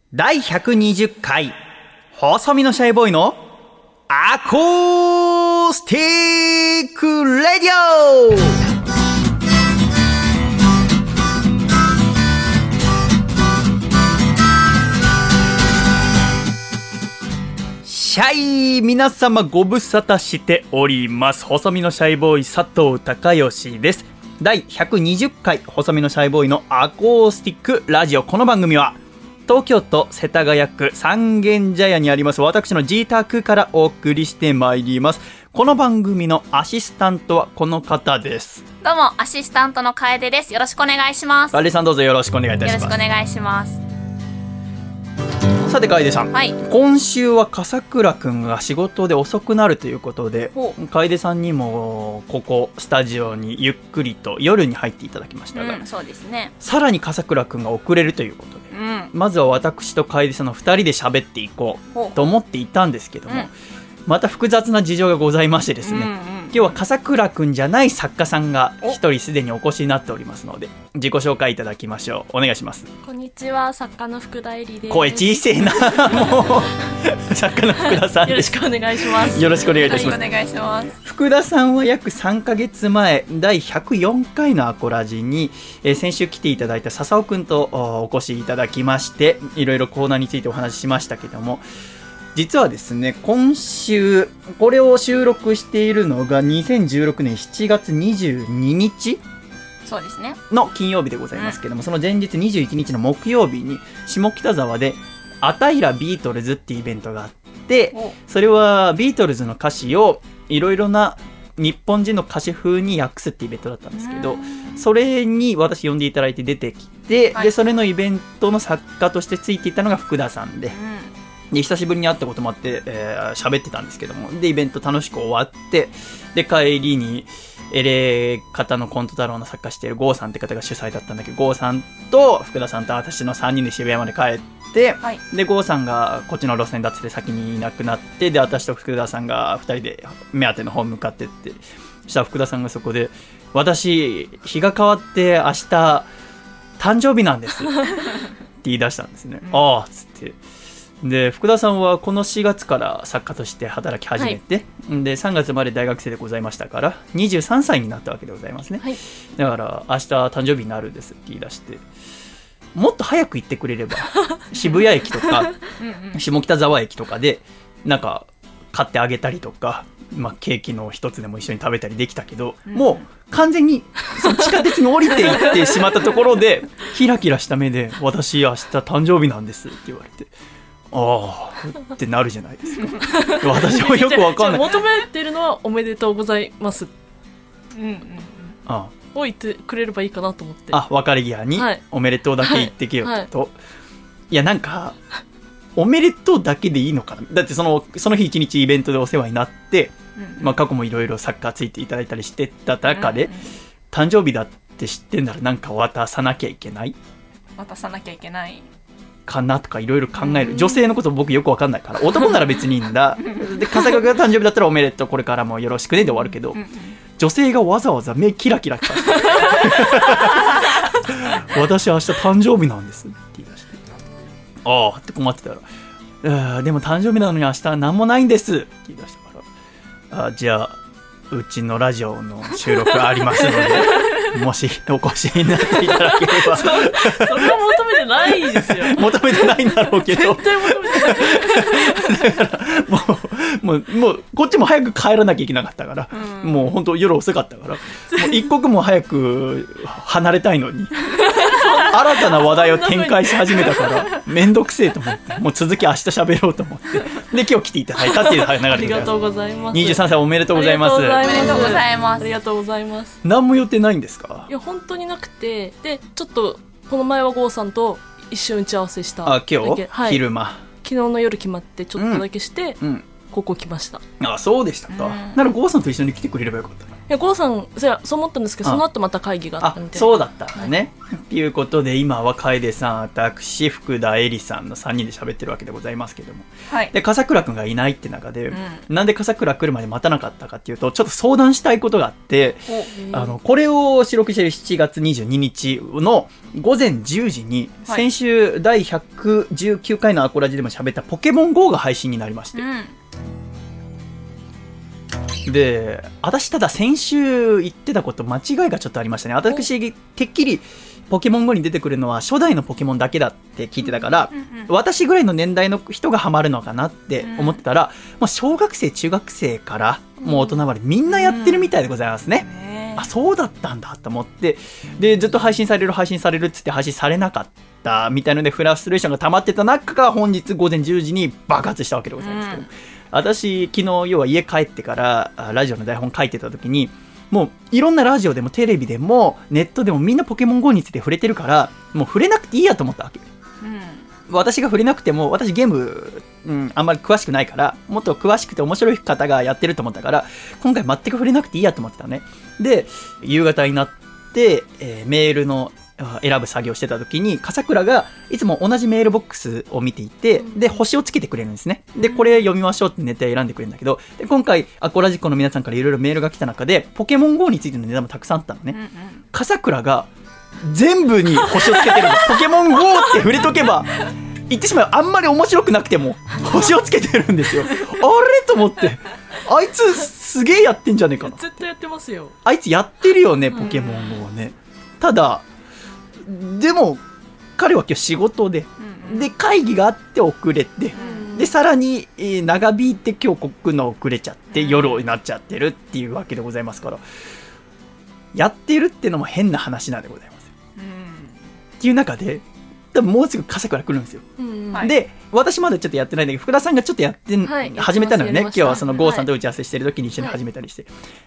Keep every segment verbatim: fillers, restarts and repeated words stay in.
だいひゃくにじゅっかい細身のシャイボーイのアコースティックレディオ。シャイ皆様ご無沙汰しております。細身のシャイボーイ佐藤孝義です。だいひゃくにじゅっかい細身のシャイボーイのアコースティックラジオ。この番組は東京都世田谷区三軒茶屋にあります私の自宅からお送りしてまいります。この番組のアシスタントはこの方です。 どうもアシスタントの楓です。よろしくお願いします。 楓さんどうぞよろしくお願いいたします。 よろしくお願いします。 さて楓さん、 はい、 今週は笠倉くんが仕事で遅くなるということで、楓さんにもここスタジオにゆっくりと夜に入っていただきましたが、 うん、そうですね、 さらに笠倉くんが遅れるということで、うん、まずは私と楓さんのふたりで喋っていこうと思っていたんですけども、うん、また複雑な事情がございましてですね、うんうん、今日は笠倉くんじゃない作家さんが一人すでにお越しになっておりますので、自己紹介いただきましょう。お願いします。 こんにちは、作家の福田絵里です。 声小せえなもう作家の福田さんです。 よろしくお願いします。 よろしくお願いいたします。 はい、お願いします。 福田さんは約さんかげつまえだいひゃくよんかいのアコラジに、えー、先週来ていただいた笹尾くんとお越しいただきまして、いろいろコーナーについてお話ししましたけども、実はですね、今週これを収録しているのがにせんじゅうろくねんしちがつにじゅうににちそうですねの金曜日でございますけども、うん、その前日にじゅういちにちの木曜日に下北沢であたいらビートルズっていうイベントがあって、それはビートルズの歌詞をいろいろな日本人の歌詞風に訳すってイベントだったんですけど、それに私呼んでいただいて出てきて、はい、でそれのイベントの作家としてついていたのが福田さんで、うんで久しぶりに会ったこともあって喋、えー、ってたんですけども、でイベント楽しく終わって、で帰りにエレ方のコント太郎の作家している郷さんって方が主催だったんだけど、郷さんと福田さんと私のさんにんで渋谷まで帰って、はい、で郷さんがこっちの路線だっつって先にいなくなって、で私と福田さんがふたりで目当ての方向かってって、そしたら福田さんがそこで、私日が変わって明日誕生日なんですって言い出したんですね、うん、ああっつって。で福田さんはこのしがつから作家として働き始めて、はい、でさんがつまで大学生でございましたからにじゅうさんさいになったわけでございますね、はい、だから明日誕生日になるんですって言い出して、もっと早く行ってくれれば渋谷駅とかうん、下北沢駅とかでなんか買ってあげたりとか、まあ、ケーキの一つでも一緒に食べたりできたけど、うん、もう完全にその地下鉄に降りていってしまったところでキラキラした目で私明日誕生日なんですって言われて、ああってなるじゃないですか私もよくわかんない。 求めてるのはおめでとうございます、うんうんうん、 ああを言ってくれればいいかなと思って、 あ別れ際に、はい、おめでとうだけ言ってけよと、はいはい、いやなんかおめでとうだけでいいのかな。だってそのその日一日イベントでお世話になって、うんまあ、過去もいろいろサッカーついていただいたりしてた中で、うんうん、誕生日だって知ってんならなんか渡さなきゃいけない渡さなきゃいけないかなとかいろいろ考える。女性のこと僕よく分かんないから、男なら別にいいんだで笠倉が誕生日だったらおめでとうこれからもよろしくねで終わるけど、女性がわざわざ目キラキラさせて私明日誕生日なんですって言い出して、ああって困ってたら、あでも誕生日なのに明日は何もないんですって言い出したから、あじゃあうちのラジオの収録ありますのでもしお越しになっていただければそ, それは求めてないですよ求めてないんだろうけど絶対求めてないだからもう、もう、もうこっちも早く帰らなきゃいけなかったから、うん、もう本当夜遅かったからもう一刻も早く離れたいのに新たな話題を展開し始めたからめんどくせえと思って、もう続き明日喋ろうと思ってで今日来ていただいたっていう流れでありがとうございます。 にじゅうさんさいおめでとうございます。 おめでとうございます。 ありがとうございます。 何も予定ないんですか？ いや本当になくて、でちょっとこの前は郷さんと一緒に打ち合わせしたあ今日、はい、昼間昨日の夜決まってちょっとだけして、うんうん、ここ来ました。 あそうでしたか、うん、なら郷さんと一緒に来てくれればよかったな。 やゴーさんそそう思ったんですけど、その後また会議があったみたいな。 そうだったんだね。と、はい、いうことで今は楓さん、私、福田恵里さんのさんにんで喋ってるわけでございますけども、 はい、 で笠倉くんがいないって中で、 うん、 なんで笠倉来るまで待たなかったかっていうと、ちょっと相談したいことがあって、あのこれを収録しているしちがつにじゅうににちのごぜんじゅうじに、はい、先週だいひゃくじゅうきゅうかいのアコラジでも喋ったポケモン ゴー が配信になりまして、うんで、私ただ先週言ってたこと間違いがちょっとありましたね。私てっきりポケモン ゴー に出てくるのは初代のポケモンだけだって聞いてたから、うんうんうん、私ぐらいの年代の人がハマるのかなって思ってたら、うん、まあ、小学生中学生からもう大人までみんなやってるみたいでございますね、うん、あ、そうだったんだと思って、でずっと配信される配信されるっつって配信されなかったみたいのでフラストレーションが溜まってた中が本日ごぜんじゅうじに爆発したわけでございますけど、うん、私昨日要は家帰ってからラジオの台本書いてた時に、もういろんなラジオでもテレビでもネットでもみんなポケモン ゴー について触れてるから、もう触れなくていいやと思ったわけ、うん、私が触れなくても、私ゲーム、うん、あんまり詳しくないから、もっと詳しくて面白い方がやってると思ったから、今回全く触れなくていいやと思ってたね。で夕方になって、えー、メールの選ぶ作業してた時に笠倉がいつも同じメールボックスを見ていて、で星をつけてくれるんですね。でこれ読みましょうってネタ選んでくれるんだけど、で今回アコラジコの皆さんからいろいろメールが来た中でポケモン ゴー についてのネタもたくさんあったのね、うんうん、笠倉が全部に星をつけてるんですポケモン ゴー って触れとけば言ってしまう、あんまり面白くなくても星をつけてるんですよあれと思って、あいつすげえやってんじゃねえかな。 絶対やってますよ、 あいつやってるよねポケモン ゴー ね。ただでも彼は今日仕事で、うんうん、で会議があって遅れて、うん、でさらに、えー、長引いて今日来るの遅れちゃって、うん、夜になっちゃってるっていうわけでございますから、やってるってのも変な話なんでございます、うん、っていう中で多分もうすぐ笠倉来るんですよ、うんうん、で私まだちょっとやってないんだけど、福田さんがちょっとやって、はい、始めたのよね。今日はその郷さんと打ち合わせしてる時に一緒に始めたりして、はい、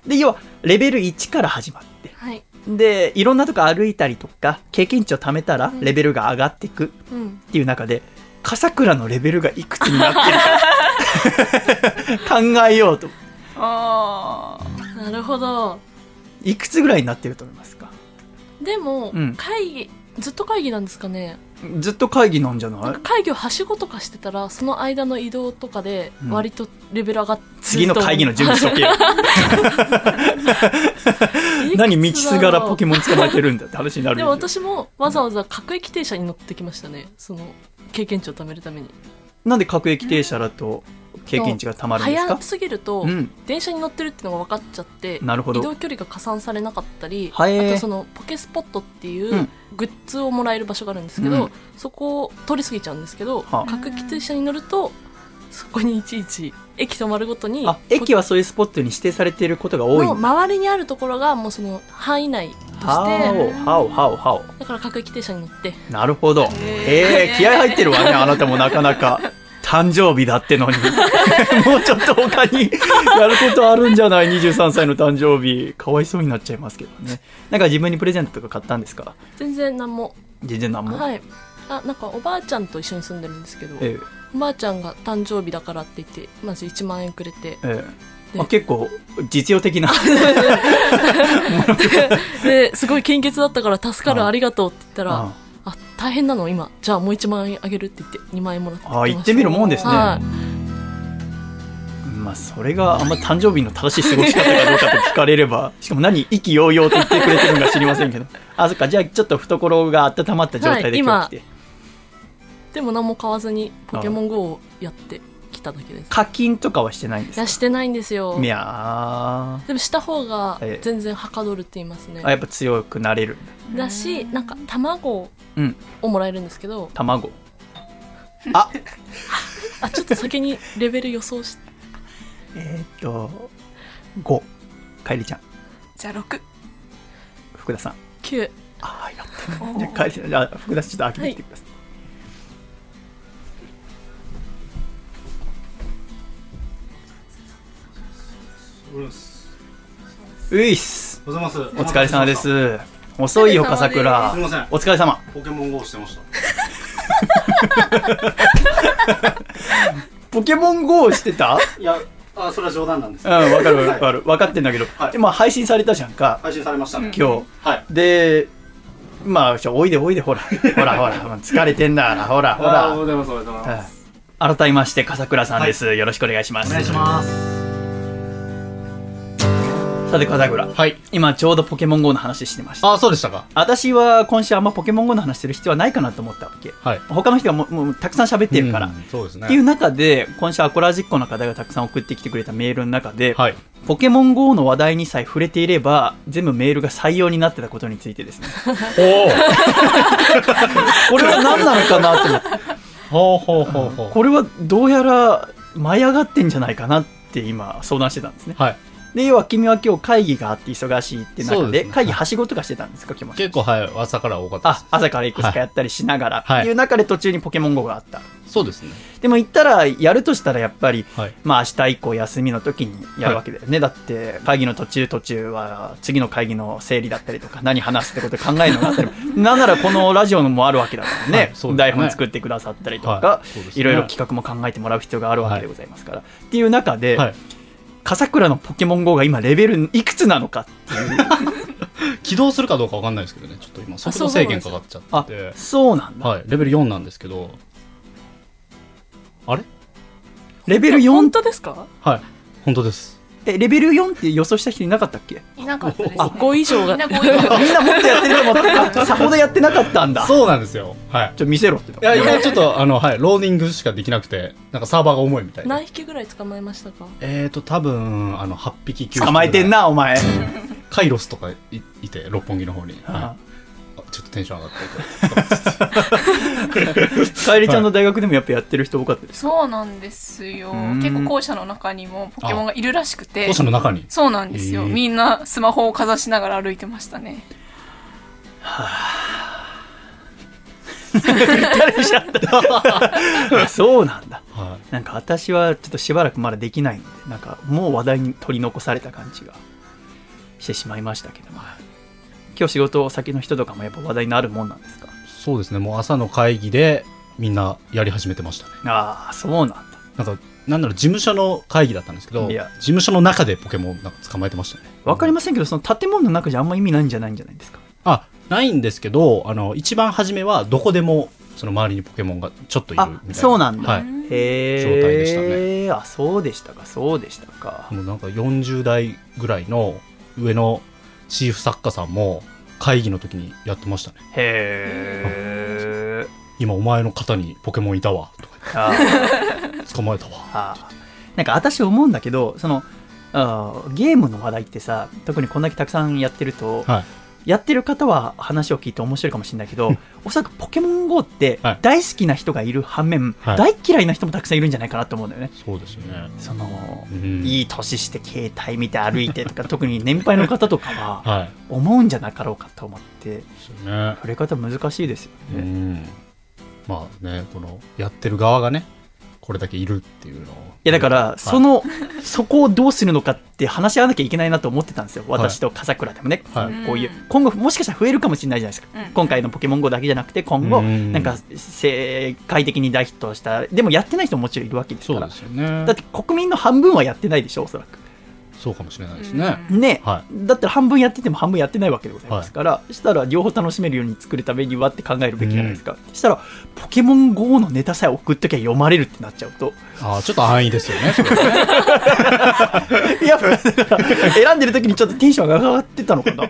で要はレベルいちから始まって、はい、でいろんなとこ歩いたりとか経験値を貯めたらレベルが上がっていくっていう中で、笠倉のレベルがいくつになってるか考えようと。 あー、なるほど。 いくつぐらいになってると思いますか？ でも、うん、会議ずっと会議なんですかね。 ずっと会議なんじゃない？ なんか会議をはしごとかしてたら、その間の移動とかで割とレベル上がって、うん、 次の会議の準備しとけよ何道すがらポケモン捕まえてるんだって話になる。 でも私もわざわざ各駅停車に乗ってきましたね、その経験値を貯めるために。 なんで各駅停車だと経験値がたまるんですか？ 早すぎると、うん、電車に乗ってるっていうのが分かっちゃって、なるほど、移動距離が加算されなかったり、あとそのポケスポットっていうグッズをもらえる場所があるんですけど、うん、そこを通り過ぎちゃうんですけど、はあ、各駅停車に乗るとそこにいちいち駅止まるごとに、 あ、駅はそういうスポットに指定されていることが多いんだ。 の周りにあるところがもうその範囲内として、 はおはおはお、 だから各駅停車に乗って。 なるほど、えー、気合入ってるわねあなたもなかなか誕生日だってのにもうちょっと他にやることあるんじゃない？にじゅうさんさいの誕生日かわいそうになっちゃいますけどね。なんか自分にプレゼントとか買ったんですか？ 全然何も。 全然何も。 はい。あ、なんかおばあちゃんと一緒に住んでるんですけど、ええ、おばあちゃんが誕生日だからって言ってまずいちまんえんくれて、ええ、あ、結構実用的なですごい献血だったから助かる、ありがとうって言ったら、ああ、大変なの今、じゃあもういちまんえんあげるって言ってにまんえんもらって。 あ、言ってみるもんですね、はい。まあ、それがあんま誕生日の正しい過ごし方かどうかと聞かれればしかも何意気揚々と言ってくれてるのか知りませんけどあ、そっか、じゃあちょっと懐が温まった状態で今日来て、はい、 でも何も買わずにポケモン ゴー をやってきただけです。 課金とかはしてないんですか？ いや、してないんですよ。 いやでもした方が全然はかどるって言いますね。 あ、やっぱ強くなれるんだ。だし、なんか卵をもらえるんですけど、うん、 卵ああ、ちょっと先にレベル予想してえーっとご、かえりちゃん。 じゃあろく、 福田さんきゅう。 ああ、やったね。じゃあかえりちゃん、じゃあ福田さんちょっと開けてきてください。ういっす。お疲れ様です。遅いよ笠倉。 すみません。 お疲れ様。 ポケモン ゴー してました。 ポケモン ゴー してた？ いや、 あ、それは冗談なんです。 うん、わかるわかる、分かってんだけど、はい、でまあ配信されたじゃんか。 配信されましたね。 今日。はい。で、まあおいでおいでほら、ほらほら、疲れてんだからほらほら。 ありがとうございます、ありがとうございます。 改めまして笠倉さんです、はい。よろしくお願いします。 お願いします。 さて笠倉、はい、今ちょうどポケモン ゴー の話してました。 あ、そうでしたか。 私は今週あんまポケモン ゴー の話する必要はないかなと思ったわけ、はい、他の人がももうたくさん喋ってるから、うん、そうですね、っていう中で今週アコラジッコの方がたくさん送ってきてくれたメールの中で、はい、ポケモン ゴー の話題にさえ触れていれば全部メールが採用になってたことについてですねおこれは何なのかなと思ってほうほうほうほう、これはどうやら舞い上がってんじゃないかなって今相談してたんですね。はい。で、要は君は今日会議があって忙しいって中 で, で、ね、会議はしごとかしてたんですか、今日。 結構、はい、朝から多かったです。 あ、朝からいくつかやったりしながら、はい、っていう中で途中にポケモン ゴー があった。 そうですね。 でも言ったらやるとしたらやっぱり、はい、まあ明日以降休みの時にやるわけだよね、はい、だって会議の途中途中は次の会議の整理だったりとか何話すってことを考えるのがあったりなんならこのラジオのもあるわけだからね、はい、そうですね、台本作ってくださったりとか、はい、いろいろ企画も考えてもらう必要があるわけでございますから、はい、っていう中で、はい、笠倉のポケモン ゴー が今レベルいくつなのかっていう起動するかどうか分かんないですけどね、ちょっと今速度制限かかっちゃってて。 あ、そうなんだ、 はい、レベルよんなんですけど、あれレベルよん本当ですか？ はい、本当です。 え、レベルよんって予想した人いなかったっけ？ いなかったですね。 あ、ご以上がみんなもっとやってると思ってさほどやってなかったんだ。 そうなんですよ。はい。 ちょっと見せろって。いや、今ちょっとあの、はい、ローディングしかできなくて、なんかサーバーが重いみたいな。 何匹ぐらい捕まえましたか？ えーと多分あのはっぴききゅうひき捕まえてんなお前。 カイロスとか い, いて六本木の方に。はい。ちょっとテンション上がってかえりちゃんの大学でもやっぱやってる人多かったですか？ そうなんですよ。結構校舎の中にもポケモンがいるらしくて。 校舎の中に？ そうなんですよ、えー、みんなスマホをかざしながら歩いてましたね。はぁしちゃったそうなんだ、はい、なんか私はちょっとしばらくまだできないんで、なんかもう話題に取り残された感じがしてしまいましたけども、今日仕事先の人とかもやっぱ話題になるもんなんですか？ そうですね、もう朝の会議でみんなやり始めてましたね。 ああ、そうなんだ。 なんかなんだろう、事務所の会議だったんですけど、いや事務所の中でポケモンなんか捕まえてましたね。 わかりませんけど、その建物の中じゃあんま意味ないんじゃないんじゃないですか？ あ、ないんですけど、あの一番初めはどこでもその周りにポケモンがちょっといるみたいな。 そうなんだ、 はい、 へ状態でしたね。 あ、そうでしたか、そうでしたか。 もうなんかよんじゅう代ぐらいの上のチーフ作家さんも会議の時にやってましたね。 へー、 今お前の肩にポケモンいたわとか捕まえたわ。 あ、なんか私思うんだけど、そのあゲームの話題ってさ、特にこんだけたくさんやってると、はい、やってる方は話を聞いて面白いかもしれないけどおそらくポケモン ゴー って大好きな人がいる反面、はい、大嫌いな人もたくさんいるんじゃないかなと思うんだよね。 そうですよね。 その、うん、いい年して携帯見て歩いてとか特に年配の方とかは思うんじゃなかろうかと思って、はい、触れ方難しいですよね。うん、 まあね、このやってる側がねこれだけいるっていうのを、 いやだから、はい、そのそこをどうするのかって話し合わなきゃいけないなと思ってたんですよ、私と笠倉でもね、はい、こういう今後もしかしたら増えるかもしれないじゃないですか、うん、今回のポケモン ゴー だけじゃなくて今後なんか世界的に大ヒットした、でもやってない人ももちろんいるわけですから。そうですよね。だって国民の半分はやってないでしょ、おそらく。 そうかもしれないですね。 ね、はい、だったら半分やってても半分やってないわけでございますから、はい、したら両方楽しめるように作るためにはって考えるべきじゃないですか。うん、したらポケモン ゴー のネタさえ送っときゃ読まれるってなっちゃうと、 あ、ちょっと安易ですよね。それねいやだから選んでる時にちょっとテンションが上がってたのかな。だ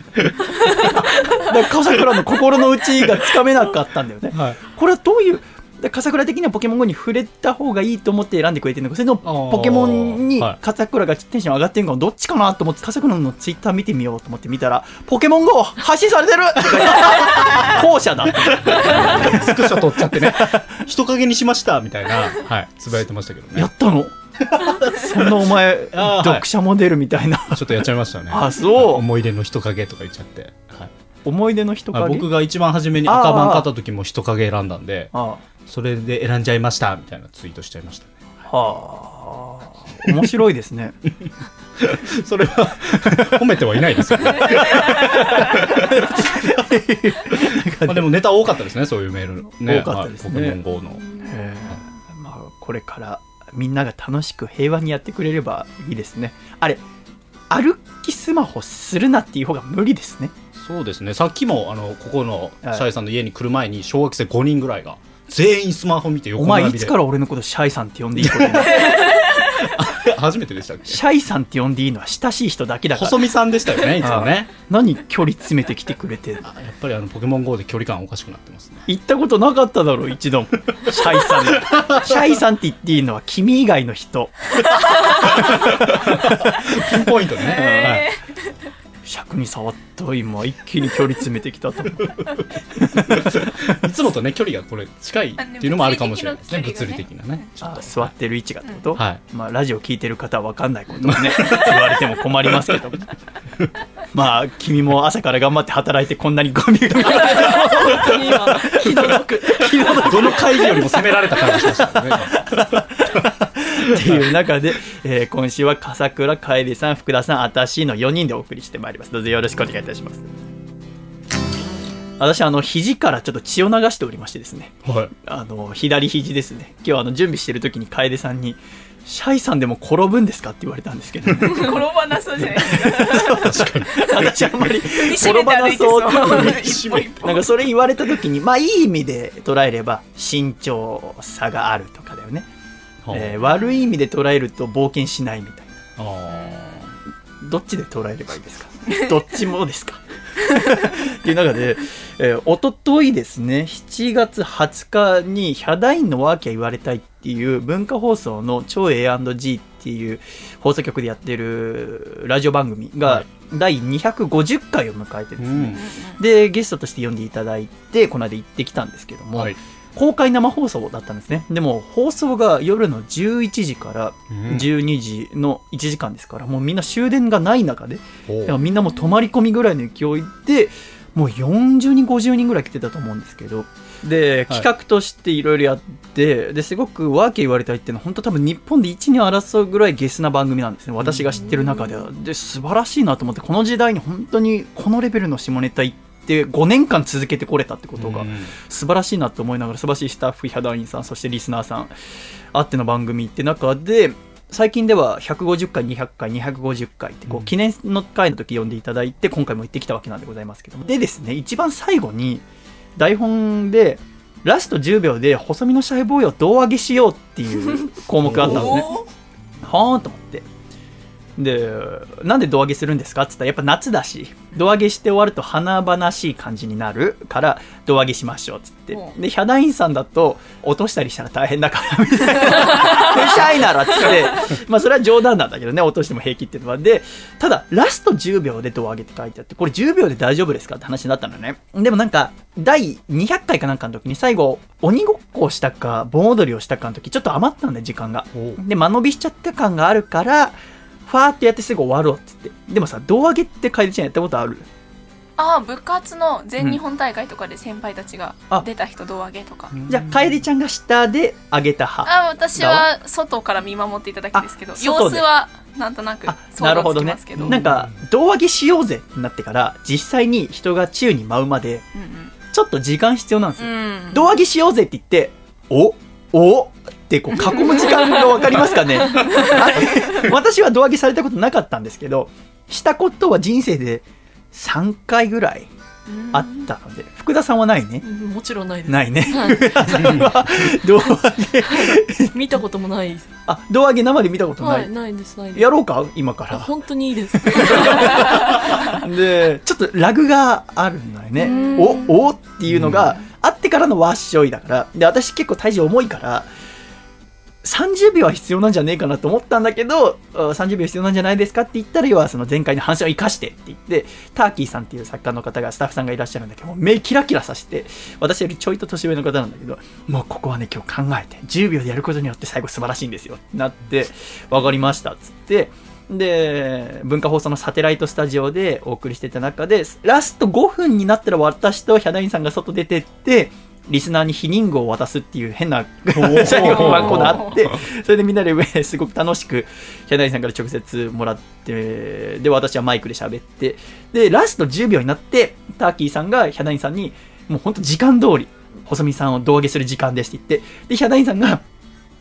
から笠倉の心の内がつかめなかったんだよね。はい、これはどういう笠倉的にはポケモン ゴー に触れた方がいいと思って選んでくれてるのか、それともポケモンに笠倉がテンション上がってるのか、どっちかなと思って笠倉のツイッター見てみようと思って見たら、ポケモン ゴー 発信されてる後者だスクショ撮っちゃってね人影にしましたみたいな、はい、つぶやいてましたけどね。 やったのそんなお前読者モデルみたいな、 はい、ちょっとやっちゃいましたね。 あ、そう、 思い出の人影とか言っちゃって、はい、 思い出の人影、 僕が一番初めに赤番買った時も人影選んだんで、ああ、それで選んじゃいましたみたいなツイートしちゃいましたね。はあ、面白いですねそれは褒めてはいないですよねまあでもネタ多かったですね、そういうメール、ね、 多かったですね、 ポケモン ゴー の、 まあ、これからみんなが楽しく平和にやってくれればいいですね。あれ歩きスマホするなっていう方が無理ですね。 そうですね。さっきもあのここのシャイさんの家に来る前に小学生ごにんぐらいが全員スマホ見て横並びで。 お前いつから俺のことシャイさんって呼んでいいことに初めてでしたっけ。 シャイさんって呼んでいいのは親しい人だけだから。 細見さんでしたよねいつもね。 何距離詰めてきてくれて。やっぱりあのポケモン ゴー で距離感おかしくなってますね。 行ったことなかっただろう一度も。シャイさんシャイさんって言っていいのは君以外の人。 ピンポイントね、 はい尺に触った今一気に距離詰めてきたと思ういつもとね距離がこれ近いっていうのもあるかもしれないですね。物理的なねちょっと座ってる位置がってこと、 はい、 まあ、ラジオ聞いてる方は分かんないことをね言われても困りますけどまあ君も朝から頑張って働いてこんなにゴミが本当に今気の毒どの会議よりも責められた感じしましたねっていう中で、えー、今週は笠倉楓さん、福田さん、あたしのよにんでお送りしてまいります。どうぞよろしくお願いいたします。私あの肘からちょっと血を流しておりましてですね、はい、あの左肘ですね。今日はあの準備している時に楓さんにシャイさんでも転ぶんですかって言われたんですけど転ばなそうじゃないですか。 確かに私あんまり転ばなそうなんかそれ言われた時にまあいい意味で捉えれば慎重さがあるとかだよね。えー、悪い意味で捉えると冒険しないみたいな。あどっちで捉えればいいですかどっちもですかっていう中で、えー、おとといですねしちがつはつかにヒャダインのワーキャー言われたいっていう文化放送の超 エーアンドジー っていう放送局でやってるラジオ番組がだいにひゃくごじゅっかいを迎えてですね、うん、でゲストとして呼んでいただいてこの間行ってきたんですけども、はい、公開生放送だったんですね。でも放送が夜のじゅういちじからじゅうにじのいちじかんですから、もうみんな終電がない中でみんなもう泊まり込みぐらいの勢いでもうよんじゅうにんごじゅうにんぐらい来てたと思うんですけど、で企画としていろいろやって、はい、ですごくワーキャー言われたいっていうのは本当多分日本で一に争うぐらいゲスな番組なんですね、私が知ってる中では。で素晴らしいなと思って、この時代に本当にこのレベルの下ネタ言ってでごねんかん続けてこれたってことが素晴らしいなと思いながら、素晴らしいスタッフヒャダインさんそしてリスナーさんあっての番組って中で、最近ではひゃくごじゅっかいにひゃっかいにひゃくごじゅっかいってこう記念の会の時呼んでいただいて今回も行ってきたわけなんでございますけども、でですね一番最後に台本でラストじゅうびょうで細身のシャイボーイを胴上げしようっていう項目があったんですねはーんと思って、でなんで胴上げするんですかって言ったら、やっぱ夏だし胴上げして終わると華々しい感じになるから胴上げしましょうっつって、でヒャダインさんだと落としたりしたら大変だからみたいなシャイならっつって、まあそれは冗談なんだけどね、落としても平気っていうのは。でただラストじゅうびょうで胴上げって書いてあって、これじゅうびょうで大丈夫ですかって話になったのね。でもなんかだいにひゃっかいかなんかの時に最後鬼ごっこをしたか盆踊りをしたかの時ちょっと余ったんで時間が、で間延びしちゃった感があるからファーってやってすぐ終わろうっつって。でもさ胴上げって楓ちゃんやったことある？ ああ部活の全日本大会とかで先輩たちが出た人胴上げとか、 じゃあ楓ちゃんが下で上げた派？ あ私は外から見守っていただけですけど、様子はなんとなく想像つきますけど、 なるほどね。なんか胴上げしようぜってなってから実際に人が宙に舞うまでちょっと時間必要なんですよ、うんうん、胴上げしようぜって言っておおってこう囲む時間が分かりますかね私は胴上げされたことなかったんですけど、したことは人生でさんかいぐらいあったので、福田さんはないね。 もちろんないです。 ないね、はい、福田さんは胴上げ見たこともないです。 あ、胴上げ生で見たことない、 はい、ないですないです。 やろうか今から。 本当にいいですでちょっとラグがあるんだよね。おおっていうのがあってからのワッショイだから。で私結構体重重いからさんじゅうびょうは必要なんじゃねえかなと思ったんだけど、さんじゅうびょう必要なんじゃないですかって言ったら、要はその前回の反省を生かしてって言って、ターキーさんっていう作家の方がスタッフさんがいらっしゃるんだけど、目キラキラさせて、私よりちょいと年上の方なんだけど、もうここはね今日考えてじゅうびょうでやることによって最後素晴らしいんですよってなって、分かりましたっつって、で文化放送のサテライトスタジオでお送りしてた中でラストごふんになったら私とヒャダインさんが外出てってリスナーに避妊具を渡すっていう変な作業がこうあって、それでみんなですごく楽しくヒャダインさんから直接もらって、で私はマイクで喋って、でラストじゅうびょうになってターキーさんがヒャダインさんにもうほんと時間通り細見さんを胴上げする時間ですって言って、でヒャダインさんが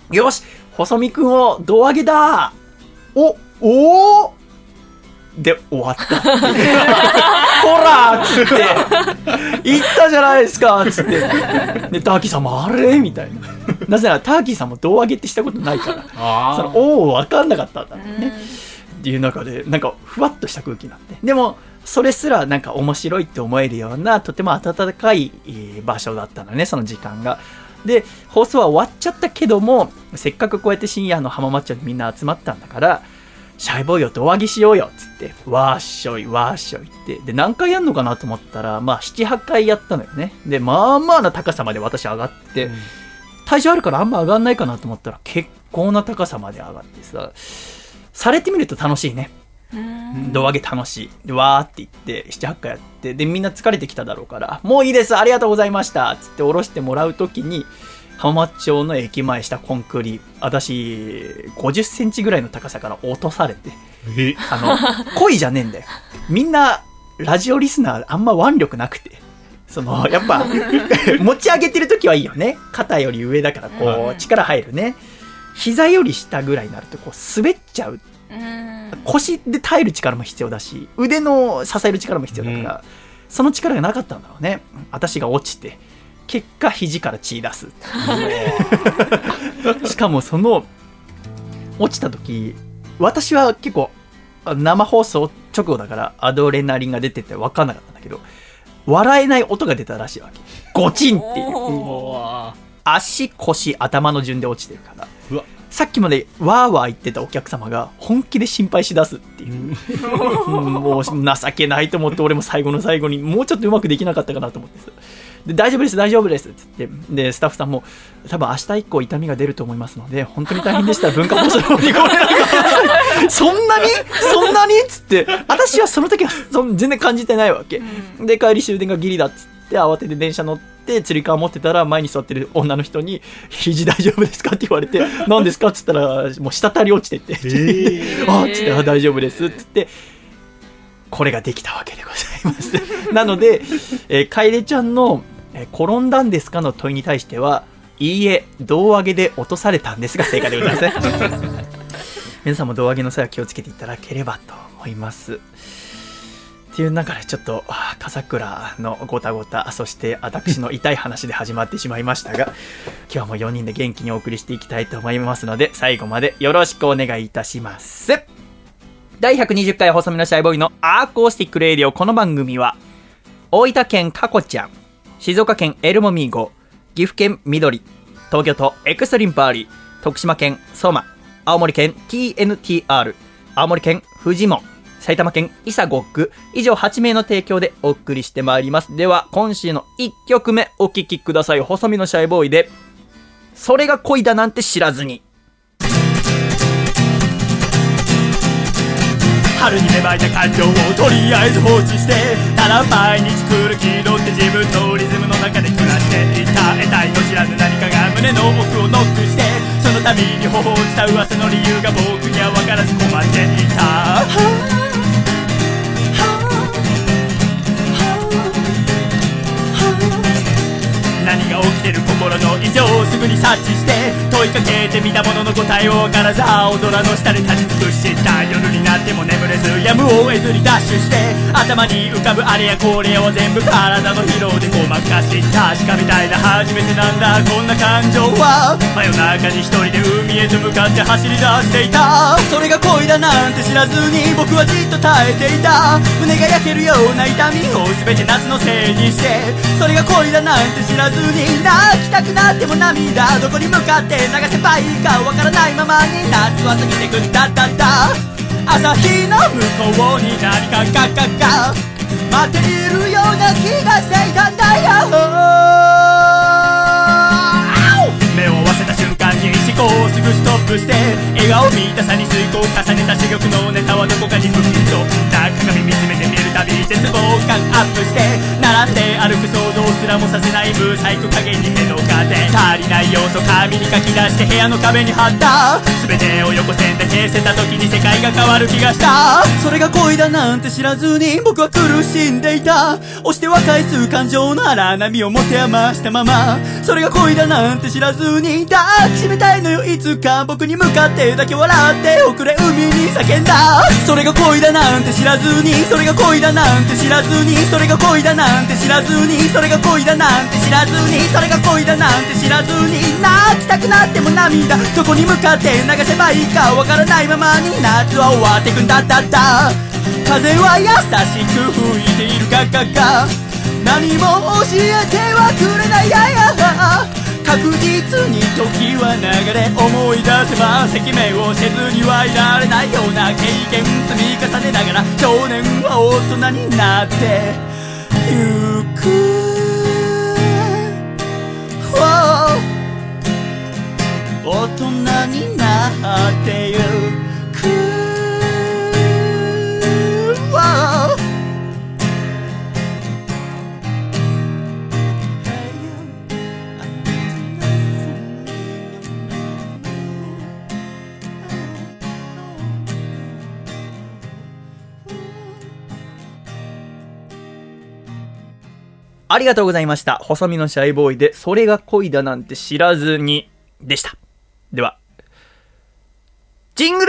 よし細見くんを胴上げだおおーで終わったほらーっつって言ったじゃないですかっつってでターキーさんもあれみたいななぜならターキーさんも胴上げってしたことないからそのおお分かんなかったんだろうねっていう中でなんかふわっとした空気になってでもそれすらなんか面白いって思えるようなとても温かい場所だったのねその時間がで放送は終わっちゃったけどもせっかくこうやって深夜の浜松町にみんな集まったんだからシャイボーイを胴上げしようよっつってわーっしょいわーっしょいってで何回やんのかなと思ったらまあ ななはちかいやったのよねでまあまあな高さまで私上がって、うん、体重あるからあんま上がんないかなと思ったら結構な高さまで上がってさされてみると楽しいね胴上げ楽しいでわーって言ってななはちかいやってでみんな疲れてきただろうからもういいですありがとうございましたっつって下ろしてもらうときに浜松町の駅前下コンクリ私ごじゅっセンチぐらいの高さから落とされてあの恋じゃねえんだよみんなラジオリスナーあんま腕力なくてそのやっぱ持ち上げてるときはいいよね肩より上だからこう力入るね膝より下ぐらいになるとこう滑っちゃう腰で耐える力も必要だし腕の支える力も必要だから、うん、その力がなかったんだろうね私が落ちて結果肘から血出すしかもその落ちた時私は結構生放送直後だからアドレナリンが出てて分かんなかったんだけど笑えない音が出たらしいわけゴチンっていう足腰頭の順で落ちてるからうわさっきまでワーワー言ってたお客様が本気で心配しだすっていう、うん、もう情けないと思って俺も最後の最後にもうちょっとうまくできなかったかなと思ってさで大丈夫です大丈夫ですっつってでスタッフさんも多分明日以降痛みが出ると思いますので本当に大変でしたら文化放送の方にごめんなさいそんなにそんなにっつって私はその時はそ全然感じてないわけ、うん、で帰り終電がギリだっつって慌てて電車乗ってつり革持ってたら前に座ってる女の人に肘大丈夫ですかって言われて何ですかっつったらもう滴り落ちてって、えー、あっつってあ大丈夫ですっつってこれができたわけでございますなので、えー、楓ちゃんのえ転んだんですかの問いに対してはいいえ胴上げで落とされたんですが正解でございます皆さんも胴上げの際は気をつけていただければと思いますっていう中でちょっと笠倉のごたごたそして私の痛い話で始まってしまいましたが今日もよにんで元気にお送りしていきたいと思いますので最後までよろしくお願いいたしますだいひゃくにじゅっかい細身のシャイボーイのアーコースティックレディオこの番組は大分県かこちゃん静岡県エルモミーゴ岐阜県緑東京都エクストリンパーリー徳島県ソマ青森県 ティーエヌティーアール 青森県フジモン埼玉県イサゴック以上はちめいの提供でお送りしてまいりますでは今週のいっきょくめお聴きください細身のシャイボーイでそれが恋だなんて知らずに春に芽生えた感情をとりあえず放置してただ毎日来る気取って自分のリズムの中で暮らしていた得体の知らぬ何かが胸の奥をノックしてその度に頬を落ちた噂の理由が僕には分からず困っていた何が起きてる心の異常をすぐに察知して問いかけてみたものの答えを分からず青空の下で立ち尽くした夜になっても眠れずやむを得ずにダッシュして頭に浮かぶあれやこれやは全部体の疲労でごまかした確かみたいな初めてなんだこんな感情は真夜中に一人で海へと向かって走り出していたそれが恋だなんて知らずに僕はじっと耐えていた胸が焼けるような痛みを全て夏のせいにしてそれが恋だなんて知らずに泣きたくなっても涙どこに向かって流せばいいかわからないままに夏は過ぎてくんだったんだ朝日の向こうに何かががが待っているような気がしていたんだよ目を合わせた瞬間に思考をすぐストップして笑顔見たさに遂行を重ねた珠玉のネタはどこかに吹き飛んだ鏡見つめてみるたび絶望感アップして並んで歩く想像すすらもさせないブサイク加減にヘドカーテン、足りない要素紙に書き出して部屋の壁に貼った、全てを横線で消せた時に世界が変わる気がした。それが恋だなんて知らずに僕は苦しんでいた。押しては返す感情の荒波を持て余したまま、それが恋だなんて知らずに抱きしめたいのよ、いつか僕に向かってだけ笑っておくれ海に叫んだ。それが恋だなんて知らずに、それが恋だなんて知らずに、それが恋だなんて知らずに、それが恋だなんて知らずに、それが恋だなんて知らずに、泣きたくなっても涙どこに向かって流せばいいかわからないままに夏は終わってくんだったった。風は優しく吹いているガガガ、何も教えてはくれないやや、確実に時は流れ思い出せば赤面をせずにはいられないような経験積み重ねながら少年は大人になってゆく、大人になってゆく。 ありがとうございました。細身のシャイボーイで、それが恋だなんて知らずにでした。では、ジングル。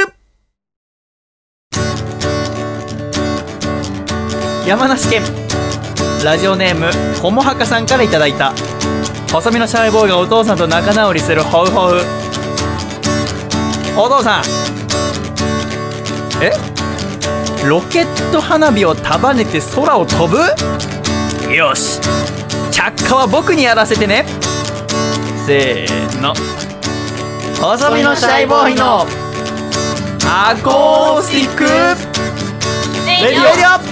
山梨県ラジオネームこもはかさんからいただいた、細身のシャイボーイがお父さんと仲直りするホウホウ。お父さん、えロケット花火を束ねて空を飛ぶ？よし、着火は僕にやらせてね。せーの、細身のシャイボーイのアコースティックレディオ。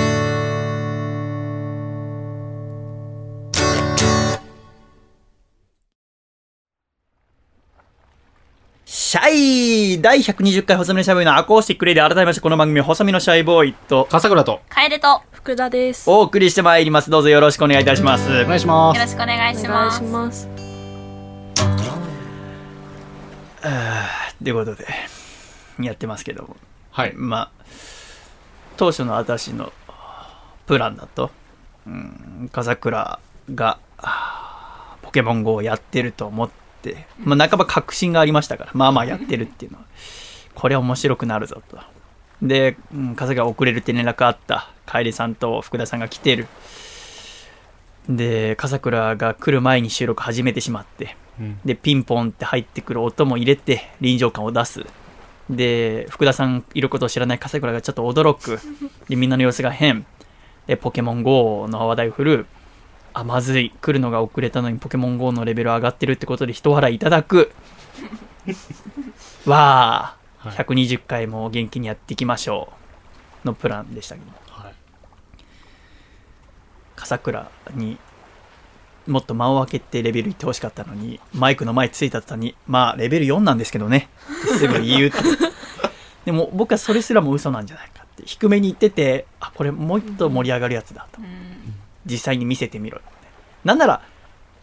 シャイだいひゃくにじゅっかい細身のシャイボーイのアコースティックレディオ。改めましてこの番組は細身のシャイボーイと笠倉と楓と福田です。 お送りしてまいります。どうぞよろしくお願いいたします。 お願いします。 よろしくお願いします。お願いします。 ということでやってますけども、 はい、 まあ当初の私のプランだと、うん、笠倉がポケモン ゴー をやってると思って、まあ、半ば確信がありましたから、まあまあやってるっていうのはこれは面白くなるぞと。で、うん、笠倉が遅れるって連絡あった。楓さんと福田さんが来てる。で、笠倉が来る前に収録始めてしまって、うん、でピンポンって入ってくる音も入れて臨場感を出す。で、福田さんいることを知らない笠倉がちょっと驚く。で、みんなの様子が変で、ポケモン ゴー の話題を振る。あ、まずい、来るのが遅れたのにポケモン ゴー のレベル上がってるってことで一笑いいただく。わー、ひゃくにじゅっかいも元気にやっていきましょうのプランでしたけど、はい、笠倉にもっと間を空けてレベルいってほしかったのに、マイクの前ついた途端に、まあレベルよんなんですけどねすぐ言うってでも僕はそれすらも嘘なんじゃないかって、低めに言ってて、あ、これもう一度盛り上がるやつだと、うん、実際に見せてみろよ。なんなら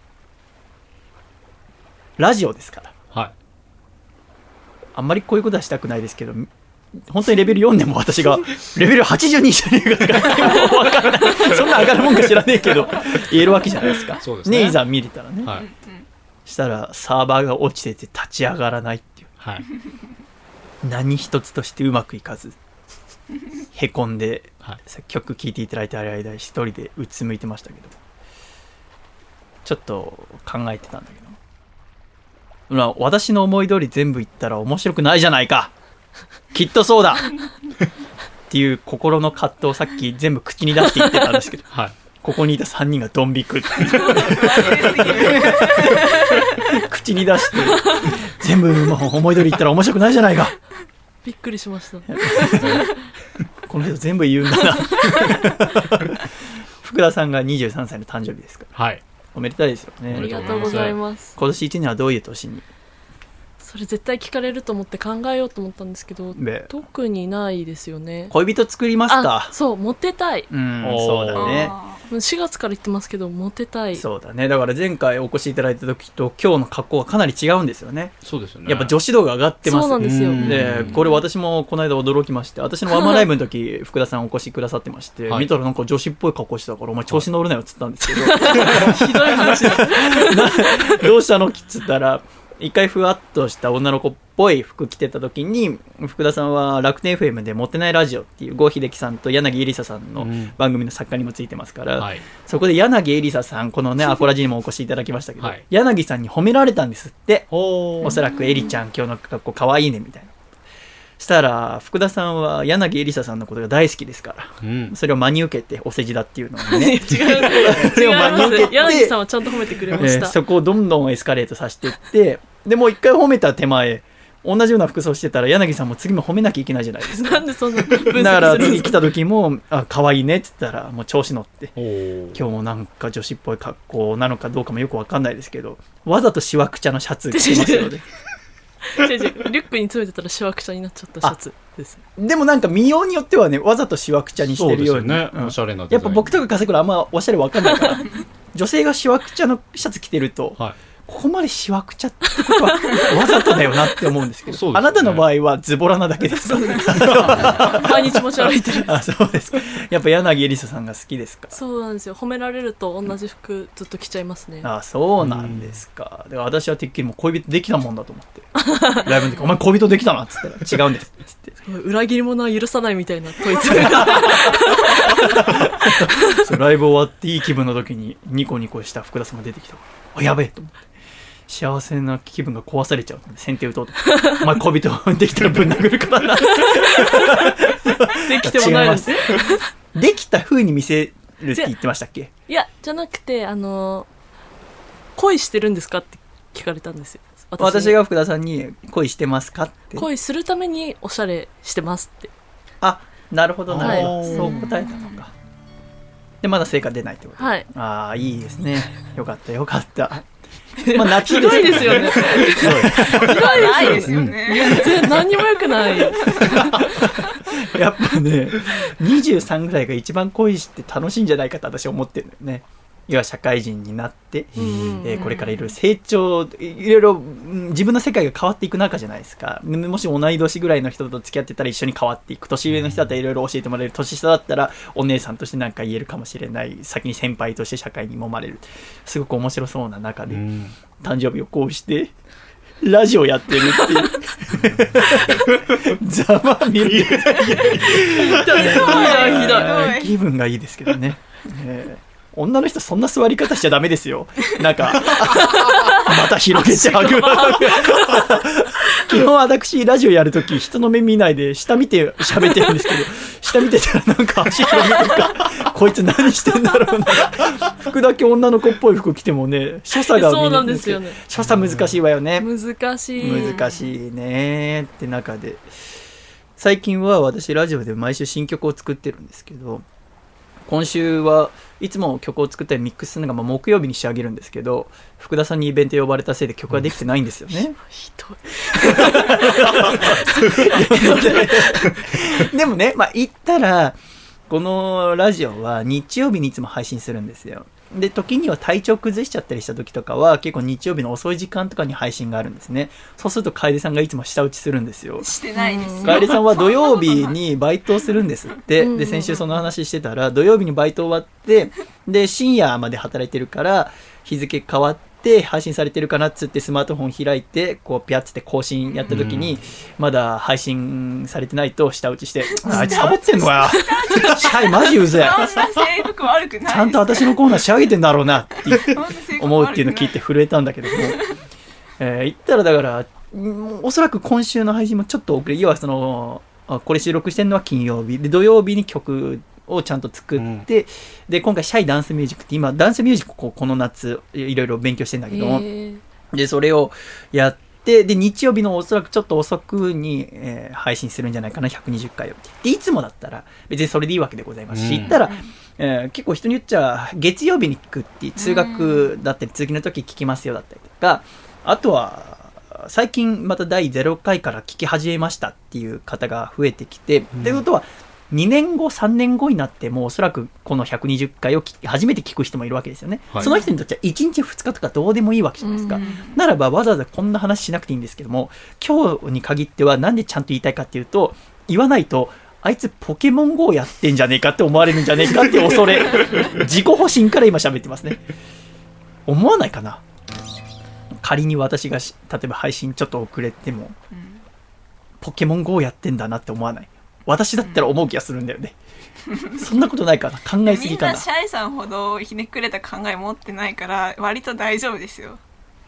ラジオですから、はい、あんまりこういうことはしたくないですけど、本当にレベルよんでも私がレベルはちじゅうにじゃねえかとかもう分からないそんな上がるもんか知らねえけど言えるわけじゃないですか。そうですね、ね、いざ見れたらね、はい、したらサーバーが落ちてて立ち上がらないっていう、はい、何一つとしてうまくいかずへこんで、はい、曲聴いていただいてある間一人でうつむいてましたけど、ちょっと考えてたんだけど、まあ、私の思い通り全部言ったら面白くないじゃないかきっとそうだっていう心の葛藤をさっき全部口に出して言ってたんですけど、はい、ここにいたさんにんがドン引く口に出して全部思い通り言ったら面白くないじゃないか。 びっくりしましたこの人全部言うんだな福田さんがにじゅうさんさいの誕生日ですから、はい、おめでたいですよね。 ありがとうございます。 今年いちねんはどういう年に？ それ絶対聞かれると思って考えようと思ったんですけど、特にないですよね。 恋人作りますか？ そう、モテたい。 うん、そうだね。 しがつから言ってますけどモテたい。 そうだね。だから前回お越しいただいた時と今日の格好がかなり違うんですよね。 そうですよね。 やっぱ女子度が上がってます。 そうなんですよ。 でこれ私もこの間驚きまして、私のワンマンライブの時福田さんお越しくださってまして、はい、見たらなんか女子っぽい格好してたからお前調子乗るなよっつったんですけど、 はい、ひどい話だどうしたのっつったら一回ふわっとした女の子っぽい服着てた時に、福田さんは楽天 エフエム でモテないラジオっていう郷秀樹さんと柳恵里沙さんの番組の作家にもついてますから、うんはい、そこで柳恵里沙さん、このねアコラジにもお越しいただきましたけど、はい、柳さんに褒められたんですって。おそらく恵里ちゃん今日の格好かわいいねみたいな。したら福田さんは柳恵里沙さんのことが大好きですから、うん、それを真に受けてお世辞だっていうのをね違うそれを真に受けて柳さんはちゃんと褒めてくれました、 えー、そこをどんどんエスカレートさせていって、でもう一回褒めた手前同じような服装してたら柳さんも次も褒めなきゃいけないじゃないですか。 なんでそんな分析するんですか。 だから次来た時もあ可愛いねっつったらもう調子乗って今日もなんか女子っぽい格好なのかどうかもよくわかんないですけどわざとしわくちゃのシャツ着てますよね違う違うリュックに詰めてたらしわくちゃになっちゃったシャツです。 でもなんか見ようによってはねわざとしわくちゃにしてるように、 ねうん、おしゃれなデザイン。 やっぱ僕とか稼ぐのあんまおしゃれわかんないから女性がしわくちゃのシャツ着てると、はい、ここまでしわくちゃってことはわざとだよなって思うんですけどね、あなたの場合はズボラなだけです毎日持ち歩いてるあそうですか。やっぱ柳恵里沙さんが好きですか。 そうなんですよ。褒められると同じ服ずっと着ちゃいますね。 あそうなんですか。で私はてっきりもう恋人できたもんだと思ってライブの時お前恋人できたなっつったら違うんですっつって裏切り者は許さないみたいな問いつそうライブ終わっていい気分の時にニコニコした福田さんが出てきた。あやべえと思って幸せな気分が壊されちゃうので先手打とうとお前恋人できたらぶん殴るからなできてもないです。 できた風に見せるって言ってましたっけ。 いやじゃなくてあの恋してるんですかって聞かれたんですよ。 私, 私が福田さんに恋してますかって。 恋するためにおしゃれしてますって。 あなるほどなるほど、はい、そう答えたのか。でまだ成果出ないってこと。 はい。 ああいいですね。よかったよかったまあ夏ですひどいですよね。ひどいですよね。全然何にも良くない。 やっぱねにじゅうさんぐらいが一番恋して楽しいんじゃないかと私は思ってるのよね。要は社会人になって、えー、これからいろいろ成長いろいろ自分の世界が変わっていく中じゃないですか。もし同い年ぐらいの人と付き合ってたら一緒に変わっていく。年上の人だったらいろいろ教えてもらえる。年下だったらお姉さんとして何か言えるかもしれない。先に先輩として社会に揉まれる。すごく面白そうな中で誕生日をこうしてラジオやってるっていうざまみる。ひどいひどい。気分がいいですけどね、えー女の人そんな座り方しちゃダメですよ。なんかまた広げてあぐら基本私ラジオやるとき人の目見ないで下見て喋ってるんですけど下見てたらなんか足広げてるかこいつ何してんだろうな。服だけ女の子っぽい服着てもね所作が見そうなんですよね。 所作難しいわよね。 難しい難しいねって中で最近は私ラジオで毎週新曲を作ってるんですけど、今週はいつも曲を作ったりミックスするのがまあ木曜日に仕上げるんですけど、福田さんにイベント呼ばれたせいで曲ができてないんですよね。 ひどいでもね、まあ言ったらこのラジオは日曜日にいつも配信するんですよ。で時には体調崩しちゃったりした時とかは結構日曜日の遅い時間とかに配信があるんですね。そうすると楓さんがいつも舌打ちするんですよ。 してないですよ。 楓さんは土曜日にバイトをするんですって。で先週その話してたら土曜日にバイト終わってで深夜まで働いてるから日付変わって配信されてるかなっつってスマートフォン開いてこうピャッつって更新やった時にまだ配信されてないと舌打ちしてあいつサボってんのかよシャイマジうぜちゃんと私のコーナー仕上げてんだろうなって思うっていうのを聞いて震えたんだけども、えー、言ったらだからおそらく今週の配信もちょっと遅れ、要はそのこれ収録してるのは金曜日で土曜日に曲をちゃんと作って、うん、で今回シャイダンスミュージックって今ダンスミュージックをこの夏いろいろ勉強してるんだけど、でそれをやってで日曜日のおそらくちょっと遅くに、えー、配信するんじゃないかなひゃくにじゅっかいをでいつもだったら別にそれでいいわけでございますし、うん、言ったら、えー、結構人によっちゃ月曜日に聞くって通学だったり通勤の時聞きますよだったりとか、あとは最近まただいゼロかいから聞き始めましたっていう方が増えてきて、うん、ということはにねんごさんねんごになってもおそらくこのひゃくにじゅっかいを初めて聞く人もいるわけですよね、はい、その人にとってはいちにちふつかとかどうでもいいわけじゃないですか。ならばわざわざこんな話しなくていいんですけども、今日に限ってはなんでちゃんと言いたいかっていうと、言わないとあいつポケモン ゴー やってんじゃねえかって思われるんじゃねえかっていう恐れ自己保身から今喋ってますね。思わないかな。仮に私が例えば配信ちょっと遅れても、うん、ポケモン ゴー やってんだなって思わない？私だったら思う気がするんだよね、うん、そんなことないかな。考えすぎかな。 みんなシャイさんほどひねくれた考え持ってないから割と大丈夫ですよ。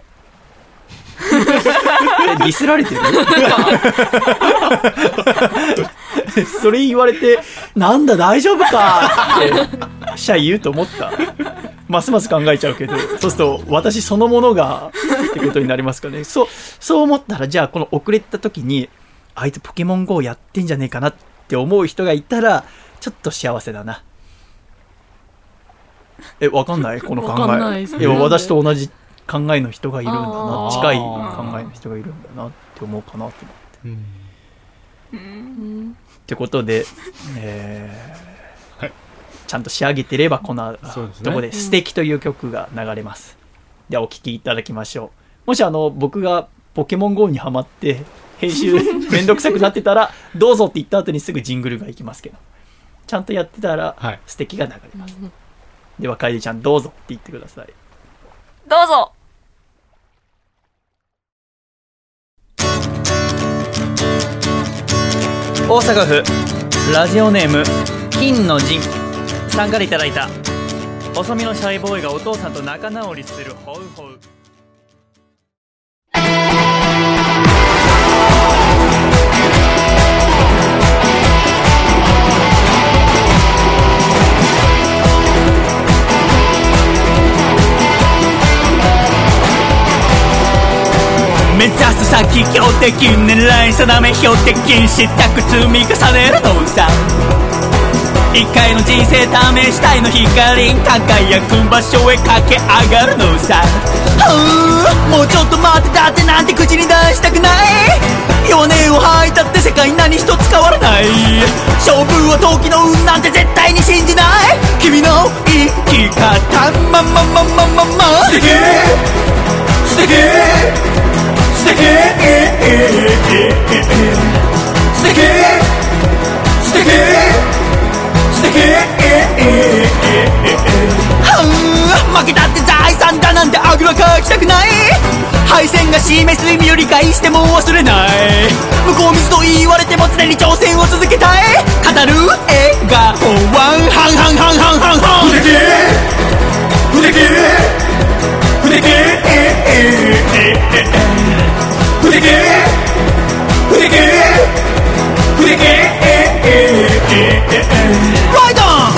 ディスられてるそれ言われてなんだ大丈夫かってシャイ言うと思った。ますます考えちゃうけど、そうすると私そのものがってことになりますかね。そうそう思ったら、じゃあこの遅れた時にあいつポケモン ゴー やってんじゃねえかなって思う人がいたらちょっと幸せだな。え、わかんないこの考え。わかんないですね。いや、私と同じ考えの人がいるんだな、近い考えの人がいるんだなって思うかなと思って、うんうん、ってことで、えーはい、ちゃんと仕上げてればこのとこで素敵という曲が流れます。ではお聴きいただきましょう。もしあの僕がポケモン ゴー にハマって編集めんどくさくなってたらどうぞって言った後にすぐジングルがいきますけど、ちゃんとやってたら素敵が流れます、はい、では楓ちゃんどうぞって言ってください。 どうぞ。 大阪府ラジオネーム金の陣さんからいただいた細身のシャイボーイがお父さんと仲直りするホウホウ。 目指す先標的狙い定め標的したく積み重ねるのさ。一回の人生試したいの光輝く場所へ駆け上がるのさ。もうちょっと待ってだってなんて口に出したくない。弱音を吐いたって世界何一つ変わらない。勝負は時の運なんて絶対に信じない。君の生き方まままままま素敵素敵素敵素敵素敵素敵負けたって財産だなんてあぐらかきたくない。敗戦が示す意味を理解しても忘れない。向こう水と言われても常に挑戦を続けたい。語る笑顔はハンハンハンハンハンハン不敵不敵不敵不敵不敵不敵ライドン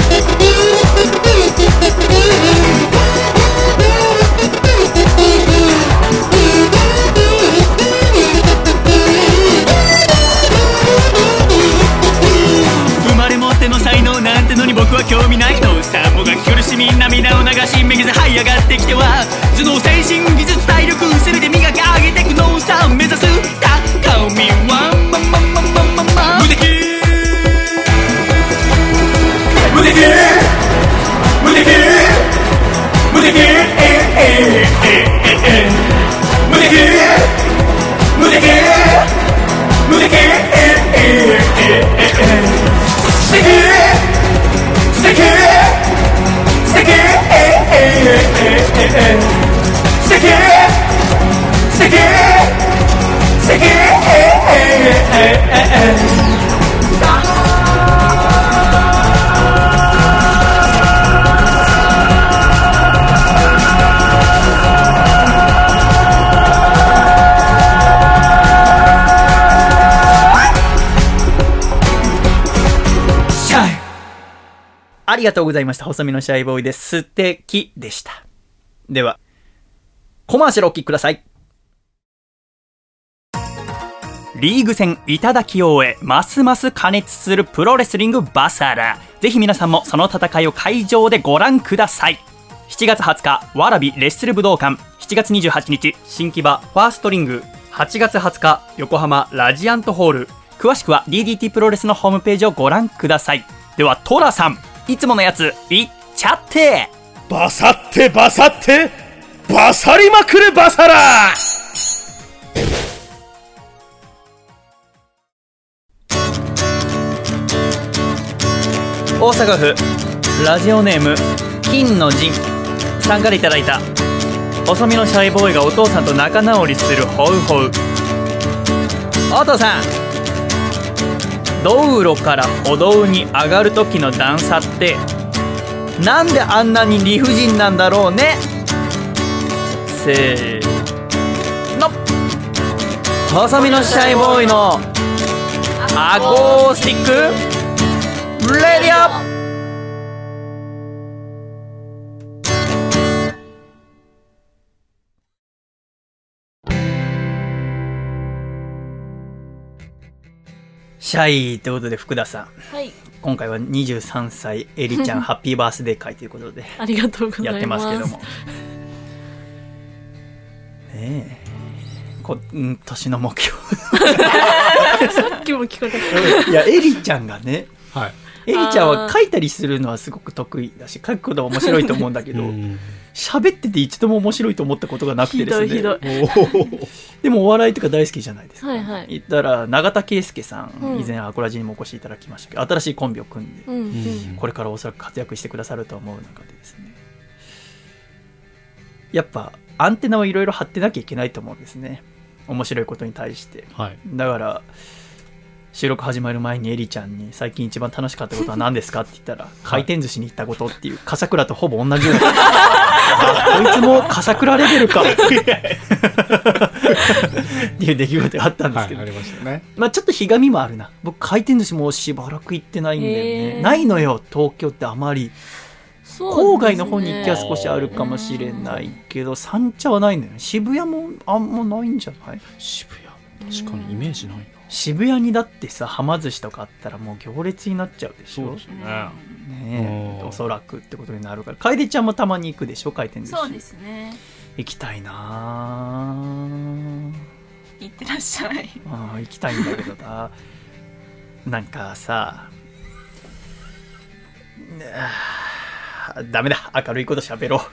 生まれ持っての才能なんてのに僕は興味ないのさ。もがき苦しみ涙を流しめげず這い上がってきては頭脳精神技術体力全て磨き上げてくのさ。目指す高みはまままままま無敵無敵無敵無敵無敵無敵無敵素敵素敵素敵素敵素敵素敵ありがとうございました。細身のシャイボーイです。素敵でした。ではコマーシャルお聞きください。リーグ戦頂きを終えますます過熱するプロレスリングバサラ。ぜひ皆さんもその戦いを会場でご覧ください。しちがつはつかわらびレッスル武道館、しちがつにじゅうはちにち新木場ファーストリング、はちがつはつか横浜ラジアントホール、 詳しくは ディーディーティー プロレスのホームページをご覧ください。ではトラさん、いつものやついっちゃって。 バサってバサってバサりまくるバサラ。 大阪府ラジオネーム金の陣さんからいただいた、細身のシャイボーイがお父さんと仲直りするホウホウ。お父さん、道路から歩道に上がる時の段差ってなんであんなに理不尽なんだろうね。せーの、細身のシャイボーイのアコースティックレディオ。シャイってことで福田さん、 はい、 今回はにじゅうさんさいエリちゃんハッピーバースデー会ということでありがとうございます。 やってますけどもねえ、こ年の目標さっきも聞かれたいやエリちゃんがね、 はい、 エリちゃんは書いたりするのはすごく得意だし、書くことは面白いと思うんだけど喋ってて一度も面白いと思ったことがなくてですね。 ひどいひどいでもお笑いとか大好きじゃないですか、 はいはい、 言ったら永田圭介さん、うん、以前アコラジにもお越しいただきましたけど、新しいコンビを組んで、うんうん、これからおそらく活躍してくださると思う中でですね、やっぱアンテナをいろいろ張ってなきゃいけないと思うんですね、面白いことに対して、はい、だから収録始まる前にエリちゃんに最近一番楽しかったことは何ですかって言ったら、はい、回転寿司に行ったことっていう、笠倉とほぼ同じようなあ、こいつも笠倉レベルかっていう出来事があったんですけど、はい、ありましたね。まあ、ちょっとひがみもあるな、僕回転寿司もうしばらく行ってないんだよね。ないのよ東京ってあまり。郊外の方に行きは少しあるかもしれないけど、三茶はないんだよね。渋谷もあんまないんじゃない？ 渋谷確かにイメージないな。 渋谷にだってさ、はま寿司とかあったらもう行列になっちゃうでしょ。 そうですよね。 ねえ、おそらくってことになるから。楓ちゃんもたまに行くでしょ、回転寿司。 そうですね。 行きたいな。 行ってらっしゃい。 ああ、行きたいんだけどな。なんかさ、ダメだ、明るいこと喋ろう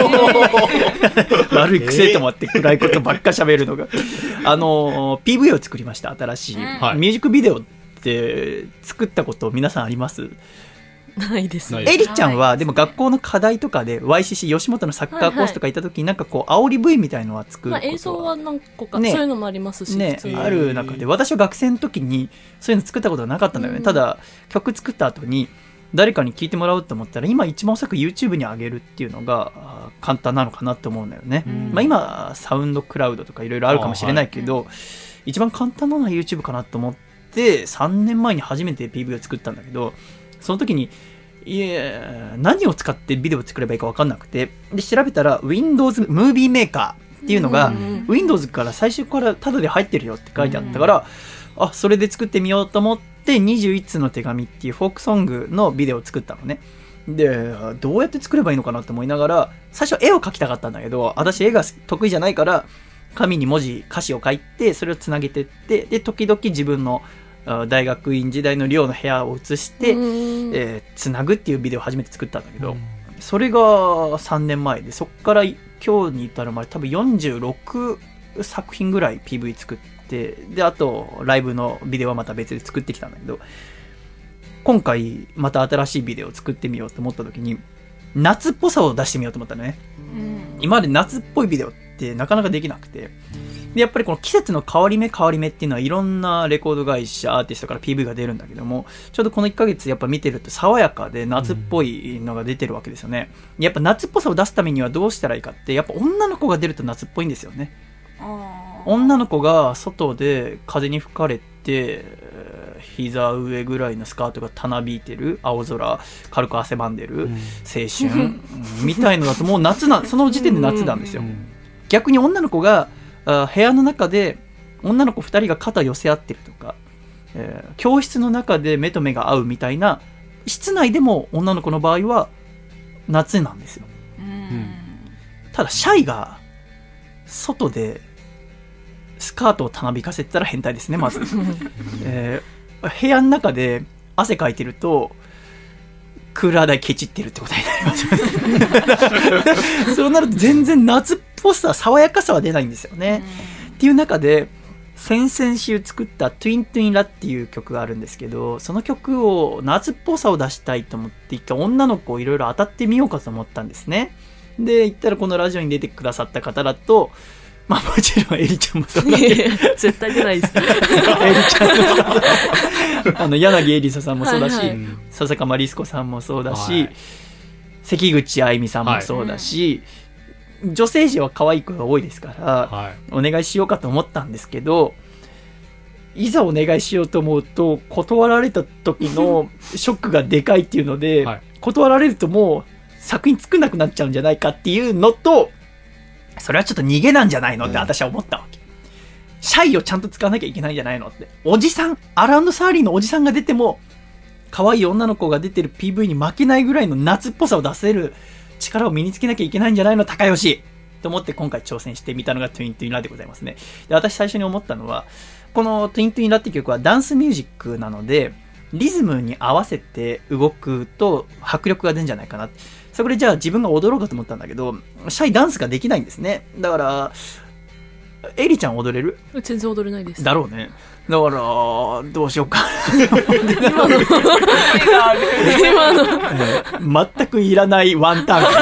悪い癖と思って暗いことばっか喋るのがあの ピーブイ を作りました、新しい、うん、ミュージックビデオって作ったこと皆さんあります？ ないですね。 エリちゃんはでも学校の課題とかで ワイシーシー 吉本のサッカーコースとか行った時になんかこう煽り ブイ みたいのは作ることは、 まあ、映像は何個か、ね、そういうのもありますし、 ね、ある中で私は学生の時にそういうの作ったことはなかったんだよね、うん、ただ曲作った後に誰かに聞いてもらおうと思ったら今一番おそらく YouTube に上げるっていうのが簡単なのかなと思うんだよね、うんまあ、今サウンドクラウドとかいろいろあるかもしれないけど、はい、一番簡単なのは YouTube かなと思ってさんねんまえに初めて ピーブイ を作ったんだけど、その時にいや何を使ってビデオを作ればいいか分かんなくて、で調べたら Windows ムービーメーカーっていうのが、うん、Windows から最初からタダで入ってるよって書いてあったから、うん、あそれで作ってみようと思ってでにじゅういっつの手紙っていうフォークソングのビデオを作ったのね。でどうやって作ればいいのかなと思いながら、最初絵を描きたかったんだけど私絵が得意じゃないから紙に文字歌詞を書いてそれをつなげてって、で時々自分の大学院時代の寮の部屋を映して、えー、つなぐっていうビデオを初めて作ったんだけど、それがさんねんまえで、そっから今日に至るまで多分よんじゅうろくさく品ぐらい ピーブイ 作って、であとライブのビデオはまた別で作ってきたんだけど、今回また新しいビデオを作ってみようと思った時に夏っぽさを出してみようと思ったのね、うん、今まで夏っぽいビデオってなかなかできなくて、でやっぱりこの季節の変わり目変わり目っていうのはいろんなレコード会社アーティストから ピーブイ が出るんだけども、ちょうどこのいっかげつやっぱ見てると爽やかで夏っぽいのが出てるわけですよね、うん、やっぱ夏っぽさを出すためにはどうしたらいいかって、やっぱ女の子が出ると夏っぽいんですよね。女の子が外で風に吹かれて膝上ぐらいのスカートがたなびいてる、青空軽く汗ばんでる、うん、青春みたいのだともう夏なその時点で夏なんですよ、うん、逆に女の子があ部屋の中で女の子ふたりが肩寄せ合ってるとか、えー、教室の中で目と目が合うみたいな、室内でも女の子の場合は夏なんですよ、うん、ただシャイが外でスカートをたなびかせてたら変態ですねまず、えー、部屋の中で汗かいてるとクーラー台ケチってるってことになりますよねそうなると全然夏っぽさ爽やかさは出ないんですよね、うん、っていう中で先々週作ったトゥイントゥインラっていう曲があるんですけど、その曲を夏っぽさを出したいと思って一回女の子をいろいろ当たってみようかと思ったんですね。で言ったらこのラジオに出てくださった方だと、まあもちろんエリちゃんもそうだけど絶対出ないですエリちゃんあの柳エリサさんもそうだし、はいはい、笹川リスコさんもそうだし、はい、関口あゆみさんもそうだし、はい、女性陣は可愛い子が多いですから、はい、お願いしようかと思ったんですけど、いざお願いしようと思うと断られた時のショックがでかいっていうので、はい、断られるともう作品作んなくなっちゃうんじゃないかっていうのと、それはちょっと逃げなんじゃないのって私は思ったわけ、うん、シャイをちゃんと使わなきゃいけないんじゃないのって。おじさん、アラウンドサーリーのおじさんが出ても可愛い女の子が出てる ピーブイ に負けないぐらいの夏っぽさを出せる力を身につけなきゃいけないんじゃないの高吉と思って今回挑戦してみたのがトゥイントゥインラでございますね。で、私最初に思ったのは、このトゥイントゥインラって曲はダンスミュージックなのでリズムに合わせて動くと迫力が出るんじゃないかな。そこでじゃあ自分が踊ろうかと思ったんだけど、シャイダンスができないんですね。だからエリちゃん踊れる？ 全然踊れないです。 だろうね。だからどうしようか今の今の全くいらないワンタン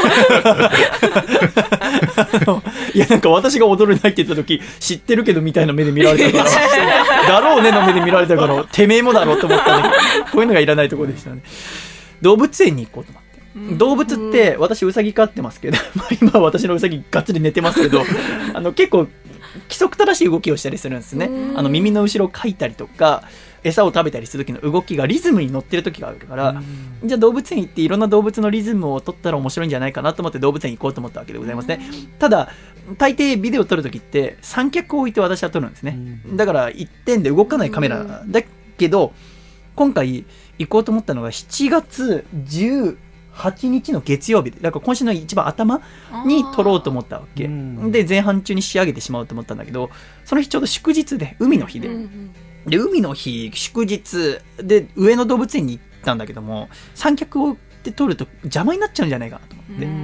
いやなんか私が踊れないって言った時知ってるけどみたいな目で見られたからだろうねの目で見られたからてめえもだろうと思ったんだけど、こういうのがいらないところでしたね。動物園に行こうと思って、動物って私ウサギ飼ってますけど今は私のウサギがっつり寝てますけどあの結構規則正しい動きをしたりするんですね。あの耳の後ろをかいたりとか餌を食べたりする時の動きがリズムに乗ってる時があるから、じゃあ動物園行っていろんな動物のリズムを取ったら面白いんじゃないかなと思って動物園行こうと思ったわけでございますね。ただ大抵ビデオを撮る時って三脚を置いて私は撮るんですね。だから一点で動かないカメラだけど、今回行こうと思ったのがしちがつじゅうはちにちの月曜日で、だから今週の一番頭に撮ろうと思ったわけで、前半中に仕上げてしまおうと思ったんだけど、その日ちょうど祝日で海の日で、で海の日祝日で上野動物園に行ったんだけども、三脚をで撮ると邪魔になっちゃうんじゃないかなと思って、うん、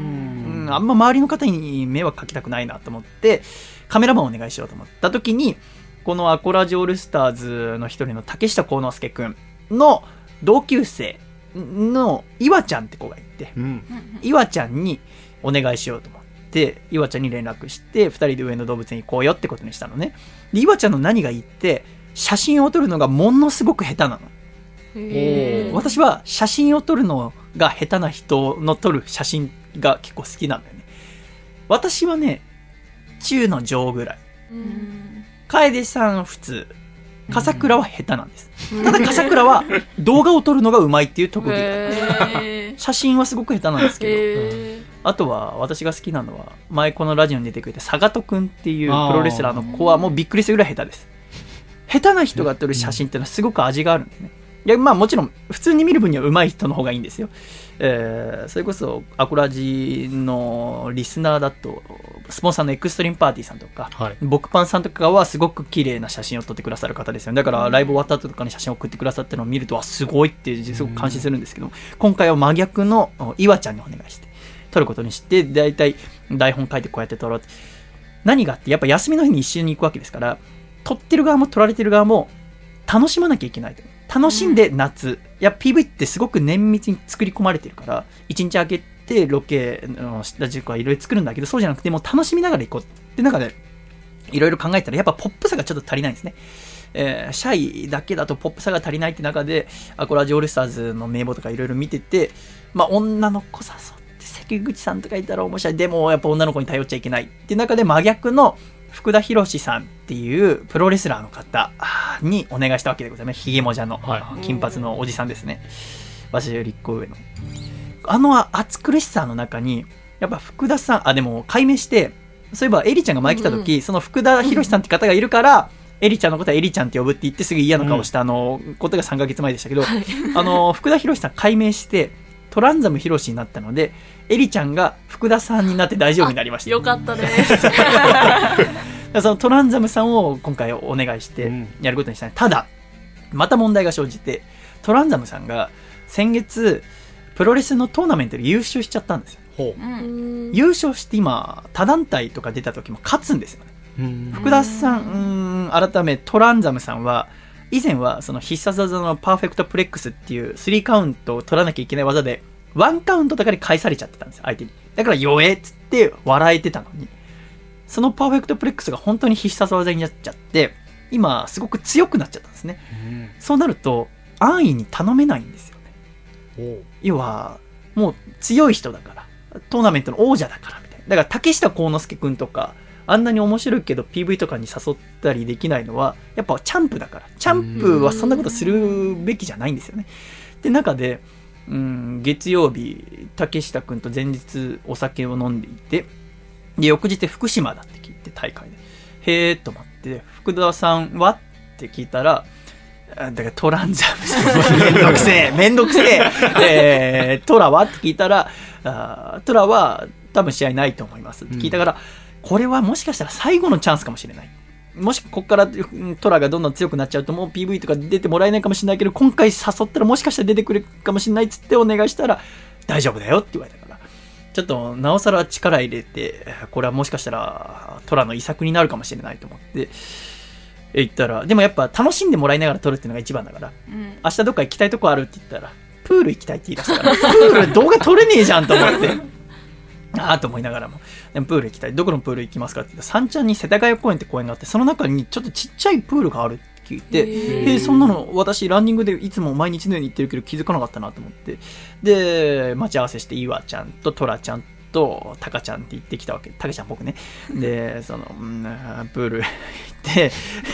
あんま周りの方に迷惑かけたくないなと思ってカメラマンをお願いしようと思った時に、このアコラジオールスターズの一人の竹下幸之助くんの同級生の岩ちゃんって子がいて、うん、岩ちゃんにお願いしようと思って岩ちゃんに連絡してふたりで上野動物園行こうよってことにしたのね。で岩ちゃんの何がいいって写真を撮るのがものすごく下手なの。へー。私は写真を撮るのが下手な人の撮る写真が結構好きなんだよね。私はね中の上ぐらい、楓さん普通、笠倉は下手なんです。ただ笠倉は動画を撮るのがうまいっていう特技がある。写真はすごく下手なんですけど、あとは私が好きなのは前このラジオに出てくれたサガトくんっていうプロレスラーの子はもうびっくりするぐらい下手です。下手な人が撮る写真っていうのはすごく味があるんですね。いやまあもちろん普通に見る分には上手い人の方がいいんですよ。えー、それこそアコラジのリスナーだとスポンサーのエクストリームパーティーさんとか、はい、ボクパンさんとかはすごく綺麗な写真を撮ってくださる方ですよね。だからライブ終わった後とかに写真を送ってくださってるのを見るとあすごいってすごく感心するんですけど、今回は真逆の岩ちゃんにお願いして撮ることにして、だいたい台本書いてこうやって撮ろうって。何があってやっぱ休みの日に一緒に行くわけですから、撮ってる側も撮られてる側も楽しまなきゃいけないと。楽しんで夏、うん、いや ピーブイ ってすごく綿密に作り込まれてるから一日空けてロケの下地とかいろいろ作るんだけど、そうじゃなくてもう楽しみながら行こうって中でいろいろ考えたらやっぱポップさがちょっと足りないんですね。えー、シャイだけだとポップさが足りないって中でアコラジオールスターズの名簿とかいろいろ見てて、まあ女の子誘って関口さんとかいたら面白い、でもやっぱ女の子に頼っちゃいけないっていう中で真逆の福田博さんっていうプロレスラーの方にお願いしたわけでございます。ひげもじゃの、はい、金髪のおじさんですね。私よりいっこ上のあの暑苦しさの中にやっぱ福田さん、あでも解明して、そういえばエリちゃんが前来た時、うんうん、その福田博さんって方がいるから、うん、エリちゃんのことはエリちゃんって呼ぶって言ってすぐ嫌な顔したあのことがさんかげつまえでしたけど、うん、あの福田博さん解明してトランザムヒロシになったのでエリちゃんが福田さんになって大丈夫になりました。 よかったねそのトランザムさんを今回お願いしてやることにしたね、うん、ただまた問題が生じて、トランザムさんが先月プロレスのトーナメントで優勝しちゃったんですよ。ほう、うん、優勝して今他団体とか出た時も勝つんですよね。うん、福田さん、うん、改めトランザムさんは以前はその必殺技のパーフェクトプレックスっていうスリーカウントを取らなきゃいけない技でワンカウントだけで返されちゃってたんですよ、相手に。だから弱えっつって笑えてたのに、そのパーフェクトプレックスが本当に必殺技になっちゃって今すごく強くなっちゃったんですね。うん、そうなると安易に頼めないんですよね。要はもう強い人だから、トーナメントの王者だからみたいな。だから竹下幸之助くんとかあんなに面白いけど ピーブイ とかに誘ったりできないのはやっぱチャンプだから。チャンプはそんなことするべきじゃないんですよね。で中で、うん、月曜日竹下くんと前日お酒を飲んでいて、で翌日福島だって聞いて大会でへーっと待って、福田さんはって聞いたら、だからトランザムさんめんどくせえめんどくせええー、トラはって聞いたら、あトラは多分試合ないと思いますって聞いたから、うん、これはもしかしたら最後のチャンスかもしれない。もしここからトラがどんどん強くなっちゃうともう ピーブイ とか出てもらえないかもしれないけど、今回誘ったらもしかしたら出てくるかもしれないっつってお願いしたら大丈夫だよって言われたから、ちょっとなおさら力入れて、これはもしかしたらトラの遺作になるかもしれないと思って言ったら、でもやっぱ楽しんでもらいながら撮るっていうのが一番だから、うん、明日どっか行きたいとこあるって言ったらプール行きたいって言い出したからプール動画撮れねえじゃんと思ってああと思いながらも、でもプール行きたい、どこのプール行きますかって言ったら、三茶に世田谷公園って公園があって、その中にちょっとちっちゃいプールがあるって聞いて、えー、そんなの私ランニングでいつも毎日のように行ってるけど気づかなかったなと思って、で待ち合わせして岩ちゃんとトラちゃんとタカちゃんって言ってきたわけ。タカちゃん僕ね。でその、うん、プール行って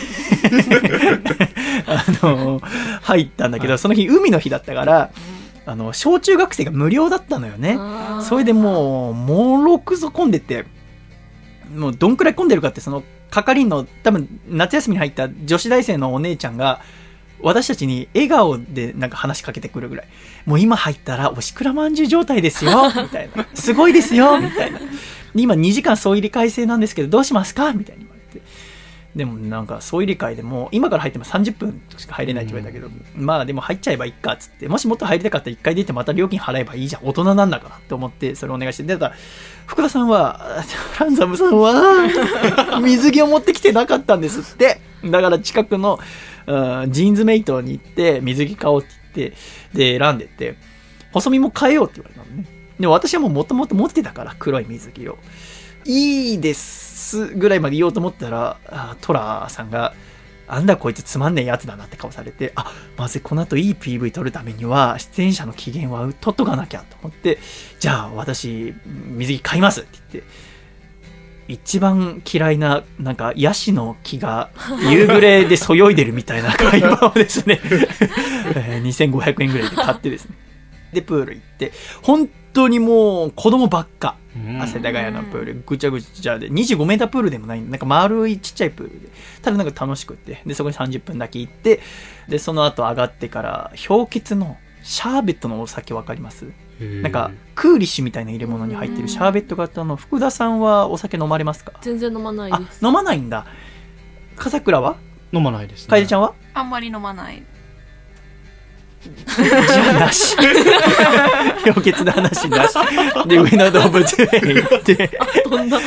あの入ったんだけど、その日海の日だったからあの小中学生が無料だったのよね。それでもうもろくぞ混んでて、もうどんくらい混んでるかって、その係員の多分夏休みに入った女子大生のお姉ちゃんが私たちに笑顔でなんか話しかけてくるぐらい、もう今入ったらおしくらまんじゅう状態ですよみたいな、すごいですよみたいな、今にじかん総入れ替え制なんですけどどうしますかみたいに言われて、でもなんか総入れ替えでも今から入ってもさんじゅっぷんしか入れないって言われたけど、うん、まあでも入っちゃえばいいかっつって、もしもっと入りたかったらいっかい出てまた料金払えばいいじゃん、大人なんだからって思ってそれをお願いして、でただ福田さんはランザムさんは水着を持ってきてなかったんですって。だから近くのうん、ジーンズメイトに行って水着買おうって言ってで選んでって細身も買えようって言われたのね。でも私はもうもともと持ってたから黒い水着をいいですぐらいまで言おうと思ったら、あトラさんがあんだこいつつまんねえやつだなって顔されて、あまずこの後いい ピーブイ 撮るためには出演者の機嫌は取っとかなきゃと思って、じゃあ私水着買いますって言って、一番嫌いななんかヤシの木が夕暮れでそよいでるみたいな会話をですねにせんごひゃくえんぐらいで買ってですね、でプール行って本当にもう子供ばっか、世田谷のプールぐちゃぐちゃでにじゅうごメータープールでもない、なんか丸いちっちゃいプールで、ただなんか楽しくて、でそこにさんじゅっぷんだけ行って、でその後上がってから氷結のシャーベットのお酒わかります？なんかクーリッシュみたいな入れ物に入ってるシャーベット型の。福田さんはお酒飲まれますか？ 全然飲まないです。 あ、飲まないんだ。笠倉は飲まないですね。 楓ちゃんはあんまり飲まない。 じゃあなし氷結の話なしで上野動物園行って今日今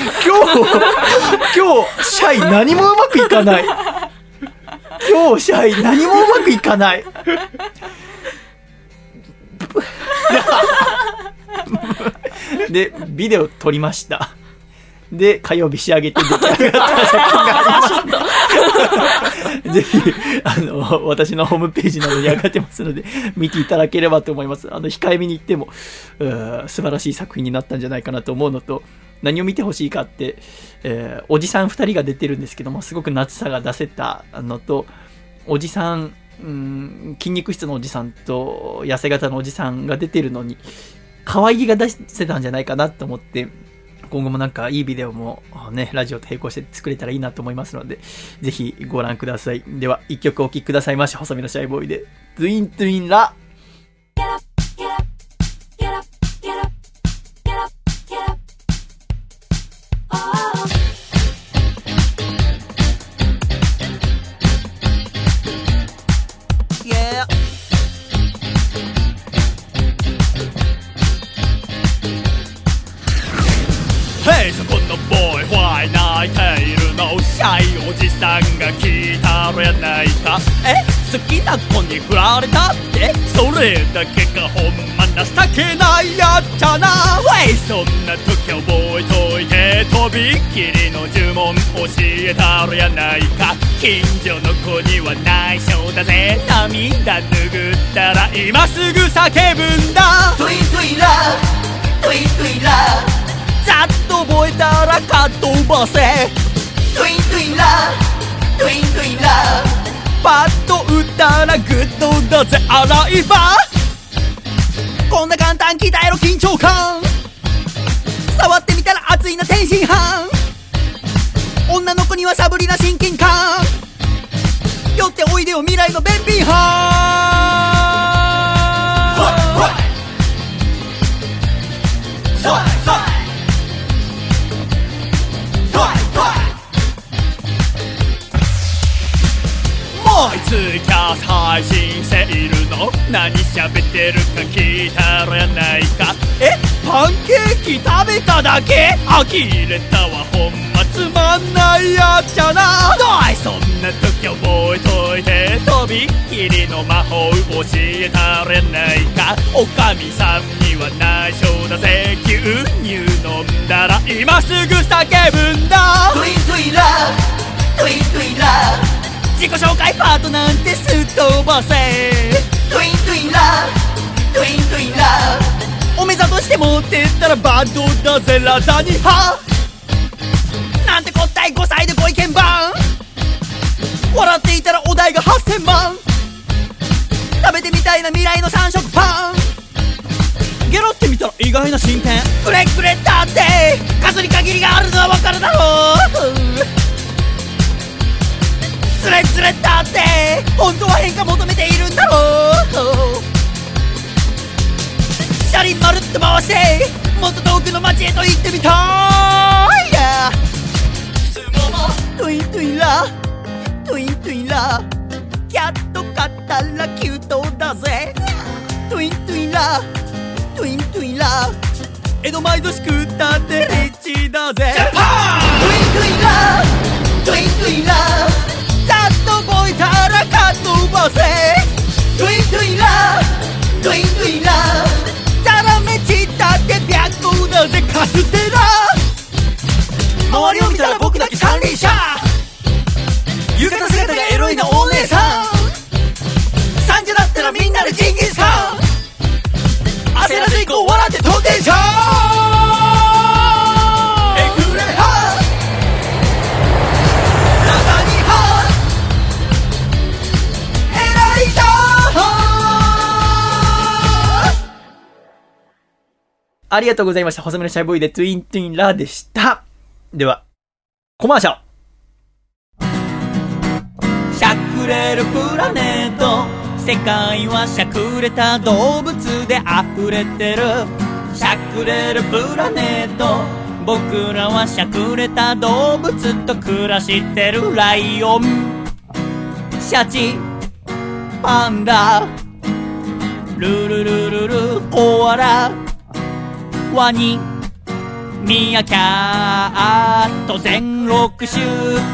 日シャイ何もうまくいかない。今日シャイ何もうまくいかないでビデオ撮りました。で火曜日仕上げて出来上がった作品がありましたぜひあの私のホームページなどに上がってますので見ていただければと思います。あの控えめに言っても素晴らしい作品になったんじゃないかなと思うのと、何を見てほしいかって、えー、おじさんふたりが出てるんですけども、すごく夏さが出せたのと、おじさん、うん、筋肉質のおじさんと痩せ型のおじさんが出てるのに可愛げが出せたんじゃないかなと思って、今後もなんかいいビデオもねラジオと並行して作れたらいいなと思いますので、ぜひご覧ください。ではいっきょくお聴きくださいまし。細身のシャイボーイでトゥイントゥインラ。 泣いているのシャイおじさんが聞いたろやないか。え好きな子に振られたってそれだけがほんま情けないやっちゃな。ウェイそんな時覚えといてとびっきりの呪文教えたろやないか。近所の子には内緒だぜ。涙拭ったら今すぐ叫ぶんだ。 トゥイントゥインラトゥイントゥインラざっと覚えたらかっ飛ばせ。 トゥイントゥインラトゥイントゥインラパッと打ったらグッドだぜアライバー。こんな簡単聞いたやろ緊張感。触ってみたら熱いな天津飯。女の子にはサブリな親近感。寄っておいでよ未来の便秘班。もういつか配信しているの。何喋ってるか聞いたろやないか。えパンケーキ食べただけ呆れたわほんまつまんないやっちゃな。おいそんな時覚えといてとびっきりの魔法教えたろやないか。おかみさんには内緒だぜ。牛乳飲んだら今すぐ叫ぶんだ。 トゥイントゥインラトゥイントゥインラ自己紹介パートなんてすっ飛ばせ。 トゥイントゥインラトゥイントゥインラお目ざとして持ってったらバッドだぜラザニハ。なんてこったいごさいでご意見番。笑っていたらお題がはっせんまん。食べてみたいな未来の三色パン。ゲロってみたら意外な進展。くれくれだって数に限りがあるのはわかるだろう。つれつれだって本当は変化求めているんだろう。車輪まるっと回してもっと遠くの街へと行ってみたい、yeah、トゥイントゥインラトゥイントゥインラキャット買ったらキュートだぜ。トゥイントゥインラトゥイントゥインラ江戸前寿司食ったってリッチだぜ。 トゥイントゥインラトゥイントゥインラざっと覚えたらかっ飛ばせ。 トゥイントゥインラトゥイントゥインラザラメチったって白光だぜカステラ。周りを見たら僕だけ三輪車。浴衣姿がエロいなお姉さん。三時だったらみんなでジンギスカン。焦らず行こう笑って飛んでんじゃん。エクレハラザニハエライザありがとうございました。細めのシャイボーイでトゥイントゥインラーでした。ではコマーシャル。しゃくれるプラネット、世界はしゃくれた動物で溢れてる。しゃくれるプラネット、僕らはしゃくれた動物と暮らしてる。ライオン、シャチ、パンダ、ルルルルル、コアラ、ワニ、ミヤキャット、全ろく種。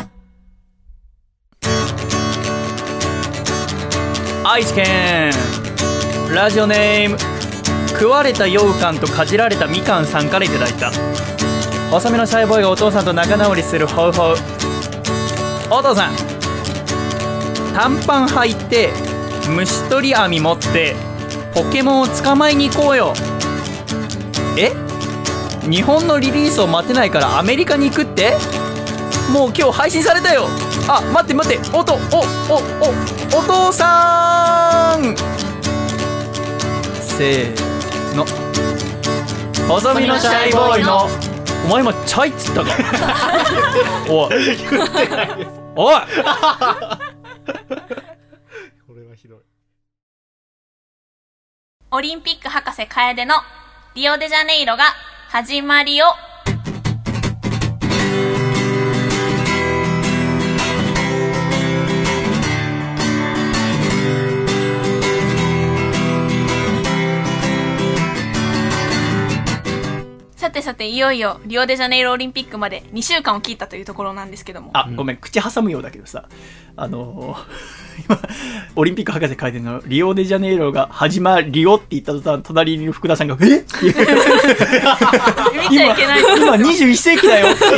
愛知県ラジオネーム食われた羊羹とかじられたみかんさんからいただいた。細めのシャイボーイがお父さんと仲直りする方法。お父さん、短パン履いて虫取り網持ってポケモンを捕まえに行こうよ。え、日本のリリースを待てないからアメリカに行くって？もう今日配信されたよ。あ、待って待って、おと、お、お、お、お父さん。せーの。細身のシャイボーイの。お前今チャイっつったか。おい。おい。 これはひどい。 オリンピック博士楓のリオデジャネイロが始まりよ。ささてさていよいよリオデジャネイロオリンピックまでにしゅうかんを切ったというところなんですけども、 あ、ごめん、口挟むようだけどさ、あのー、今オリンピック博士書いてるのリオデジャネイロが始まりよって言った途端、隣にいる福田さんがえっっていう見ちゃいけない今、今にじゅういっ世紀だよって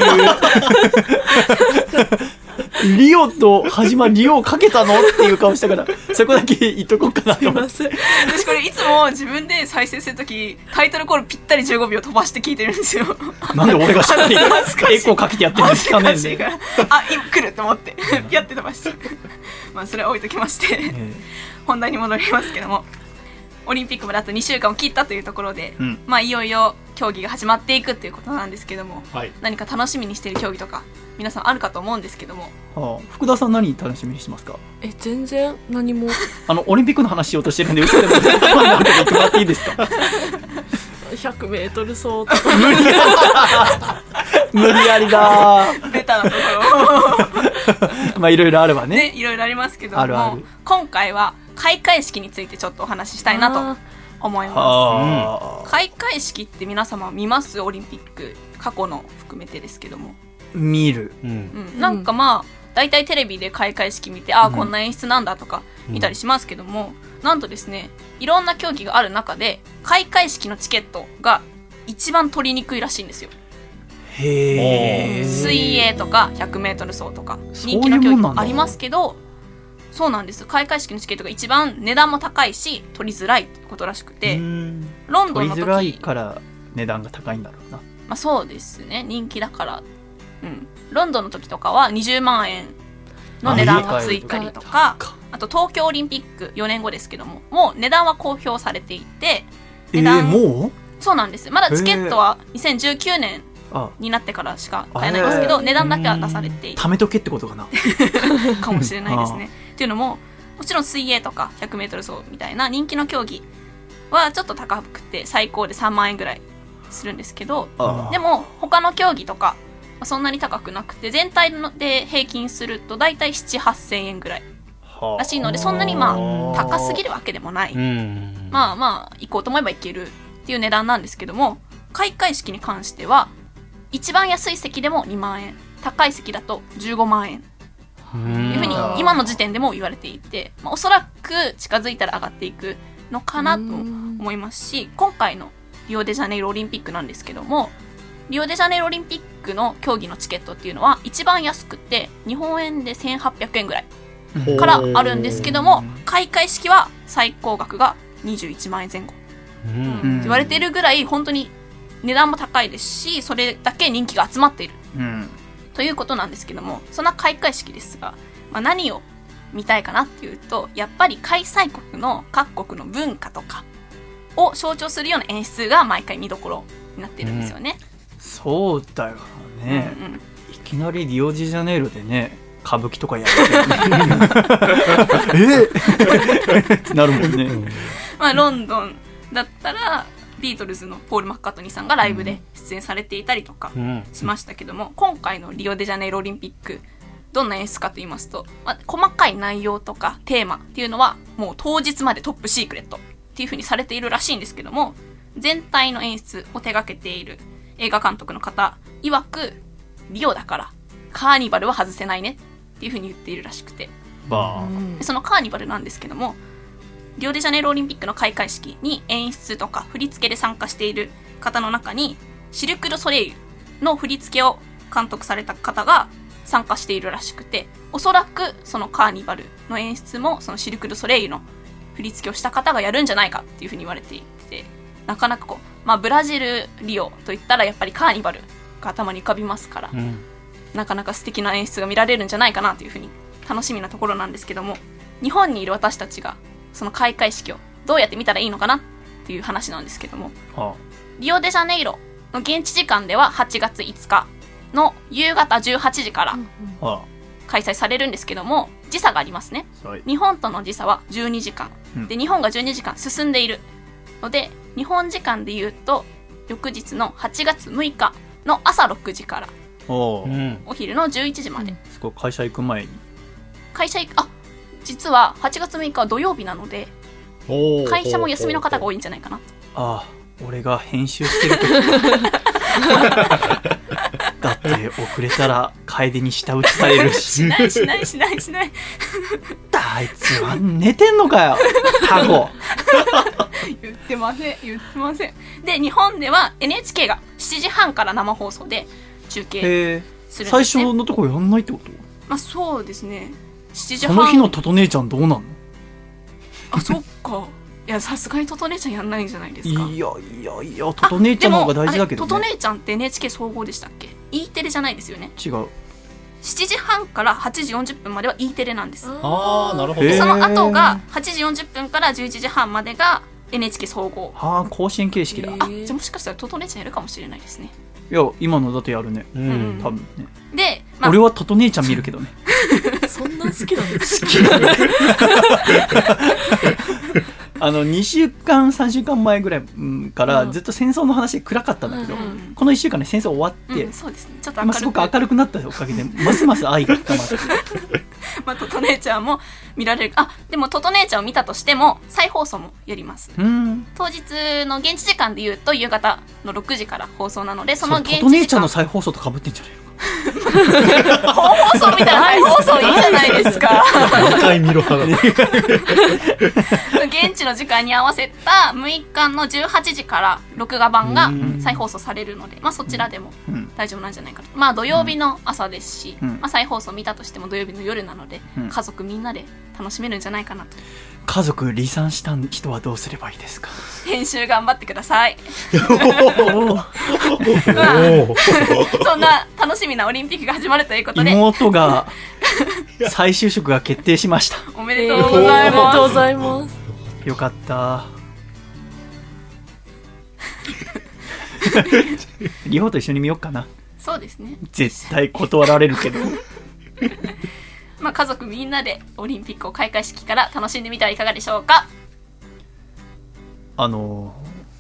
いうリオと始まりリオをかけたのっていう顔したから、そこだけ言っとこうかなと思って。 すいません。私これいつも自分で再生するときタイトルコールぴったりじゅうごびょう飛ばして聞いてるんですよ。 なんで俺がしっかりエコーかけてやってるんですかね。 あ、今来ると思ってやって飛ばしてまあそれは置いときまして、えー、本題に戻りますけども、オリンピックまであとにしゅうかんを切ったというところで、うん、まあいよいよ競技が始まっていくっていうことなんですけども、はい、何か楽しみにしている競技とか皆さんあるかと思うんですけども、 はあ、福田さん何楽しみにしてますか？ え、全然何もあのオリンピックの話しようとしてるんで、嘘でも何とか言ってもらっていいですか？ ひゃくメートル走とか無理やり無理やりだベタなところまあいろいろあるわね。 ね、いろいろありますけども、 あるある。 今回は開会式についてちょっとお話ししたいなと思います。開会式って皆様見ます？オリンピック過去の含めてですけども。 見る、 うんうん、なんかまあだいたいテレビで開会式見て、ああこんな演出なんだとか見たりしますけども、うん、なんとですね、いろんな競技がある中で開会式のチケットが一番取りにくいらしいんですよ。 へー。 水泳とかひゃくメートル走とか人気の競技もありますけど、そうなんです。開会式のチケットが一番値段も高いし取りづらいってことらしくて、ロンドンの時取りづらいから値段が高いんだろうな。 まあそうですね、人気だから。うん、ロンドンの時とかはにじゅうまんえんの値段がついたりとか、あと東京オリンピックよねんごですけども、もう値段は公表されていて、値段、 えー、もうそうなんです。まだチケットはにせんじゅうきゅうねんになってからしか買えないんですけど、値段だけは出されていて、 貯めとけってことかなかもしれないですねっていうのも、もちろん水泳とかひゃくメートル走みたいな人気の競技はちょっと高くて最高でさんまんえんぐらいするんですけど、でも他の競技とかそんなに高くなくて、全体で平均するとだいたいななせんはっせんえんぐらいらしいので、そんなにまあ高すぎるわけでもない、まあまあ行こうと思えば行けるっていう値段なんですけども、開会式に関しては一番安い席でもにまんえん、高い席だとじゅうごまんえんというふうに今の時点でも言われていて、まあ、おそらく近づいたら上がっていくのかなと思いますし、今回のリオデジャネイロオリンピックなんですけども、リオデジャネイロオリンピックの競技のチケットっていうのは一番安くて日本円でせんはっぴゃくえんぐらいからあるんですけども、開会式は最高額がにじゅういちまんえんぜん後、うん、言われているぐらい本当に値段も高いですし、それだけ人気が集まっている、うん、ということなんですけども、そんな開会式ですが、まあ、何を見たいかなっていうと、やっぱり開催国の各国の文化とかを象徴するような演出が毎回見どころになっているんですよね、 うん、そうだよね、うんうん、いきなりリオデジャネイロでね歌舞伎とかやるえってなるもんね、 まあ、ロンドンだったらビートルズのポール・マッカートニーさんがライブで出演されていたりとかしましたけども、うん、今回のリオデジャネイロオリンピックどんな演出かと言いますと、まあ、細かい内容とかテーマっていうのはもう当日までトップシークレットっていう風にされているらしいんですけども、全体の演出を手掛けている映画監督の方曰く、リオだからカーニバルは外せないねっていう風に言っているらしくて、 バーそのカーニバルなんですけども、リオデジャネイロオリンピックの開会式に演出とか振り付けで参加している方の中にシルク・ドゥ・ソレイユの振り付けを監督された方が参加しているらしくて、おそらくそのカーニバルの演出もそのシルク・ドゥ・ソレイユの振り付けをした方がやるんじゃないかっていうふうに言われていて、なかなかこう、まあ、ブラジルリオといったらやっぱりカーニバルが頭に浮かびますから、うん、なかなか素敵な演出が見られるんじゃないかなというふうに楽しみなところなんですけども、日本にいる私たちがその開会式をどうやって見たらいいのかなっていう話なんですけども、はあ、リオデジャネイロの現地時間でははちがついつかの夕方じゅうはちじから開催されるんですけども、時差がありますね、はい、日本との時差はじゅうにじかん、うん、で日本がじゅうにじかん進んでいるので、日本時間でいうと翌日のはちがつむいかの朝ろくじからお昼のじゅういちじまで、うん、 すごい会社行く前に会社行くあ実ははちがつむいかは土曜日なので会社も休みの方が多いんじゃないかな。 ああ、俺が編集してるだって遅れたら楓に舌打ちされるし。 しないしないしないしない。 あいつは寝てんのかよタコ。 言ってません言ってません。で日本では エヌエイチケー がしちじはんから生放送で中継するんですね。 最初のとこやんないってこと？ まあそうですね。しちじはん。 その日のトト姉ちゃんどうなんの？ あ、そっか。いやさすがにトト姉ちゃんやんないんじゃないですか。 いやいやいやトト姉ちゃんの方が大事だけどね。 トト姉ちゃんって エヌエイチケー 総合でしたっけ？ E テレじゃないですよね。 違う。 しちじはんからはちじよんじゅっぷんまでは E テレなんです。 ああなるほど。 その後がはちじよんじゅっぷんからじゅういちじはんまでが エヌエイチケー 総合。 はあ甲子園形式だ。 あ、じゃあもしかしたらトト姉ちゃんやるかもしれないですね。 いや今のだとやるね。 うん、 多分ね。 で、 まあ、俺はトト姉ちゃん見るけどね。 そんな好きなんですか？好きだね。あのにしゅうかんさんしゅうかんまえぐらいからずっと戦争の話で暗かったんだけど、うん、このいっしゅうかんで戦争終わって、 うんそうですね、ちょっと明るく、 まあ、すごく明るくなったおかげでますます愛が深まってまあトト姉ちゃんも見られる。あ、でもトト姉ちゃんを見たとしても再放送もやります。 うん当日の現地時間でいうと夕方のろくじから放送なので、その現地時間トト姉ちゃんの再放送と被ってんじゃないの本放送みたいな再放送いいじゃないですか。 若い見ろ派だ。現地の時間に合わせたむいかのじゅうはちじから録画版が再放送されるので、まあ、そちらでも大丈夫なんじゃないかと。まあ土曜日の朝ですし、まあ、再放送見たとしても土曜日の夜なので、家族みんなで楽しめるんじゃないかなと。 家族離散した人はどうすればいいですか？ 編集頑張ってください。そんな楽しみなオリンピックが始まるということで、 妹が再就職が決定しました。 おめでとうございます。おめでとうございます。 よかった。リホと一緒に見ようかな。 そうですね。 絶対断られるけど。 まあ家族みんなでオリンピックを開会式から楽しんでみてはいかがでしょうか。 あの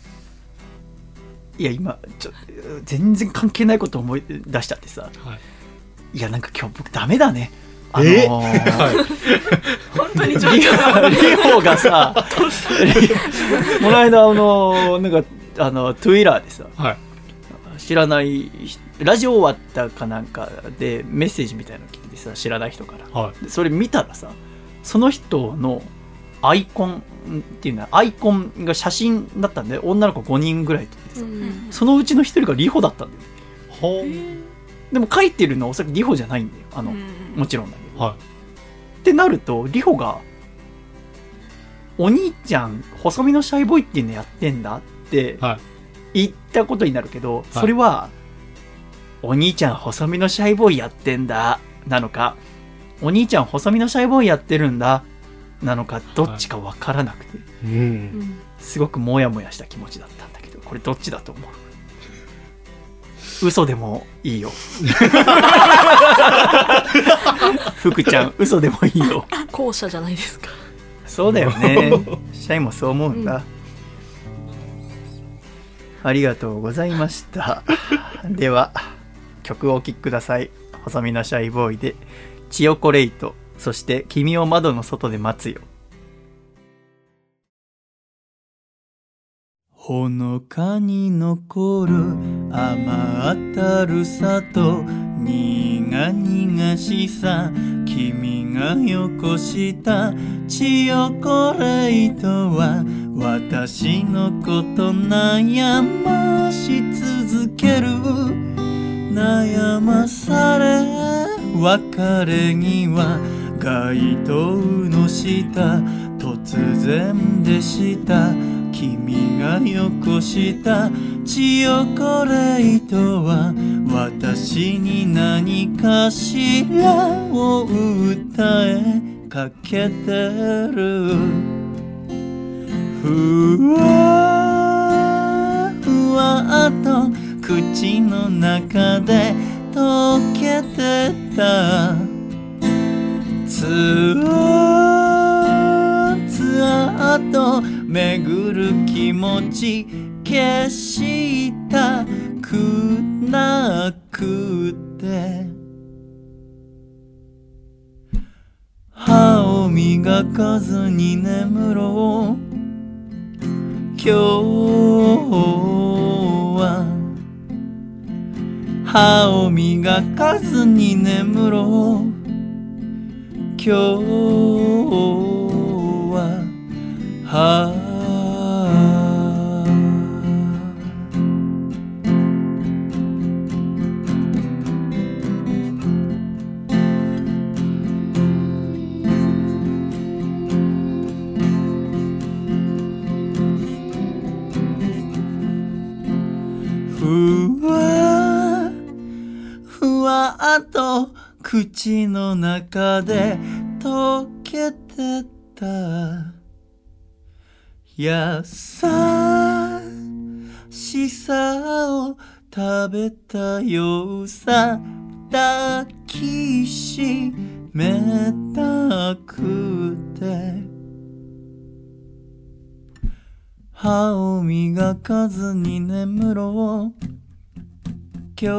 ー、いや今ちょ全然関係ないことを思い出しちゃってさ、はい、いやなんか今日僕ダメだね。あのーえーはい、 本当にちょっとリホがさこの間あのなんかあの Twitter でさ、はい、知らないラジオ終わったかなんかでメッセージみたいなの来ててさ、知らない人から、はい、それ見たらさ、その人のアイコンっていうのはアイコンが写真だったんで女の子ごにんぐらいとってさ、うん、そのうちのひとりがリホだったんだよ。ほでも書いてるのはおそらくリホじゃないんだよ、あの、うん、もちろんだけど、はい、ってなるとリホがお兄ちゃん細身のシャイボーイっていうのやってんだって言ったことになるけど、はい、それはお兄ちゃん細身のシャイボーイやってんだなのか、お兄ちゃん細身のシャイボーイやってるんだなのか、どっちか分からなくて、はい、うん、すごくモヤモヤした気持ちだったんだけど、これどっちだと思う？嘘でもいいよ。福ちゃん嘘でもいいよ。 後者じゃないですか。 そうだよね。シャイもそう思うんだ、うん、ありがとうございました。では曲をお聴きください。細身のシャイボーイでチヨコレイト、そして君を窓の外で待つよ。ほのかに残る雨当たるさと苦々しさ、君がよこしたチヨコレイトは私のこと悩まし続ける。悩まされ別れ際街灯の下突然でした。君がよこしたチヨコレイトは私に何かしらを訴えかけてる。ふわふわと口の中で溶けてた。つあつあと巡る気持ち消したくなくて、歯を磨かずに眠ろう。今日は歯を磨かずに眠ろう。今日ははふわふわっと口の中で溶けてた優しさを食べたようさ、抱きしめたくて歯を磨かずに眠ろう。今日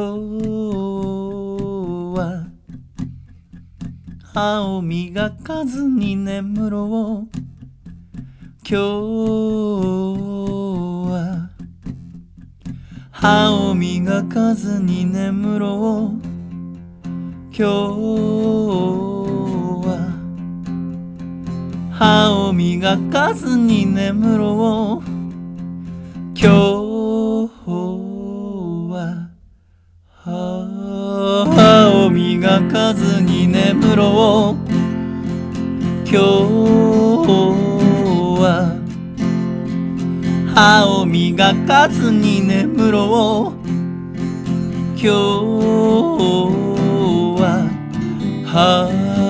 は歯を磨かずに眠ろう。今日は歯を磨かずに眠ろう。今日は歯を磨かずに眠ろう。今日は歯を磨かずに眠ろう。今日は歯を磨かずに眠ろう。今日は歯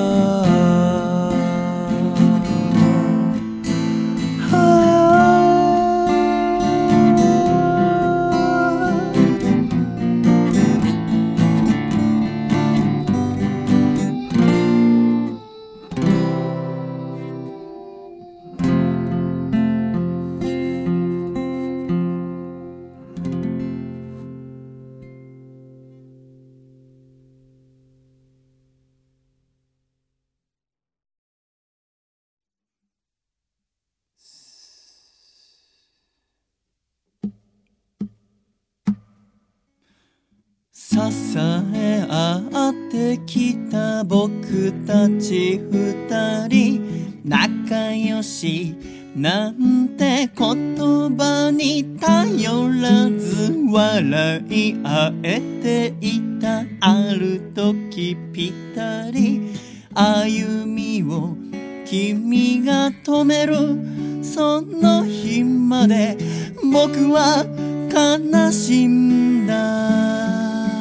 支え合ってきた僕たち二人、仲良しなんて言葉に頼らず笑い合えていた。ある時ぴったり歩みを君が止めるその日まで僕は悲しんだ。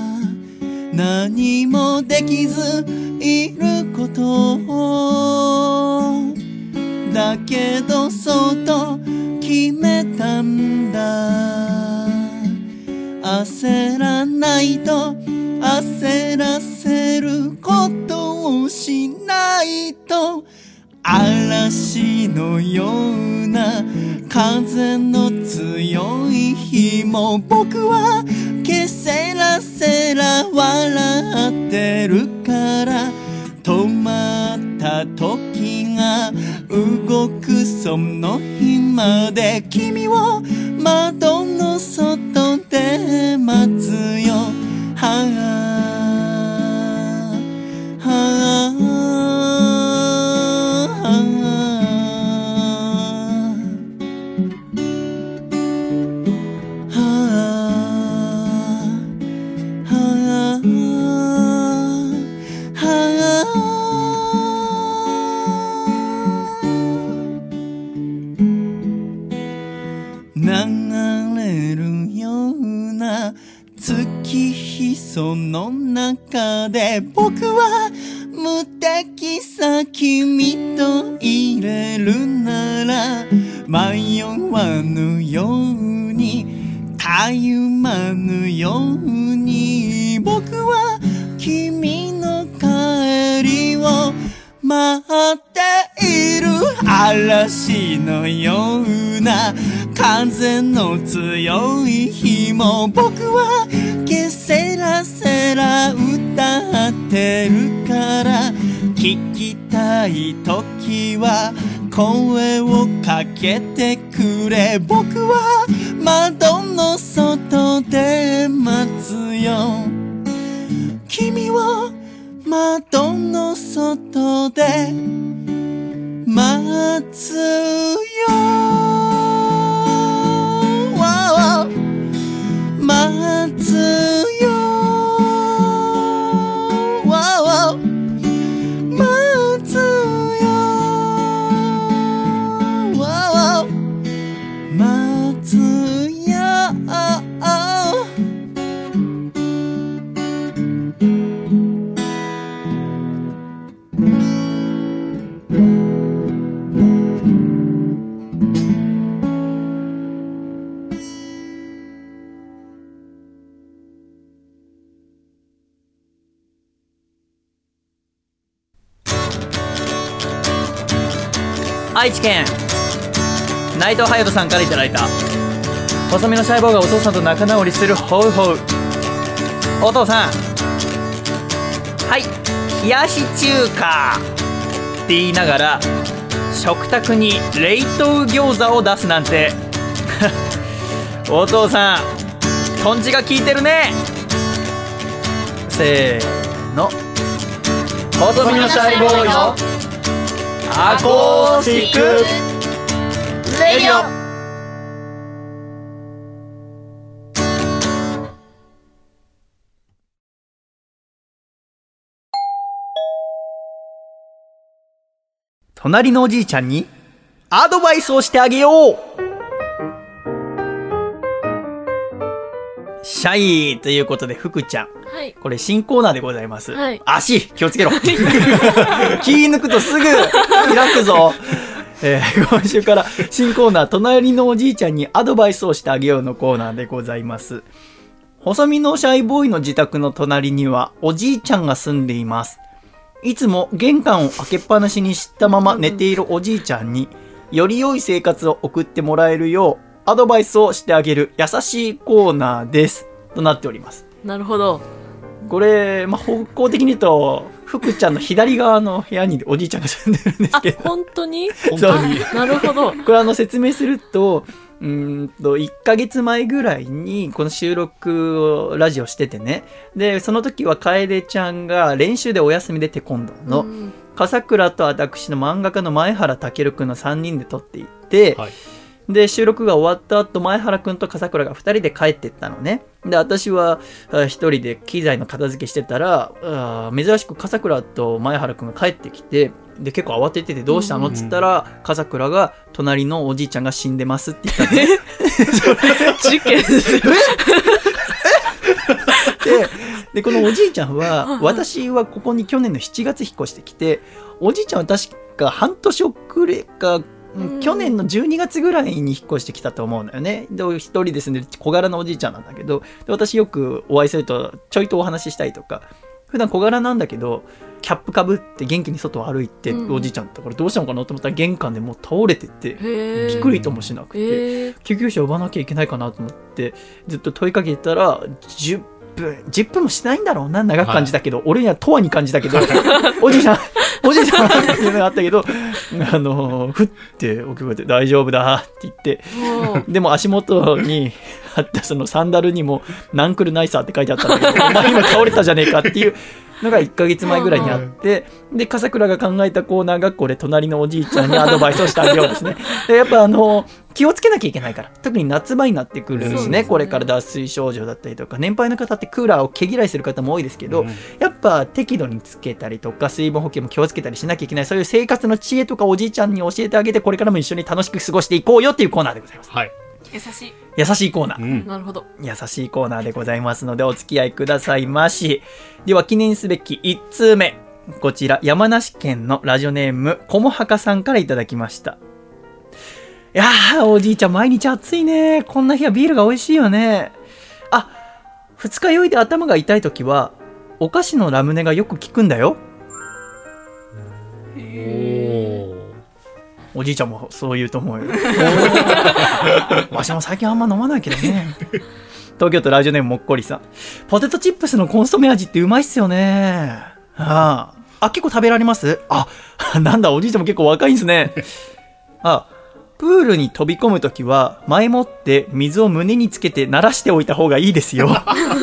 何もできずいることをだけどそうと決めたんだ。焦らないと焦らせることをしないと、嵐のような風の強い日も僕はけせらせら笑ってるから、止まった時が動くその日まで君を窓の外で待つよ。はあはあその中で僕は無敵さ、君と入れるなら迷わぬようにたゆまぬように、僕は君の帰りを待っている。嵐のような風の強い日も僕はけせらせら歌ってるから、聞きたい時は声をかけてくれ。僕は窓の外で待つよ。 愛知県内藤隼人さんからいただいた細身の細胞がお父さんと仲直りするホウホウ。お父さん、はい、冷やし中華って言いながら食卓に冷凍餃子を出すなんてお父さん、トンチが効いてるね。せーの、細身のシャイボーイのアコースティックレディオ。隣のおじいちゃんにアドバイスをしてあげよう。シャイということで、福ちゃん、 はい、 これ新コーナーでございます、 はい、 足気をつけろ気抜くとすぐ開くぞ、えー、今週から新コーナー、隣のおじいちゃんにアドバイスをしてあげようのコーナーでございます。細身のシャイボーイの自宅の隣にはおじいちゃんが住んでいます。いつも玄関を開けっぱなしにしたまま寝ているおじいちゃんにより良い生活を送ってもらえるようアドバイスをしてあげる優しいコーナーですとなっております。 なるほど。 これ、まあ、方向的に言うと福ちゃんの左側の部屋におじいちゃんが住んでるんですけど。 あ、本当に？ 本当に。 なるほど。 これあの説明すると、うーんといっかげつまえぐらいにこの収録をラジオしててね、でその時は楓ちゃんが練習でお休みでテコンドーの、うん、笠倉と私の漫画家の前原健くんのさんにんで撮っていて、はい、で収録が終わった後前原くんと笠倉がふたりで帰ってったのね。で私はひとりで機材の片付けしてたら、あ珍しく笠倉と前原くんが帰ってきて、で結構慌てててどうしたのっつったら、うんうん、笠倉が隣のおじいちゃんが死んでますって言ったのね。 事件ですよ。 で, でこのおじいちゃんは私はここに去年のしちがつ引っ越してきて、おじいちゃんは確か半年遅れか去年のじゅうにがつぐらいに引っ越してきたと思うのよね。で一人で住んでる小柄なおじいちゃんなんだけど、で私よくお会いするとちょいとお話ししたりとか、普段小柄なんだけどキャップかぶって元気に外を歩いてるおじいちゃんだから、どうしたのかなと思ったら玄関でもう倒れててびっくりともしなくて、救急車呼ばなきゃいけないかなと思ってずっと問いかけたらじゅっぷんじゅっぷんもしないんだろうな、長く感じたけど、はい、俺には永遠に感じたけどおじいちゃんおじいちゃんっていうのがあったけど、あのふって起き上がって大丈夫だって言って、でも足元にあったそのサンダルにもナンクルナイサーって書いてあったんだけど、お前今倒れたじゃねえかっていうのがいっかげつまえぐらいにあって、で笠倉が考えたコーナーがこれ、隣のおじいちゃんにアドバイスをしてあげようですね。でやっぱあの気をつけなきゃいけないから、特に夏場になってくるし ね, ねこれから脱水症状だったりとか、年配の方ってクーラーを毛嫌いする方も多いですけど、うん、やっぱ適度につけたりとか水分補給も気をつけたりしなきゃいけない、そういう生活の知恵とかおじいちゃんに教えてあげて、これからも一緒に楽しく過ごしていこうよっていうコーナーでございます。 はい、 優しい優しいコーナー、うん、 なるほど、 優しいコーナーでございますのでお付き合いくださいまし。では記念すべきいち通目、こちら山梨県のラジオネームこもはかさんからいただきました。いやーおじいちゃん毎日暑いね、こんな日はビールが美味しいよね。あ、二日酔いで頭が痛いときはお菓子のラムネがよく効くんだよ。へー、おじいちゃんもそう言うと思うよ。わしも最近あんま飲まないけどね。東京都ラジオネームもっこりさん、ポテトチップスのコンソメ味ってうまいっすよね。ああ、結構食べられます？あ、なんだおじいちゃんも結構若いんですね。あ、プールに飛び込むときは前もって水を胸につけて慣らしておいた方がいいですよ。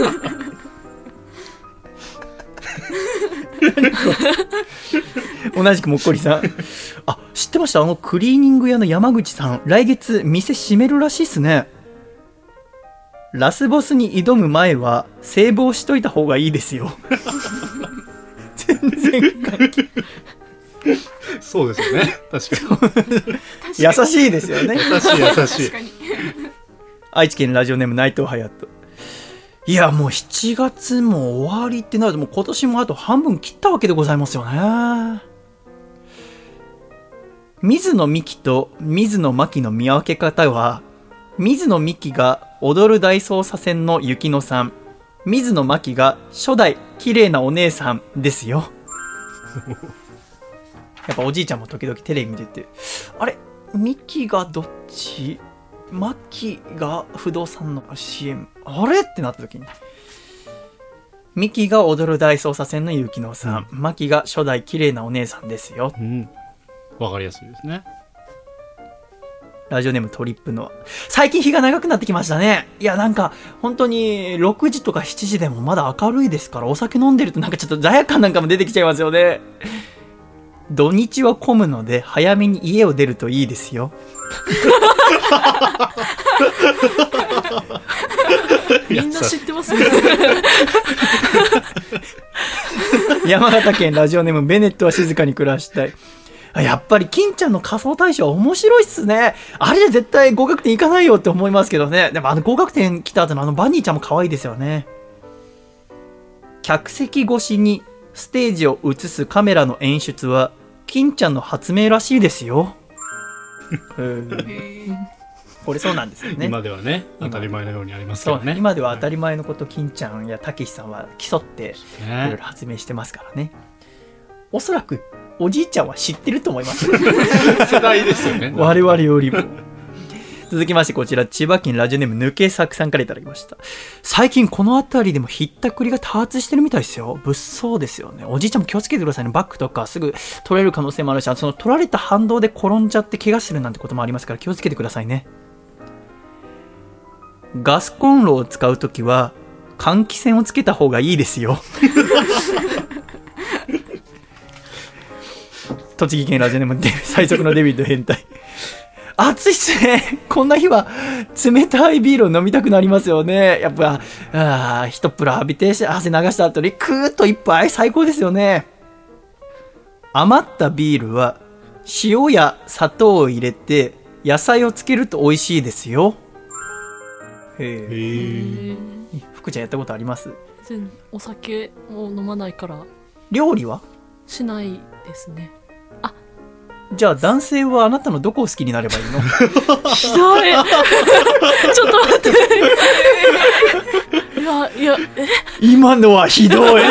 同じくもっこりさん、あ、知ってました？あのクリーニング屋の山口さん、来月店閉めるらしいっすね。ラスボスに挑む前はセーブをしといた方がいいですよ。全然関係そうですよね、確かに優しいですよね。 優しい優しい。 愛知県ラジオネーム内藤隼人、いやもうしちがつも終わりってなるともう今年もあと半分切ったわけでございますよね。水野美紀と水野真紀の見分け方は、水野美紀が踊る大捜査線の雪乃さん、水野真紀が初代綺麗なお姉さんですよ。 やっぱおじいちゃんも時々テレビ見てて、あれミキがどっち、マキが不動産の シーエム、 あれってなった時に、ミキが踊る大捜査線の結城さん、うん、マキが初代綺麗なお姉さんですよ。 うん、わかりやすいですね。 ラジオネームトリップの、最近日が長くなってきましたね。いやなんか本当にろくじとかしちじでもまだ明るいですから、お酒飲んでるとなんかちょっと罪悪感なんかも出てきちゃいますよね。土日は混むので早めに家を出るといいですよ。 みんな知ってますね。 山形県ラジオネームベネットは静かに暮らしたい。やっぱり金ちゃんの仮装大賞は面白いっすね。あれじゃ絶対合格点いかないよって思いますけどね。でもあの合格点来た後のあのバニーちゃんも可愛いですよね。客席越しにステージを映すカメラの演出は金ちゃんの発明らしいですよ。これそうなんですよね。 今ではね当たり前のようにありますからね。 今では当たり前のこと金ちゃんやたけしさんは競っていろいろ発明してますからね。おそらくおじいちゃんは知ってると思います。 世代ですよね。 我々よりも。続きましてこちら千葉県ラジオネーム抜け作さんからいただきました。最近この辺りでもひったくりが多発してるみたいですよ。物騒ですよね。おじいちゃんも気をつけてくださいね。バックとかすぐ取れる可能性もあるし、その取られた反動で転んじゃって怪我するなんてこともありますから気をつけてくださいね。ガスコンロを使うときは換気扇をつけた方がいいですよ。栃木県ラジオネーム最速のデビッド変態。暑いっすね。こんな日は冷たいビールを飲みたくなりますよね。やっぱあ一風呂浴びて汗流した後にクーッと一杯最高ですよね。余ったビールは塩や砂糖を入れて野菜をつけると美味しいですよ。へえ。福ちゃんやったことあります？ 全然お酒も飲まないから。 料理はしないですね。 じゃあ男性はあなたのどこを好きになればいいの？ ひどい。ちょっと待って。いやいやえ今のはひどい。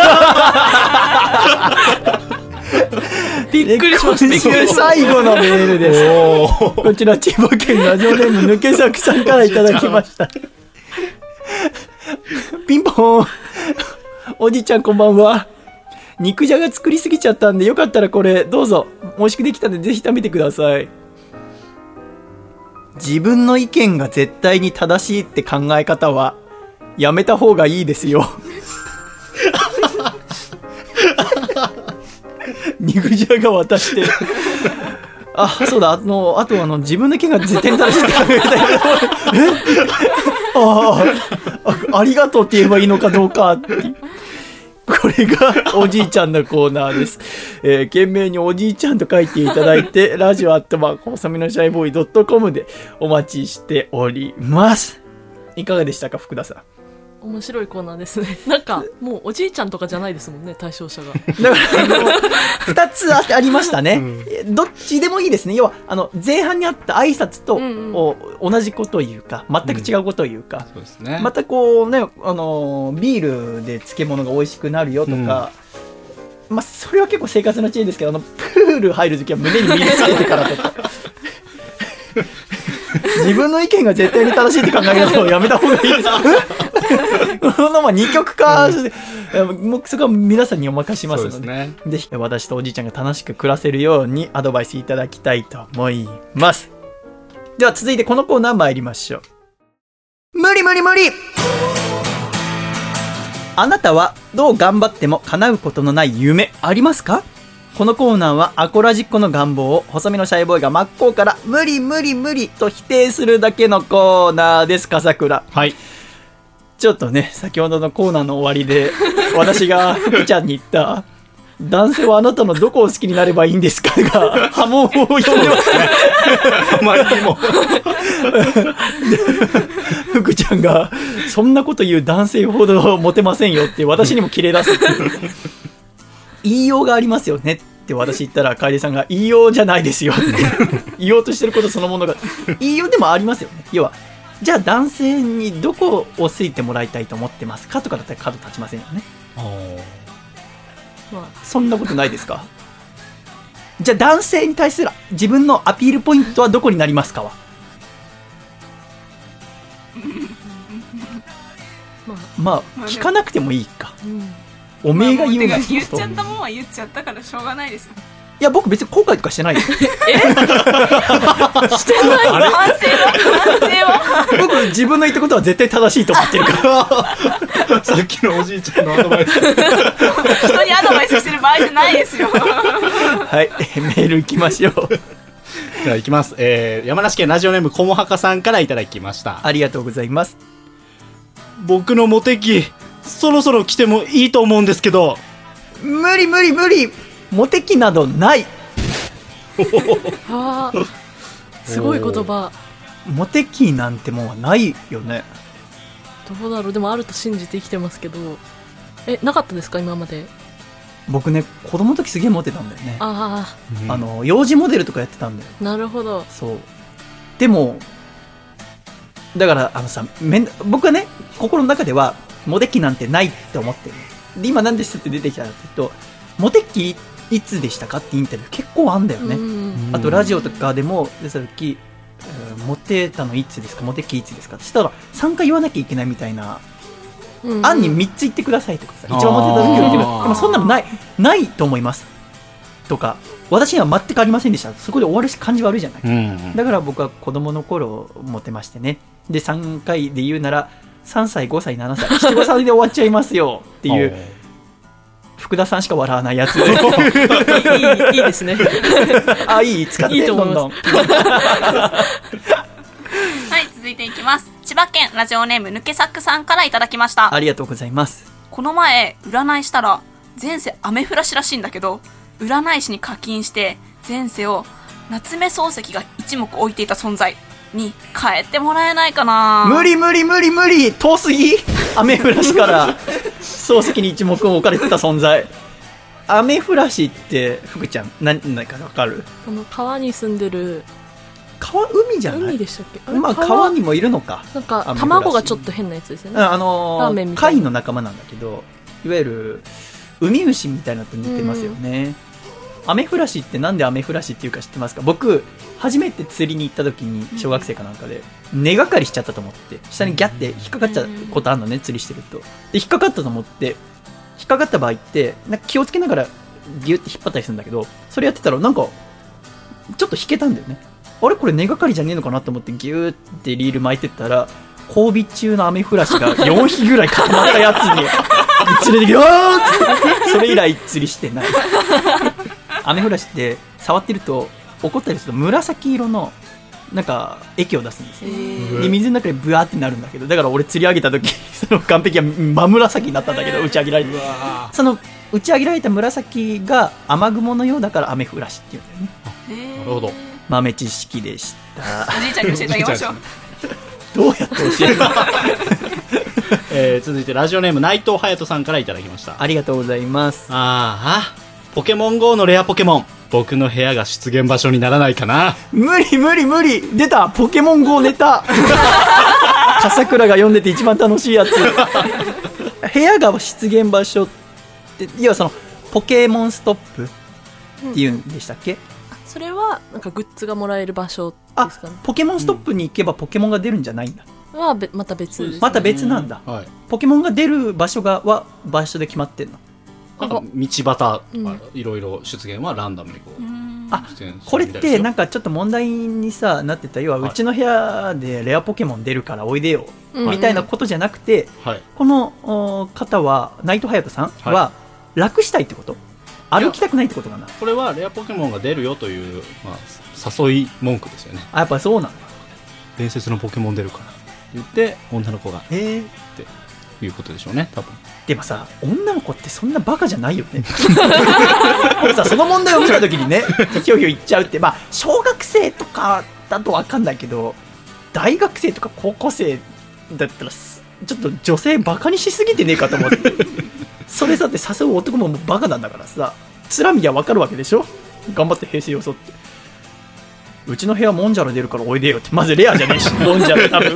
びっくりしました。最後のメールです。こちら千葉県ラジオネーム抜け作さんからいただきました。ピンポーン。おじちゃんこんばんは。肉じゃが作りすぎちゃったんでよかったらこれどうぞ。美味しくできたんでぜひ食べてください。自分の意見が絶対に正しいって考え方はやめた方がいいですよ。肉じゃが渡してあ、そうだ、あの、あとあの自分の意見が絶対に正しいって考え方やめた方がいい。ああ、ありがとうって言えばいいのかどうかってこれがおじいちゃんのコーナーです。えー、懸命におじいちゃんと書いていただいて、ラジオアットマーク細身のシャイボーイドットコムでお待ちしております。いかがでしたか、福田さん。 面白いコーナーですね。なんかもうおじいちゃんとかじじゃないですもんね、対象者が。だからあのふたつ あ, ありましたね、うん、どっちでもいいですね。要はあの前半にあった挨拶と、うんうん、同じことを言うか全く違うことを言うか、 うん、そうですね、 またこうね、あのビールで漬物が美味しくなるよとか、うん、まあそれは結構生活の知恵ですけど、あのプール入るときは胸に水つけてからとか自分の意見が絶対に正しいって考え方をやめた方がいいです。このまま二極化、うん、もうそこは皆さんにお任せしますの で, で、ね、ぜひ私とおじいちゃんが楽しく暮らせるようにアドバイスいただきたいと思います。では続いてこのコーナー参りましょう。無理無理無理。あなたはどう頑張っても叶うことのない夢ありますか？このコーナーはアコラジっ子の願望を細身のシャイボーイが真っ向から無理無理無理と否定するだけのコーナーです。笠倉、 はい、 ちょっとね、先ほどのコーナーの終わりで私が福ちゃんに言った男性はあなたのどこを好きになればいいんですかが波紋を呼んでますね。あまりにも福ちゃんがそんなこと言う男性ほどモテませんよって私にもキレ出すって言いようがありますよねって私言ったら、楓さんが言いようじゃないですよって言おうとしてることそのものが言いようでもありますよね。要はじゃあ男性にどこを好いてもらいたいと思ってますかとかだったら角立ちませんよね。あ、まあ、そんなことないですか？ じゃあ男性に対する自分のアピールポイントはどこになりますかはまあ聞かなくてもいいか、うん、おめえが言うな、 まあ、言っちゃったもんは言っちゃったからしょうがないですよ。 いや僕別に後悔とかしてないよえしてない反省は反省は僕自分の言ったことは絶対正しいと思ってるからさっきのおじいちゃんのアドバイス人にアドバイスしてる場合じゃないですよはいメールいきましょうではいきます、えー、山梨県ラジオネームこもはかさんからいただきました。 ありがとうございます。 僕のモテ期そろそろ来てもいいと思うんですけど。 無理無理無理、モテ期などないあすごい言葉。 モテ期なんてもんはないよね。 どうだろう、でもあると信じて生きてますけど。え、なかったですか今まで。 僕ね子供の時すげえモテたんだよね。 ああの幼児モデルとかやってたんだよ。 なるほど。 そうでもだからあのさめん僕はね心の中ではモテ期なんてないって思ってる。で今なんですって出てきたかっていうと、モテ期いつでしたかってインタビュー結構あんだよね。あとラジオとかでも出た時、えー、モテたのいつですか、モテ期いつですかってしたらさんかい言わなきゃいけないみたいな、うんうん、案にみっつ言ってくださいとかさ、一番モテた時を言ってください。でもそんなのないないと思いますとか、私には全くありませんでした。そこで終わるし感じ悪いじゃない、うんうん、だから僕は子供の頃モテましてね。でさんかいで言うならさんさいごさいななさいななごさいで終わっちゃいますよっていう福田さんしか笑わないやついい, い, いいですねあ、いい使っていいと思います。どんどんはい続いていきます。千葉県ラジオネーム抜けサックさんからいただきました。 ありがとうございます。 この前占いしたら前世アメフラシらしいんだけど、占い師に課金して前世を夏目漱石が一目置いていた存在に変えてもらえないかな。 無理無理無理無理、遠すぎ。アメフラシから漱石に一目置かれてた存在。アメフラシって福ちゃん何何か分かる？ この川に住んでる川、海じゃない？ 海でしたっけ？あまあ川にもいるのか。 なんか卵がちょっと変なやつですよね。 あのー、貝の仲間なんだけど、いわゆるウミウシみたいなのと似てますよね。アメフラシってなんでアメフラシっていうか知ってますか？僕初めて釣りに行った時に小学生かなんかで根がかりしちゃったと思って下にギャって引っかかっちゃうことあるのね、釣りしてると。で引っかかったと思って引っかかった場合ってなんか気をつけながらギュって引っ張ったりするんだけど、それやってたらなんかちょっと引けたんだよね。あれこれ根がかりじゃねえのかなと思ってギューってリール巻いてったら交尾中のアメフラシがよんひきぐらい固まったやつに釣れてきてそれ以来釣りしてない。アメフラシって触ってると怒ったりすると紫色のなんか液を出すんですよ。で水の中でブワーってなるんだけど、だから俺釣り上げた時その岸壁は真紫になったんだけど、打ち上げられてその打ち上げられた紫が雨雲のようだからアメフラシっていうんだよね。 なるほど。 豆知識でした。 おじいちゃんに教えてあげましょう。 どうやって教えるのえー、続いてラジオネーム内藤隼人さんからいただきました。 ありがとうございます。 ああ、ポケモン ゴー のレアポケモン、僕の部屋が出現場所にならないかな。 無理無理無理、出たポケモン ゴー ネタ笠倉が読んでて一番楽しいやつ部屋が出現場所って要はそのポケモンストップっていうんでしたっけ、うん、 それはなんかグッズがもらえる場所ですかね。 ポケモンストップに行けばポケモンが出るんじゃないんだ。 はまた別ですね。 また別なんだ、はい、ポケモンが出る場所がは場所で決まってんの。 なんか道端、うん、いろいろ出現はランダムにこう、 あ、これってなんかちょっと問題にさなってた。要はうちの部屋でレアポケモン出るからおいでよ、はい、みたいなことじゃなくて、はい、この方は内藤隼人さんは、はい、楽したいってこと、歩きたくないってことかな。 これはレアポケモンが出るよという、まあ、誘い文句ですよね。 あ、やっぱそうなんだ。 伝説のポケモン出るからって言って女の子がえーっていうことでしょうね、多分。 でもさ、女の子ってそんなバカじゃないよね僕さ、その問題を見た時にねひょひょ言っちゃうって、まあ小学生とかだと分かんないけど大学生とか高校生だったらちょっと女性バカにしすぎてねえかと思ってそれさって誘う男ももうバカなんだからさ、つらみが分かるわけでしょ。頑張って平成装ってうちの部屋モンジャラ出るからおいでよって、まずレアじゃねえしモンジャラ多分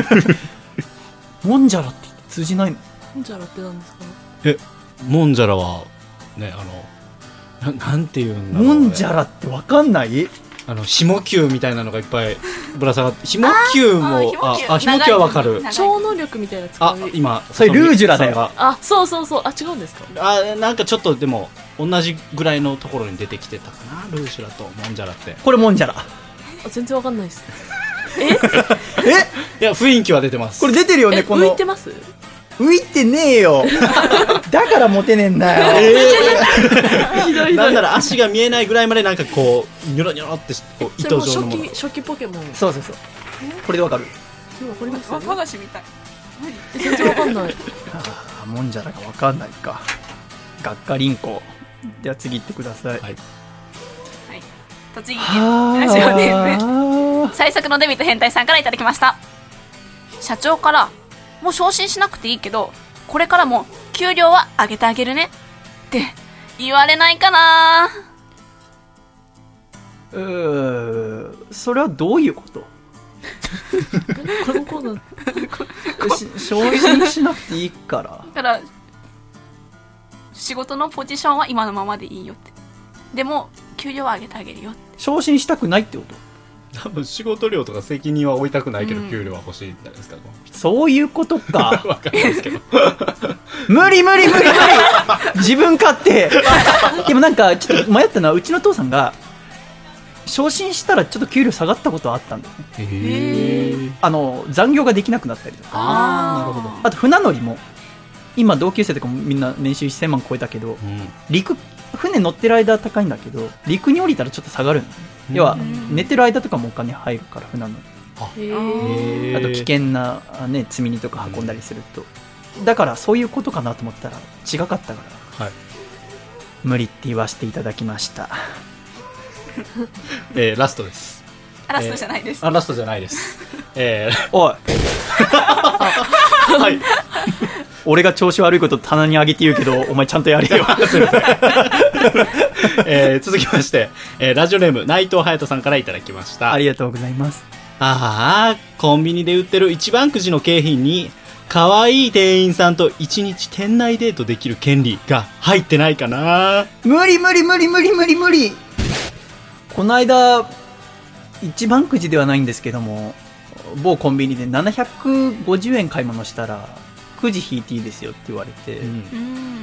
モンジャラって通じないの。 モンジャラって何ですか？ え、モンジャラはね、あのな, なんていうんだろう、 もんじゃらってわかんない？ あのひも球みたいなのがいっぱいぶら下がって、ひも球もああひも球はわかる。 超能力みたいな使う。 あ今それルージュラだよ。 あそうそうそう、あ違うんですか。 あなんかちょっとでも同じぐらいのところに出てきてたかな、ルージュラともんじゃらって。 これもんじゃら。 あ全然わかんないです。ええいや雰囲気は出てます。 これ出てるよね。この浮いてます？ 浮いてねえよ。だからモテねえんだよ。 えー、ひどいひどい。 なんなら足が見えないぐらいまでなんかこうニョロニョロってこう糸状のもの。 初期初期ポケモン。 そうそうそう。これでわかる？ わかります？ 和菓子みたい。 全然わかんない。 あもんじゃらがわかんないか。がっかりんこ。では次行ってください。はい。はい、 栃木県ラジオネーム最速のデビット変態さんからいただきました。社長からもう昇進しなくていいけどこれからも給料は上げてあげるねって言われないかな。 うーそれはどういうこと？ このコーナー昇進しなくていいからだから仕事のポジションは今のままでいいよって、でも給料は上げてあげるよって。 昇進したくないってこと？ 多分仕事量とか責任は負いたくないけど、うん、給料は欲しいんじゃないですか。 そういうことか。 わかんないですけど無理無理無理無理自分勝手。でもなんかちょっと迷ったのはうちの父さんが昇進したらちょっと給料下がったことはあったんだよね。 へー。 あの残業ができなくなったりとか。 あーなるほど。 あと船乗りも今同級生とかもみんな年収せんまん超えたけど、うん、陸船乗ってる間は高いんだけど陸に降りたらちょっと下がるんだよね。要は寝てる間とかもお金入るから船乗り。あ, あと危険な、ね、積み荷とか運んだりすると、うん、だからそういうことかなと思ったら違かったから、はい、無理って言わせていただきました。 えー、ラストです。 ラストじゃないです、 えー、あラストじゃないです、えー、 おいはい、俺が調子悪いこと棚に上げて言うけどお前ちゃんとやれよ。 えー、続きまして、えー、ラジオネーム内藤隼人さんからいただきました。 ありがとうございます。 ああコンビニで売ってる一番くじの景品に可愛い店員さんと一日店内デートできる権利が入ってないかな。 無理無理無理無理無理無理。この間一番くじではないんですけども某コンビニでななひゃくごじゅうえん買い物したらくじ引いていいですよって言われて、うん、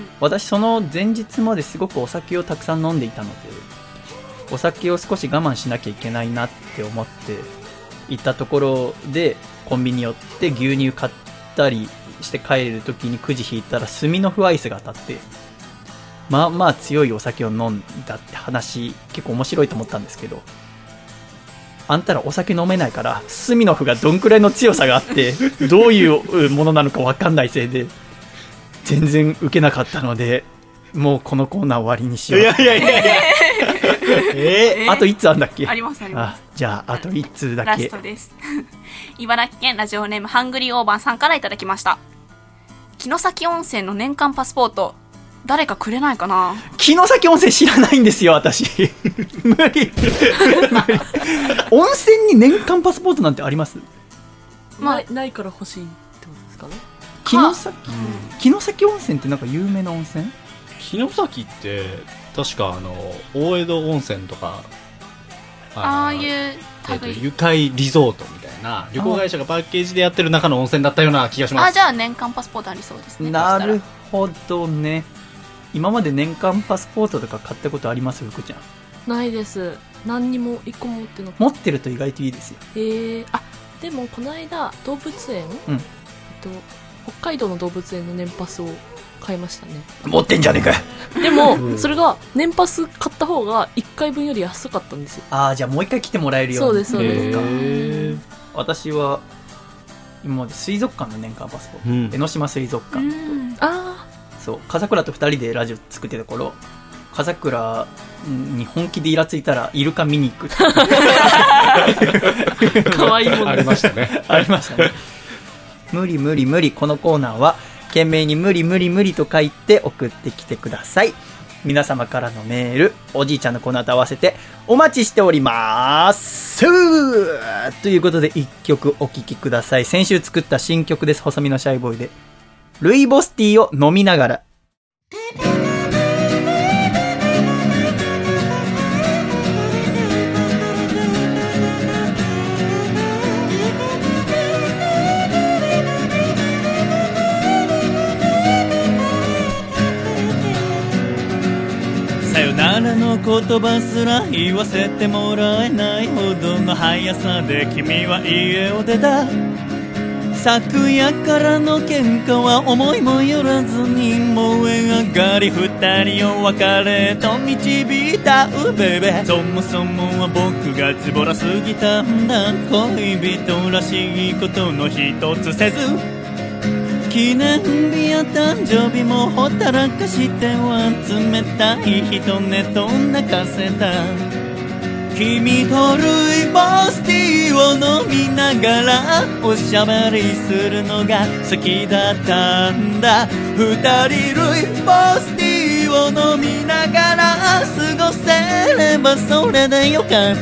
私その前日まですごくお酒をたくさん飲んでいたのでお酒を少し我慢しなきゃいけないなって思って行ったところでコンビニ寄って牛乳買ったりして帰る時にくじ引いたらスミノフアイスが当たってまあまあ強いお酒を飲んだって話結構面白いと思ったんですけどあんたらお酒飲めないからスミノフがどんくらいの強さがあってどういうものなのか分かんないせいで全然受けなかったのでもうこのコーナー終わりにしよう。いやいやいやいやえー、あといっつあんだっけ？ ありますあります。 あじゃああといっつだけラストです。茨城県ラジオネームハングリーオーバーさんからいただきました。城崎温泉の年間パスポート誰かくれないかな。 城崎温泉知らないんですよ私。無理温泉に年間パスポートなんてあります？ まあ、ないから欲しいってことですかね。 城崎、うん、城崎温泉ってなんか有名な温泉？ 城崎って確かあの大江戸温泉とかあ, ああいう、 えー、と愉快リゾートみたいな旅行会社がパッケージでやってる中の温泉だったような気がします。 あじゃあ年間パスポートありそうですね。 なるほどね。今まで年間パスポートとか買ったことあります？福ちゃん。 ないです。何にも一個も持ってなくて。 持ってると意外といいですよ。 へえ。あでもこの間動物園、うん、えっと北海道の動物園の年パスを買いましたね。 持ってんじゃねえか。 でも、うん、それが年パス買った方がいっかいぶんより安かったんですよ。 ああじゃあもう一回来てもらえるような。 そうですそうですか。 へ私は今まで水族館の年間パスポート、うん、江ノ島水族館と、 あそう風倉とふたりでラジオ作ってた頃風倉に本気でイラついたらイルカ見に行くかわいいものありましたね。 ありましたね。無理無理無理。このコーナーは懸命に無理無理無理と書いて送ってきてください。皆様からのメールおじいちゃんのコーナーと合わせてお待ちしておりますということでいっきょくお聴きください。先週作った新曲です。細身のシャイボーイでルイボスティーを飲みながら。 ならの言葉すら言わせてもらえないほどの速さで君は家を出た。昨夜からの喧嘩は思いもよらずに燃え上がり二人を別れと導いたベベ。そもそもは僕がズボラすぎたんだ。恋人らしいことの一つせず、記念日や誕生日もほったらかしては冷たい人ねと泣かせた。君とルイボスティーを飲みながらおしゃべりするのが好きだったんだ。二人ルイボスティーを飲みながら過ごせればそれでよかった。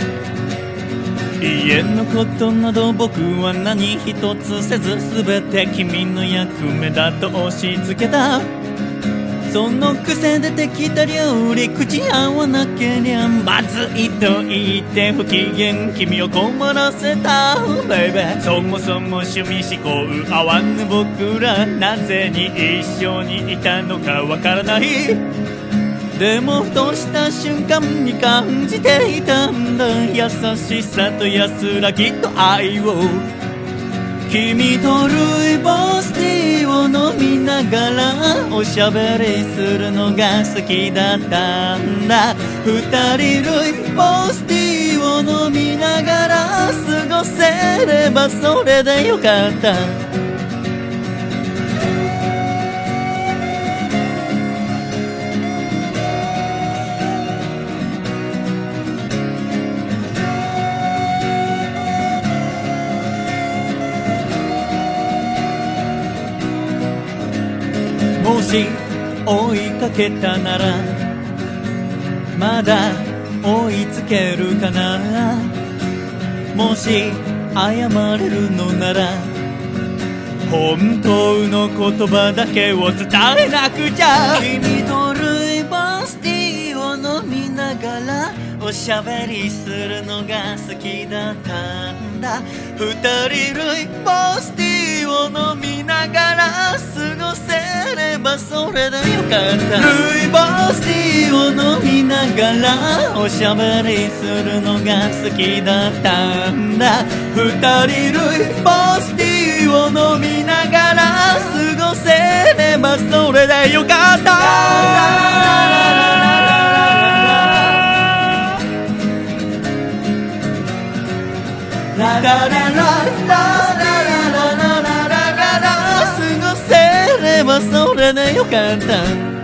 家のことなど僕は何一つせず、全て君の役目だと押し付けた。そのくせ出てきた料理口合わなけりゃまずいと言って不機嫌君を困らせたベイベー。そもそも趣味思考合わぬ僕ら、なぜに一緒にいたのかわからない。でもふとした瞬間に感じていたんだ、優しさと安らぎと愛を。君とルイボスティーを飲みながらおしゃべりするのが好きだったんだ。二人ルイボスティーを飲みながら過ごせればそれでよかった。もし追いかけたならまだ追いつけるかな。もし謝れるのなら本当の言葉だけを伝えなくちゃ。君とルイボスティーを飲みながらおしゃべりするのが好きだったんだ。二人ルイボスティーを飲みながら過ごせればそれでよかった。ルイボスティーを飲みながらおしゃべりするのが好きだったんだ。二人ルイボスティーを飲みながら過ごせればそれでよかった。ララララララララララ過ごせればそれでよかった。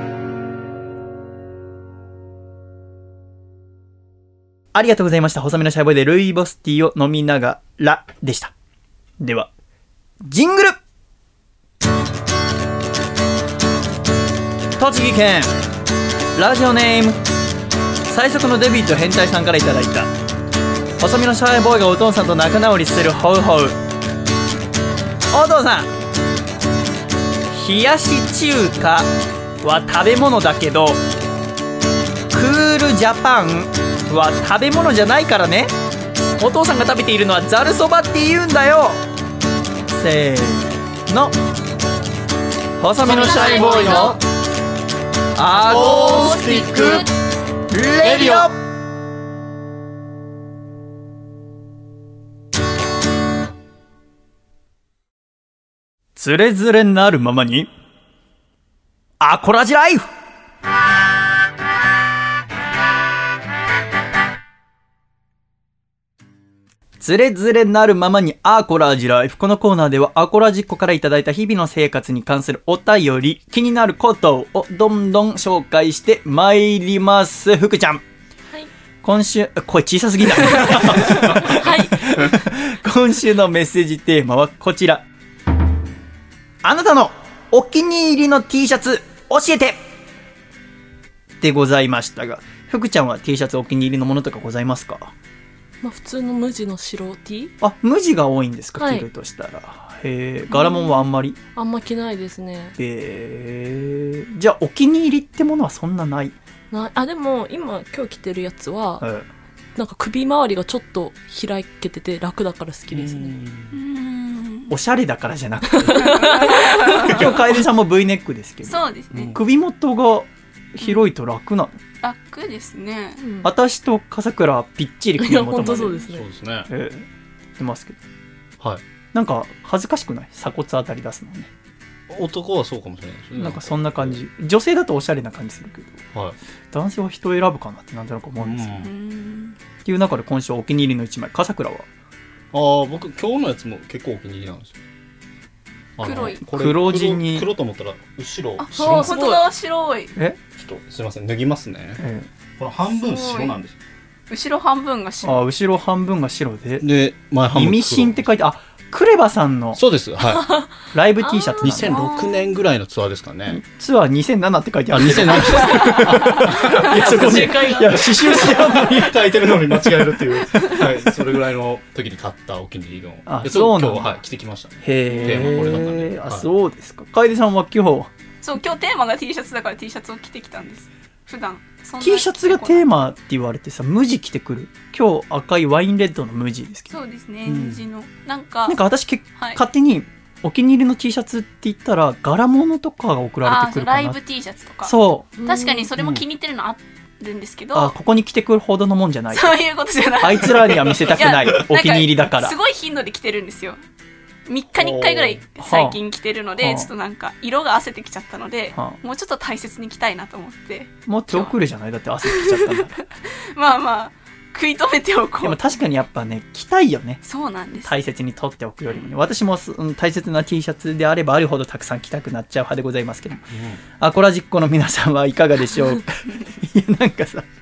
ありがとうございました。細身のシャイボーイでルイボスティーを飲みながらでした。ではジングル。栃木県ラジオネーム最速のデビット変態さんからいただいた、細身のシャイボーイがお父さんと仲直りするホウホウ。お父さん、冷やし中華は食べ物だけどクールジャパンは食べ物じゃないからね。お父さんが食べているのはざるそばって言うんだよ。せーの、細身のシャイボーイのアコースティックレディオ。つれづれなるままにアコラジライフ。つれづれなるままにアコラジライフ。このコーナーではアコラジっ子からいただいた日々の生活に関するお便り、気になることをどんどん紹介してまいります。福ちゃん、はい、今週声小さすぎだはい、今週のメッセージテーマはこちら。あなたのお気に入りの T シャツ教えてでございましたが、福ちゃんは T シャツお気に入りのものとかございますか？ まあ、普通の無地の白 T。 あ、無地が多いんですか、はい、着るとしたら。へえ、柄物はあんまり、 うん、あんま着ないですね。 へえ、じゃあお気に入りってものはそんなないなあ。でも今今日着てるやつは、はい、なんか首周りがちょっと開けてて楽だから好きですね。うん、 おしゃれだからじゃなくて今日楓さんも V ネックですけど、 そうですね、 首元が広いと楽なの？ 楽ですね、 うん、私と笠倉ぴっちり組み元までそうですね、 そうですね、 えー、出ますけど、 はい、 なんか恥ずかしくない鎖骨あたり出すのね。 男はそうかもしれないですね。 なんかそんな感じ、女性だとおしゃれな感じするけど、はい、男性は人を選ぶかなってなんとなく思うんですよ、うん、っていう中で今週はお気に入りのいちまい。笠倉は？ ああ、僕今日のやつも結構お気に入りなんですよ。 黒い黒地に黒, 黒と思ったら後ろあ、そう、本当だ、白い。 えちょっとすいません、脱ぎますね、ええ、この半分白なんですよ。 後ろ半分が白。 あ、後ろ半分が白で、 で前半分意味深って書いて、あ、クレバさんのそうです、はい、 ライブ T シャツにせんろくねんぐらいのツアーですかね。 ツアーにせんななって書いてある。 あ、にせんななですいや、そこにいや刺繍してるのに書いてるのに間違えるっていう、はい、それぐらいの時に買ったお気に入りの、 あ、そうなんだ、 今日、はい、着てきましたね。 へテーマこれだったんで、 あ、はい、そうですか。楓さんは今日そう、今日テーマが T シャツだから T シャツを着てきたんです。普段 T シャツがテーマって言われてさ、無地着てくる。今日赤いワインレッドの無地ですけど。 そうですね、無地のなんかなんか私け、はい、勝手にお気に入りの T シャツって言ったら柄物とかが送られてくるかな。 あ、ライブ T シャツとか。 そう確かにそれも気に入ってるのあるんですけど、 あ、ここに着てくるほどのもんじゃない。 そういうことじゃない。 あいつらには見せたくないお気に入りだから。 すごい頻度で着てるんですよ。みっかにいっかいぐらい最近着てるので、はあ、ちょっとなんか色が汗てきちゃったので、はあ、もうちょっと大切に着たいなと思って。 もう手遅れじゃない？だって汗てきちゃったんだまあまあ食い止めておこう。 でも確かにやっぱね、着たいよね。 そうなんです。 大切に取っておくよりもね。私も大切な T シャツであればあるほどたくさん着たくなっちゃう派でございますけども、うん、アコラジッコの皆さんはいかがでしょうかいや、なんかさ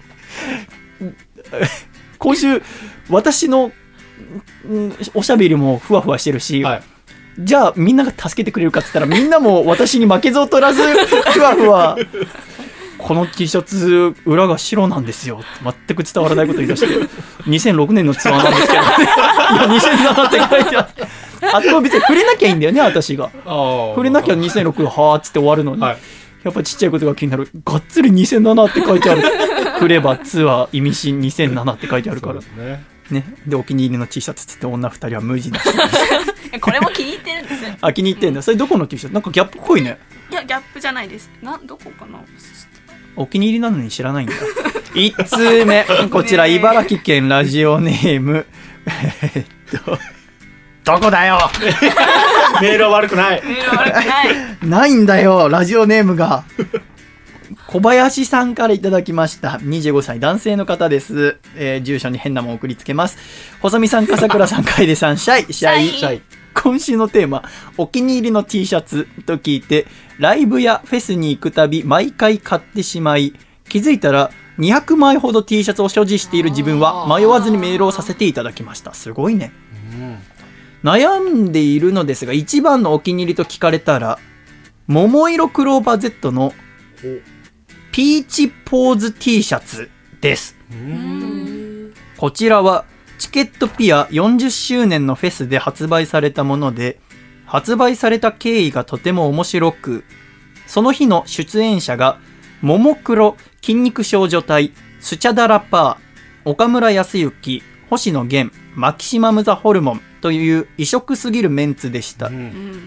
今週私のおしゃべりもふわふわしてるし、はい、じゃあみんなが助けてくれるかって言ったらみんなも私に負けず劣らずふわふわこの T シャツ裏が白なんですよ全く伝わらないこと言い出してにせんろくねんのツアーなんですけど、ね、いやにせんななって書いてあってあと別に触れなきゃいいんだよね。私が触れなきゃにせんろくはーっつって終わるのに、はい、やっぱちっちゃいことが気になる。がっつりにせんななって書いてあるクレバツアー意味深にせんななって書いてあるからね。ね、でお気に入りの T シャツつって女ふたりは無地なこれも気に入ってるんですよ。 あ、気に入ってんだ。それどこの T シャツ？なんかギャップっぽいね。 いやギャップじゃないです。などこかな。 お気に入りなのに知らないんだ。いっつうめこちら茨城県ラジオネームえっとどこだよメールは悪くないメールは悪くないないんだよラジオネームが小林さんからいただきました。にじゅうごさい男性の方です、えー、住所に変なもん送りつけます。細見さん、笠倉さん、楓さん、シャイシャイシャイ。今週のテーマ、お気に入りの T シャツと聞いて、ライブやフェスに行くたび毎回買ってしまい、気づいたらにひゃくまいほど T シャツを所持している自分は迷わずにメールをさせていただきました。すごいね、うん、悩んでいるのですが一番のお気に入りと聞かれたら桃色クローバー Z のピーチポーズ T シャツです。うーん、こちらはチケットピアよんじゅっしゅうねんのフェスで発売されたもので、発売された経緯がとても面白く、その日の出演者がももクロ、筋肉少女隊、スチャダラパー、岡村康之、星野源、マキシマムザホルモンという異色すぎるメンツでした、うん、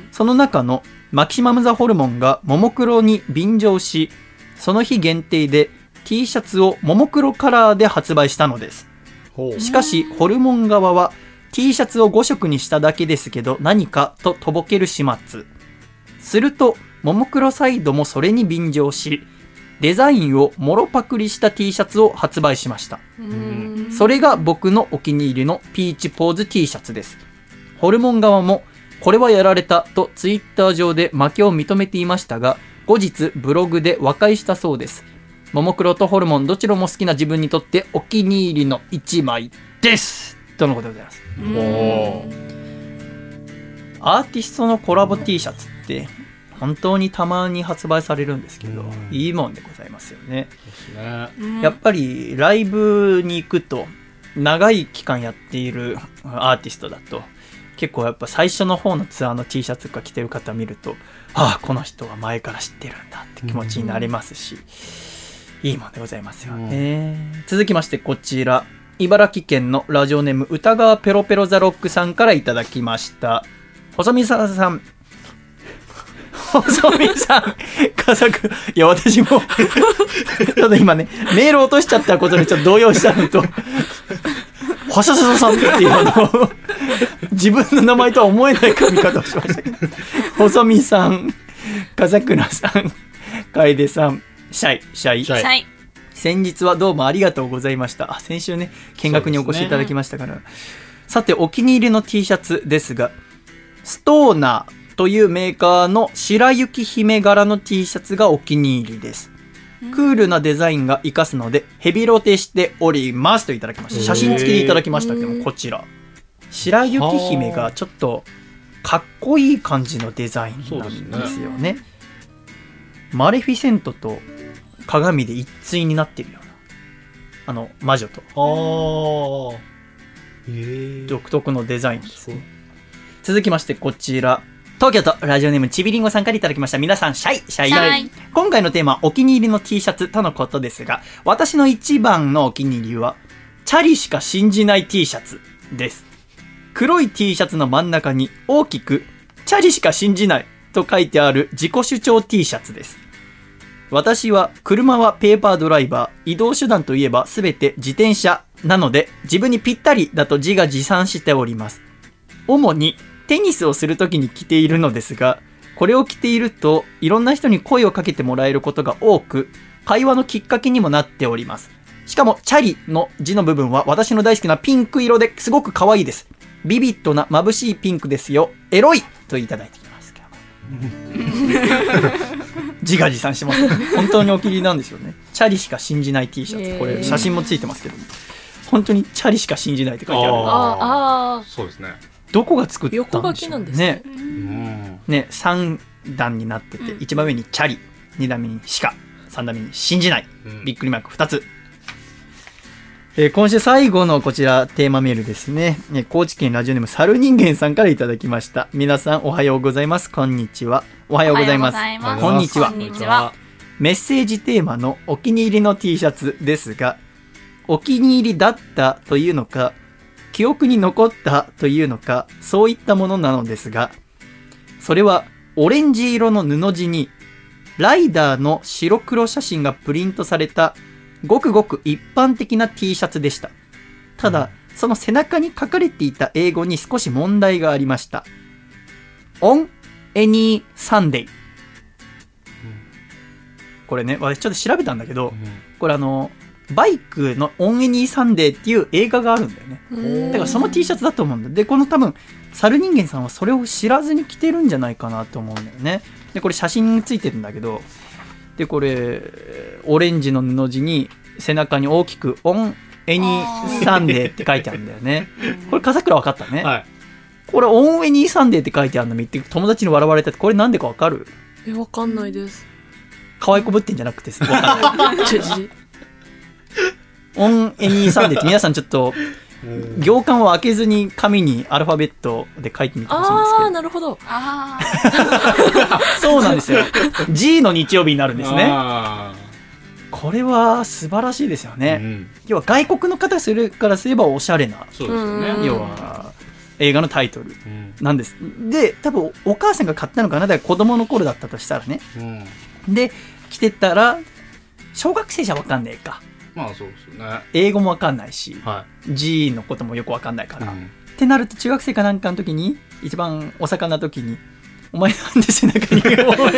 その中のマキシマムザホルモンがももクロに便乗し、その日限定で T シャツをももクロカラーで発売したのです。しかしホルモン側は T シャツをご色にしただけですけど何かととぼける始末。するとももクロサイドもそれに便乗し、デザインをもろパクリした T シャツを発売しました。それが僕のお気に入りのピーチポーズ T シャツです。ホルモン側もこれはやられたとツイッター上で負けを認めていましたが、後日ブログで和解したそうです。ももクロとホルモンどちらも好きな自分にとってお気に入りのいちまいですとのことでございます。おアーティストのコラボ T シャツって本当にたまに発売されるんですけど、いいもんでございますよね。ですね。やっぱりライブに行くと長い期間やっているアーティストだと結構やっぱ最初の方のツアーの T シャツとか着てる方見ると、ああこの人は前から知ってるんだって気持ちになりますし、いいもんでございますよね。続きましてこちら、茨城県のラジオネーム歌川ペロペロザロックさんからいただきました。細見さん細見さん、佳作、いや、私も、ただ今ね、メール落としちゃったことにちょっと動揺したのと、はしゃさささんっていうあの、自分の名前とは思えない髪型をしましたけど、細見さん、佳桜さん、楓さん、シャイ、シャイ、 シャイ。 先日はどうもありがとうございました。あ、先週ね、見学にお越しいただきましたから。ね、さて、お気に入りの T シャツですが、ストーナーというメーカーの白雪姫柄の T シャツがお気に入りです。クールなデザインが活かすのでヘビロテしておりますといただきました。写真付きでいただきましたけども、こちら白雪姫がちょっとかっこいい感じのデザインなんですよね。マレフィセントと鏡で一対になってるようなあの魔女と、あ、えー、独特のデザインですね。続きましてこちら、東京都ラジオネームちびりんごさんからいただきました。皆さんシャイシャイシャイ。今回のテーマはお気に入りの T シャツとのことですが、私の一番のお気に入りはチャリしか信じない T シャツです。黒い T シャツの真ん中に大きくチャリしか信じないと書いてある自己主張 T シャツです。私は車はペーパードライバー、移動手段といえば全て自転車なので自分にぴったりだと自画自賛しております。主にテニスをするときに着ているのですが、これを着ているといろんな人に声をかけてもらえることが多く、会話のきっかけにもなっております。しかもチャリの字の部分は私の大好きなピンク色ですごく可愛いです。ビビッドな眩しいピンクですよ。エロいといただいてきますけど自画自賛してます。本当にお気に入りなんですよね。チャリしか信じない T シャツ、これ写真もついてますけど、本当にチャリしか信じないって書いてある。 ああ、 そうですね。 どこが作ったんでしょうね。 横書きなんですね。 ね、さん段になってて、うん、いちばんめにチャリ、に段目にシカ、さん段目に信じない、うん、びっくりマークふたつ。えー、今週最後のこちらテーマメールですね。ね、高知県ラジオネームサル人間さんからいただきました。皆さんおはようございます。こんにちは。おはようございます。こんにちは。こんにちは。メッセージテーマのお気に入りの T シャツですが、お気に入りだったというのか、記憶に残ったというのか、そういったものなのですが、それはオレンジ色の布地にライダーの白黒写真がプリントされたごくごく一般的な T シャツでした。ただ、その背中に書かれていた英語に少し問題がありました。 On any Sunday、 これね、私ちょっと調べたんだけど、これあのバイクのオンエニーサンデーっていう映画があるんだよね。だからその T シャツだと思うんだ。で、この多分サル人間さんはそれを知らずに着てるんじゃないかなと思うんだよね。で、これ写真ついてるんだけど、でこれオレンジの布地に背中に大きくオンエニーサンデーって書いてあるんだよね。これ笠倉分かったね、はい、これオンエニーサンデーって書いてあるの見て友達に笑われて、これなんでか分かる？ え、分かんないです。 可愛いこぶってんじゃなくて分かんないオンエニーサンデーって皆さんちょっと行間を開けずに紙にアルファベットで書いてみてほしいんですけど。 あー、なるほど。あそうなんですよ。G の日曜日になるんですね。これは素晴らしいですよね、うん、要は外国の方するからすればおしゃれな、 そうですよね、 要は映画のタイトルなんです、うん、で多分お母さんが買ったのかな、だから子供の頃だったとしたらね、うん、で着てたら小学生じゃ分かんねえか、 まあそうですよね、 英語も分かんないし、 はい、 G のこともよく分かんないから、 うん、 ってなると中学生かなんかの時に一番お盛んな時にお前なんで背中に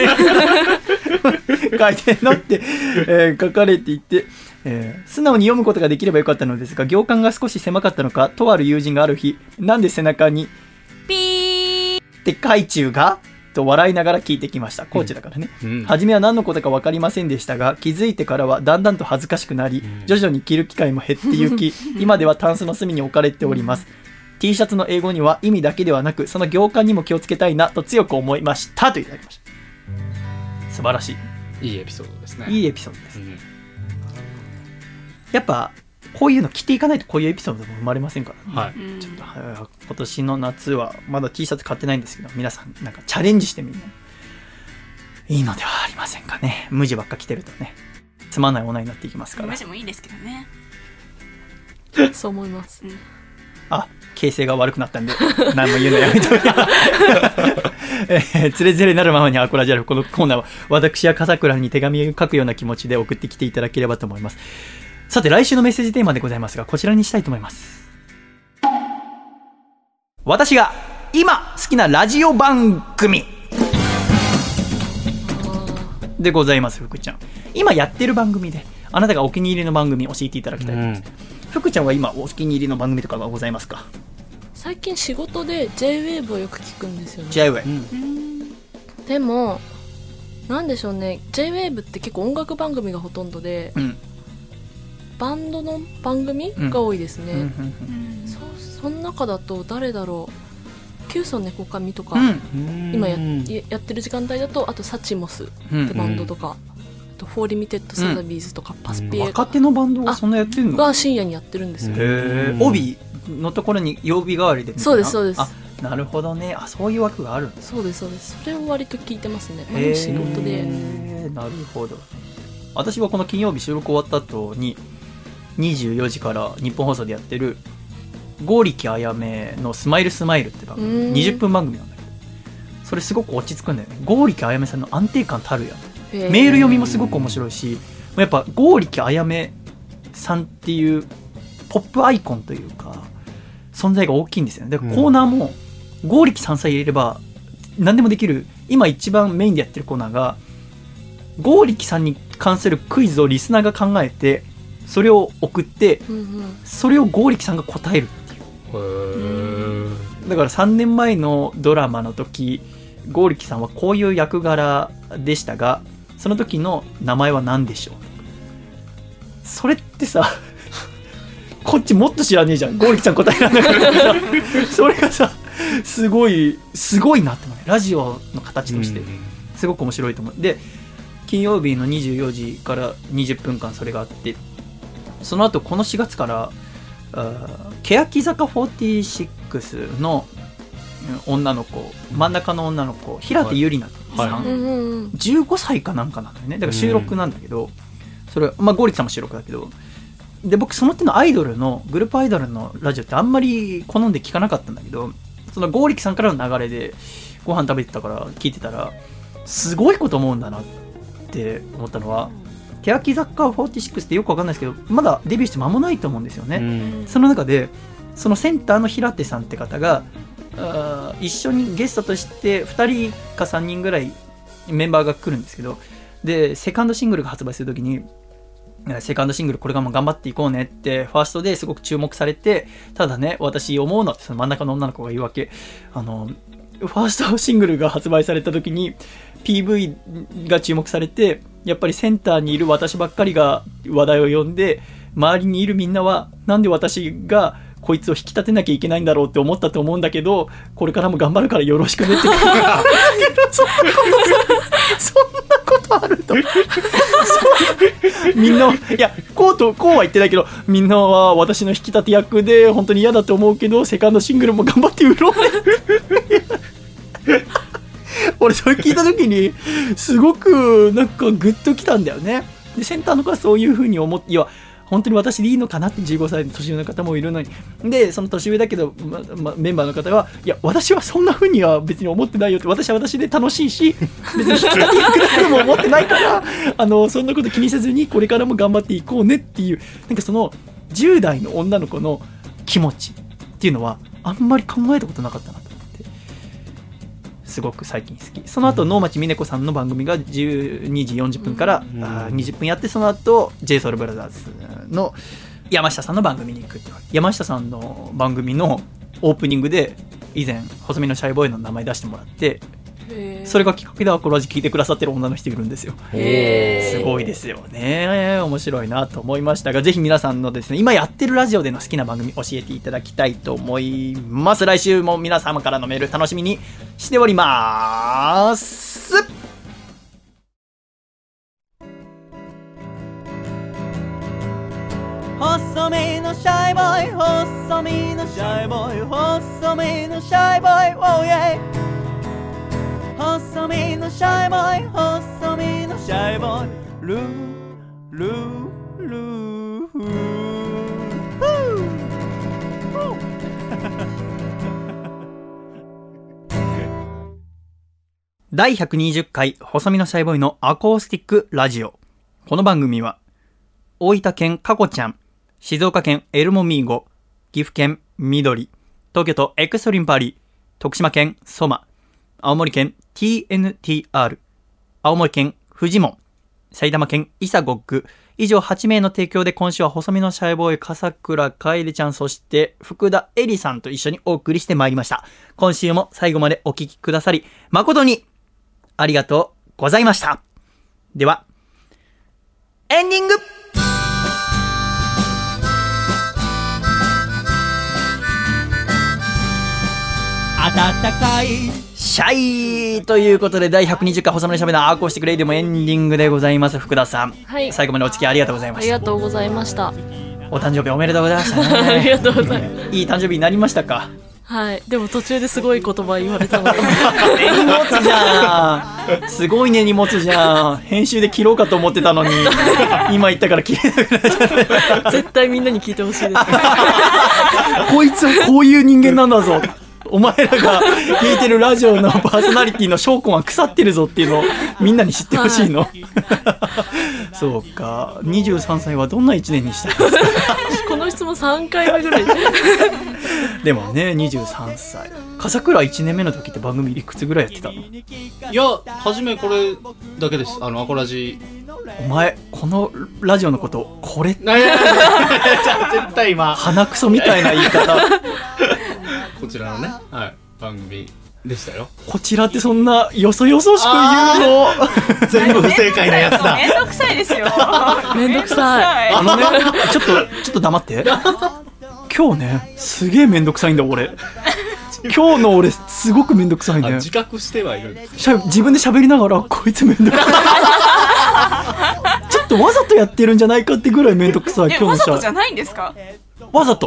書いてんのって、えー、書かれていて、えー、素直に読むことができればよかったのですが行間が少し狭かったのか、とある友人がある日なんで背中にピーって書いちゅうがと笑いながら聞いてきました。コーチだからね、うんうん、初めは何のことか分かりませんでしたが気づいてからはだんだんと恥ずかしくなり、うん、徐々に着る機会も減ってゆき今ではタンスの隅に置かれております。T シャツの英語には意味だけではなくその行間にも気をつけたいなと強く思いましたといただきました。素晴らしい、いいエピソードですね。 いいエピソードです、うん、やっぱこういうの着ていかないとこういうエピソードも生まれませんからね、はい、ちょっと今年の夏はまだ T シャツ買ってないんですけど、皆さんなんかチャレンジしてみるのいいのではありませんかね。無地ばっか着てるとねつまんないオナになっていきますから。 無地もいいですけどね。 そう思います、うん、 あ、形勢が悪くなったんで何も言うのやめてえー、つれづれなるままにアコラジャル、このコーナーは私や笠倉に手紙を書くような気持ちで送ってきていただければと思います。さて来週のメッセージテーマでございますが、こちらにしたいと思います。私が今好きなラジオ番組でございます。福ちゃん、今やってる番組であなたがお気に入りの番組教えていただきたいと思います、うん、福ちゃんは今お気に入りの番組とかはございますか？ 最近仕事で ジェイウェーブ をよく聞くんですよね。 ジェイウェーブ、 うん、でもなんでしょうね、 ジェイウェーブ って結構音楽番組がほとんどで、うん、バンドの番組が多いですね、うんうんうん、そ, その中だと誰だろう、キュウソネコカミとか、うん、今 や, やってる時間帯だと、あとサチモスってバンドとか、うんうん、あとフォーリミテッドサザビーズとか、うん、パスピエ、 若手のバンドがそんなやってるのが深夜にやってるんですよ。 へー、帯のところに曜日代わりでみたいな。 そうですそうです。 あ、なるほどね。あ、そういう枠があるんです。 そうですそうです。それを割と聞いてますね。あの仕事で。 なるほど。私はこの金曜日収録終わった後ににじゅうよじから日本放送でやってる剛力あやめのスマイルスマイルって番組、にじゅっぷん番組なんだけど、それすごく落ち着くんだよね。剛力あやめさんの安定感たるやん。メール読みもすごく面白いし、やっぱ剛力あやめさんっていうポップアイコンというか存在が大きいんですよね。でコーナーも剛力さんさえ入れれば何でもできる。今一番メインでやってるコーナーが剛力さんに関するクイズをリスナーが考えてそれを送って、うんうん、それを剛力さんが答えるっていう。へー。だからさんねんまえのドラマの時、剛力さんはこういう役柄でしたがその時の名前は何でしょう。それってさこっちもっと知らねえじゃん。剛力さん答えられなかったらそれがさすごいすごいなって思う。ラジオの形としてすごく面白いと思う。で金曜日のにじゅうよじからにじゅっぷんかんそれがあって、その後このしがつから欅坂フォーティーシックスの女の子、真ん中の女の子平手友梨奈さん、はい、じゅうごさいかなんかなんだよね。だから収録なんだけど、それまあ剛力さんも収録だけど、で僕その手のアイドルのグループアイドルのラジオってあんまり好んで聞かなかったんだけど、その剛力さんからの流れでご飯食べてたから聞いてたらすごいこと思うんだなって思ったのは、欅坂フォーティーシックスってよくわかんないですけどまだデビューして間もないと思うんですよね、うん、その中でそのセンターの平手さんって方があ一緒にゲストとしてふたりかさんにんぐらいメンバーが来るんですけど、でセカンドシングルが発売するときにセカンドシングルこれからも頑張っていこうねってファーストですごく注目されて、ただね私思うのってその真ん中の女の子が言うわけ。あのファーストシングルが発売された時に ピーブイ が注目されて、やっぱりセンターにいる私ばっかりが話題を呼んで、周りにいるみんなはなんで私がこいつを引き立てなきゃいけないんだろうって思ったと思うんだけど、これからも頑張るからよろしくねってそんなことそんなことあるとみんないやこうとこうは言ってないけど、みんなは私の引き立て役で本当に嫌だと思うけどセカンドシングルも頑張って売ろうね俺それ聞いた時にすごくなんかグッときたんだよね。でセンターの子はそういう風に思って、いや本当に私でいいのかなってじゅうごさいの年上の方もいるのに、でその年上だけど、まま、メンバーの方はいや私はそんな風には別に思ってないよって、私は私で楽しいし別に引き立て役だとも思ってないからあのそんなこと気にせずにこれからも頑張っていこうねっていう、なんかそのじゅう代の女の子の気持ちっていうのはあんまり考えたことなかったなと思ってすごく最近好き。その後能町みね子さんの番組がじゅうにじよんじゅっぷんから、うん、あにじゅっぷんやって、その後 ジェイソウルブラザーズの山下さんの番組に行くって。山下さんの番組のオープニングで以前細身のシャイボーイの名前出してもらって、それがきっかけでアコラジ聞いてくださってる女の人いるんですよ。すごいですよね。面白いなと思いましたが、ぜひ皆さんのですね今やってるラジオでの好きな番組教えていただきたいと思います。来週も皆様からのメール楽しみにしております。細身のシャイボーイ、細身のシャイボーイ、細身のシャイボーイ、oh yeah、細身のシャイボーイ、細身のシャイボーイ、ルールールーフーだいひゃくにじゅっかい細身のシャイボーイのアコースティックラジオ。この番組は大分県かこちゃん、静岡県エルモミーゴ、岐阜県緑、東京都エクストリンパリ、徳島県ソマ、青森県 ティーエヌティーアール、青森県フジモン、埼玉県イサゴッグ、以上はちめいの提供で今週は細身のシャイボーイ笠倉楓ちゃん、そして福田絵里さんと一緒にお送りしてまいりました。今週も最後までお聞きくださり誠にありがとうございました。ではエンディング。 暖かいシャイということでだいひゃくにじゅっかい細身のシャイボーイのアコースティックレイディオもエンディングでございます。福田さん、はい、最後までお付き合いありがとうございました。 ありがとうございました。 お誕生日おめでとうございましたね。 ありがとうございます。 いい誕生日になりましたか？ はい。でも途中ですごい言葉言われたので根に持つじゃん。すごい根に持つじゃん。編集で切ろうかと思ってたのに今言ったから切れなくなっちゃった。 絶対みんなに聞いてほしいですこいつはこういう人間なんだぞ、お前らが聞いてるラジオのパーソナリティの証拠は腐ってるぞっていうのをみんなに知ってほしいの、はい、そうか。にじゅうさんさいはどんないちねんにしたいですか？ この質問さんかいめぐらいでもね、にじゅうさんさい笠倉いちねんめの時って番組いくつぐらいやってたの？ いや、初めこれだけです。あのアコラジ。 お前このラジオのことこれ絶対今鼻くそみたいな言い方こちらのね、はい、番組でしたよ。 こちらってそんなよそよそしく言うの？ 全部不正解なやつだ。 めんどくさいですよ。 めんどくさい。 あのね、ちょっとちょっと黙って。今日ね、すげえめんどくさいんだ俺。今日の俺すごくめんどくさいね。 自覚してはいる。 自分で喋りながらこいつめんどくさい。ちょっとわざとやってるんじゃないかってぐらいめんどくさい。今日のわざとじゃないんですか？ わざと。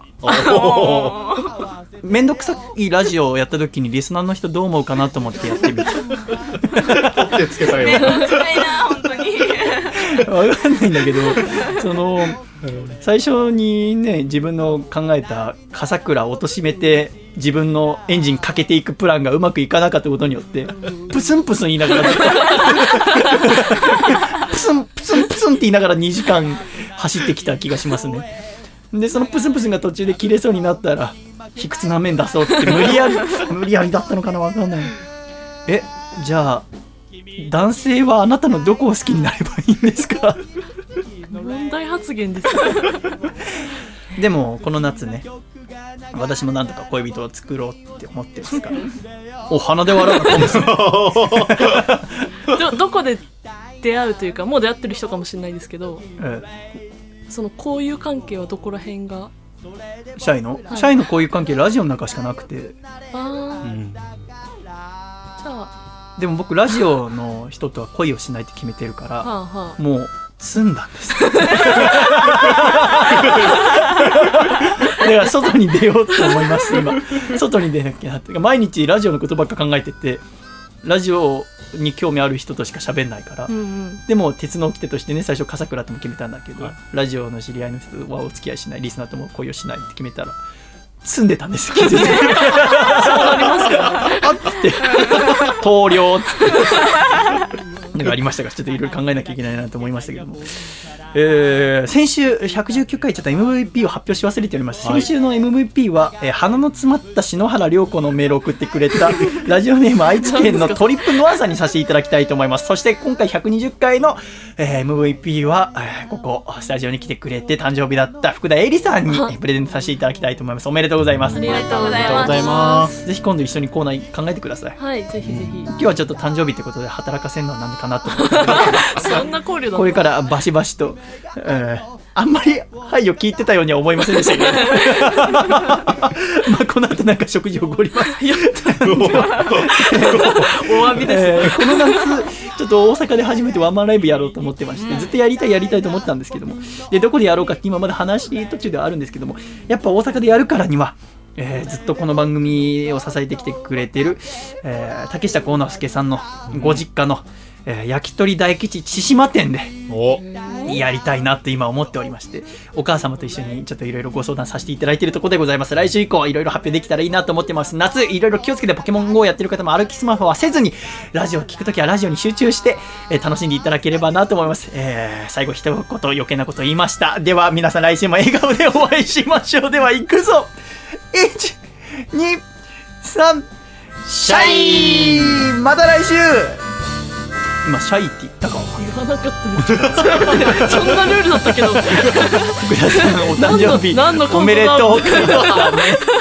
めんどくさいラジオをやった時にリスナーの人どう思うかなと思ってやってみた。取ってつけたよ。 めんどくさいな本当に。 わかんないんだけど、その最初にね、自分の考えた笠倉を貶めて自分のエンジンかけていくプランがうまくいかなかったことによってプスンプスン言いながらプスンプスンプスンって言いながらにじかん走ってきた気がしますね。でそのプスンプスンが途中で切れそうになったら卑屈な面出そうって無理やり無理やりだったのかな、わかんない。え、じゃあ男性はあなたのどこを好きになればいいんですか？ 問題発言ですでもこの夏ね、私もなんとか恋人を作ろうって思ってますからお鼻で笑うのかもしれないど, どこで出会うというか、もう出会ってる人かもしれないですけど、ええ、その交友関係はどこら辺が？ シャイの、はい、シャイの交友関係ラジオの中しかなくて、あ、うん、じゃあでも僕ラジオの人とは恋をしないって決めてるから、はあはあ、もう積んだんですだから外に出ようと思います今。外に出なきゃなって、毎日ラジオのことばっか考えてて、ラジオに興味ある人としか喋んないから、うんうん、でも鉄の掟としてね、最初笠倉とも決めたんだけど、はい、ラジオの知り合いの人はお付き合いしない、リスナーとも恋をしないって決めたら積んでたんですよ。そうなりますよね。あって投了ってなんかありましたが、ちょっといろいろ考えなきゃいけないなと思いましたけども、えー、先週ひゃくじゅうきゅっかいちょっと エムブイピー を発表し忘れておりました。はい、先週の エムブイピー は、えー、鼻の詰まった篠原涼子のメールを送ってくれたラジオネーム愛知県のトリップノアさんにさせていただきたいと思います。そして今回ひゃくにじゅっかいの、えー、エムブイピー は、えー、ここスタジオに来てくれて誕生日だった福田絵里さんにプレゼントさせていただきたいと思います。おめでとうございます。 ありがとうございます。 ぜひ今度一緒にコーナー考えてください。 はい、ぜひぜひ。 今日はちょっと誕生日ということで働かせるのはなんでかなと思ってそんな考慮だ。 これからバシバシと、えー、あんまりはいを聞いてたようには思いませんでしたけどまあこの後なんか食事をおごります。やったお詫びです、えー、この夏ちょっと大阪で初めてワンマンライブやろうと思ってまして、ずっとやりたいやりたいと思ってたんですけども、でどこでやろうかって今まだ話途中ではあるんですけども、やっぱ大阪でやるからには、えー、ずっとこの番組を支えてきてくれてる、えー、竹下幸之助さんのご実家の、えー、焼き鳥大吉千島店で、おやりたいなって今思っておりまして、お母様と一緒にちょっといろいろご相談させていただいているところでございます。来週以降いろいろ発表できたらいいなと思ってます。夏いろいろ気をつけてポケモン ゴー やってる方も歩きスマホはせずに、ラジオを聞くときはラジオに集中して、えー、楽しんでいただければなと思います。えー、最後一言余計なこと言いました。では皆さん来週も笑顔でお会いしましょう。では行くぞ。いち、に、さん、シャイー。また来週。今シャイって言ったか言わなかったですそんなルールだったけど福田さんお誕生日おめでとう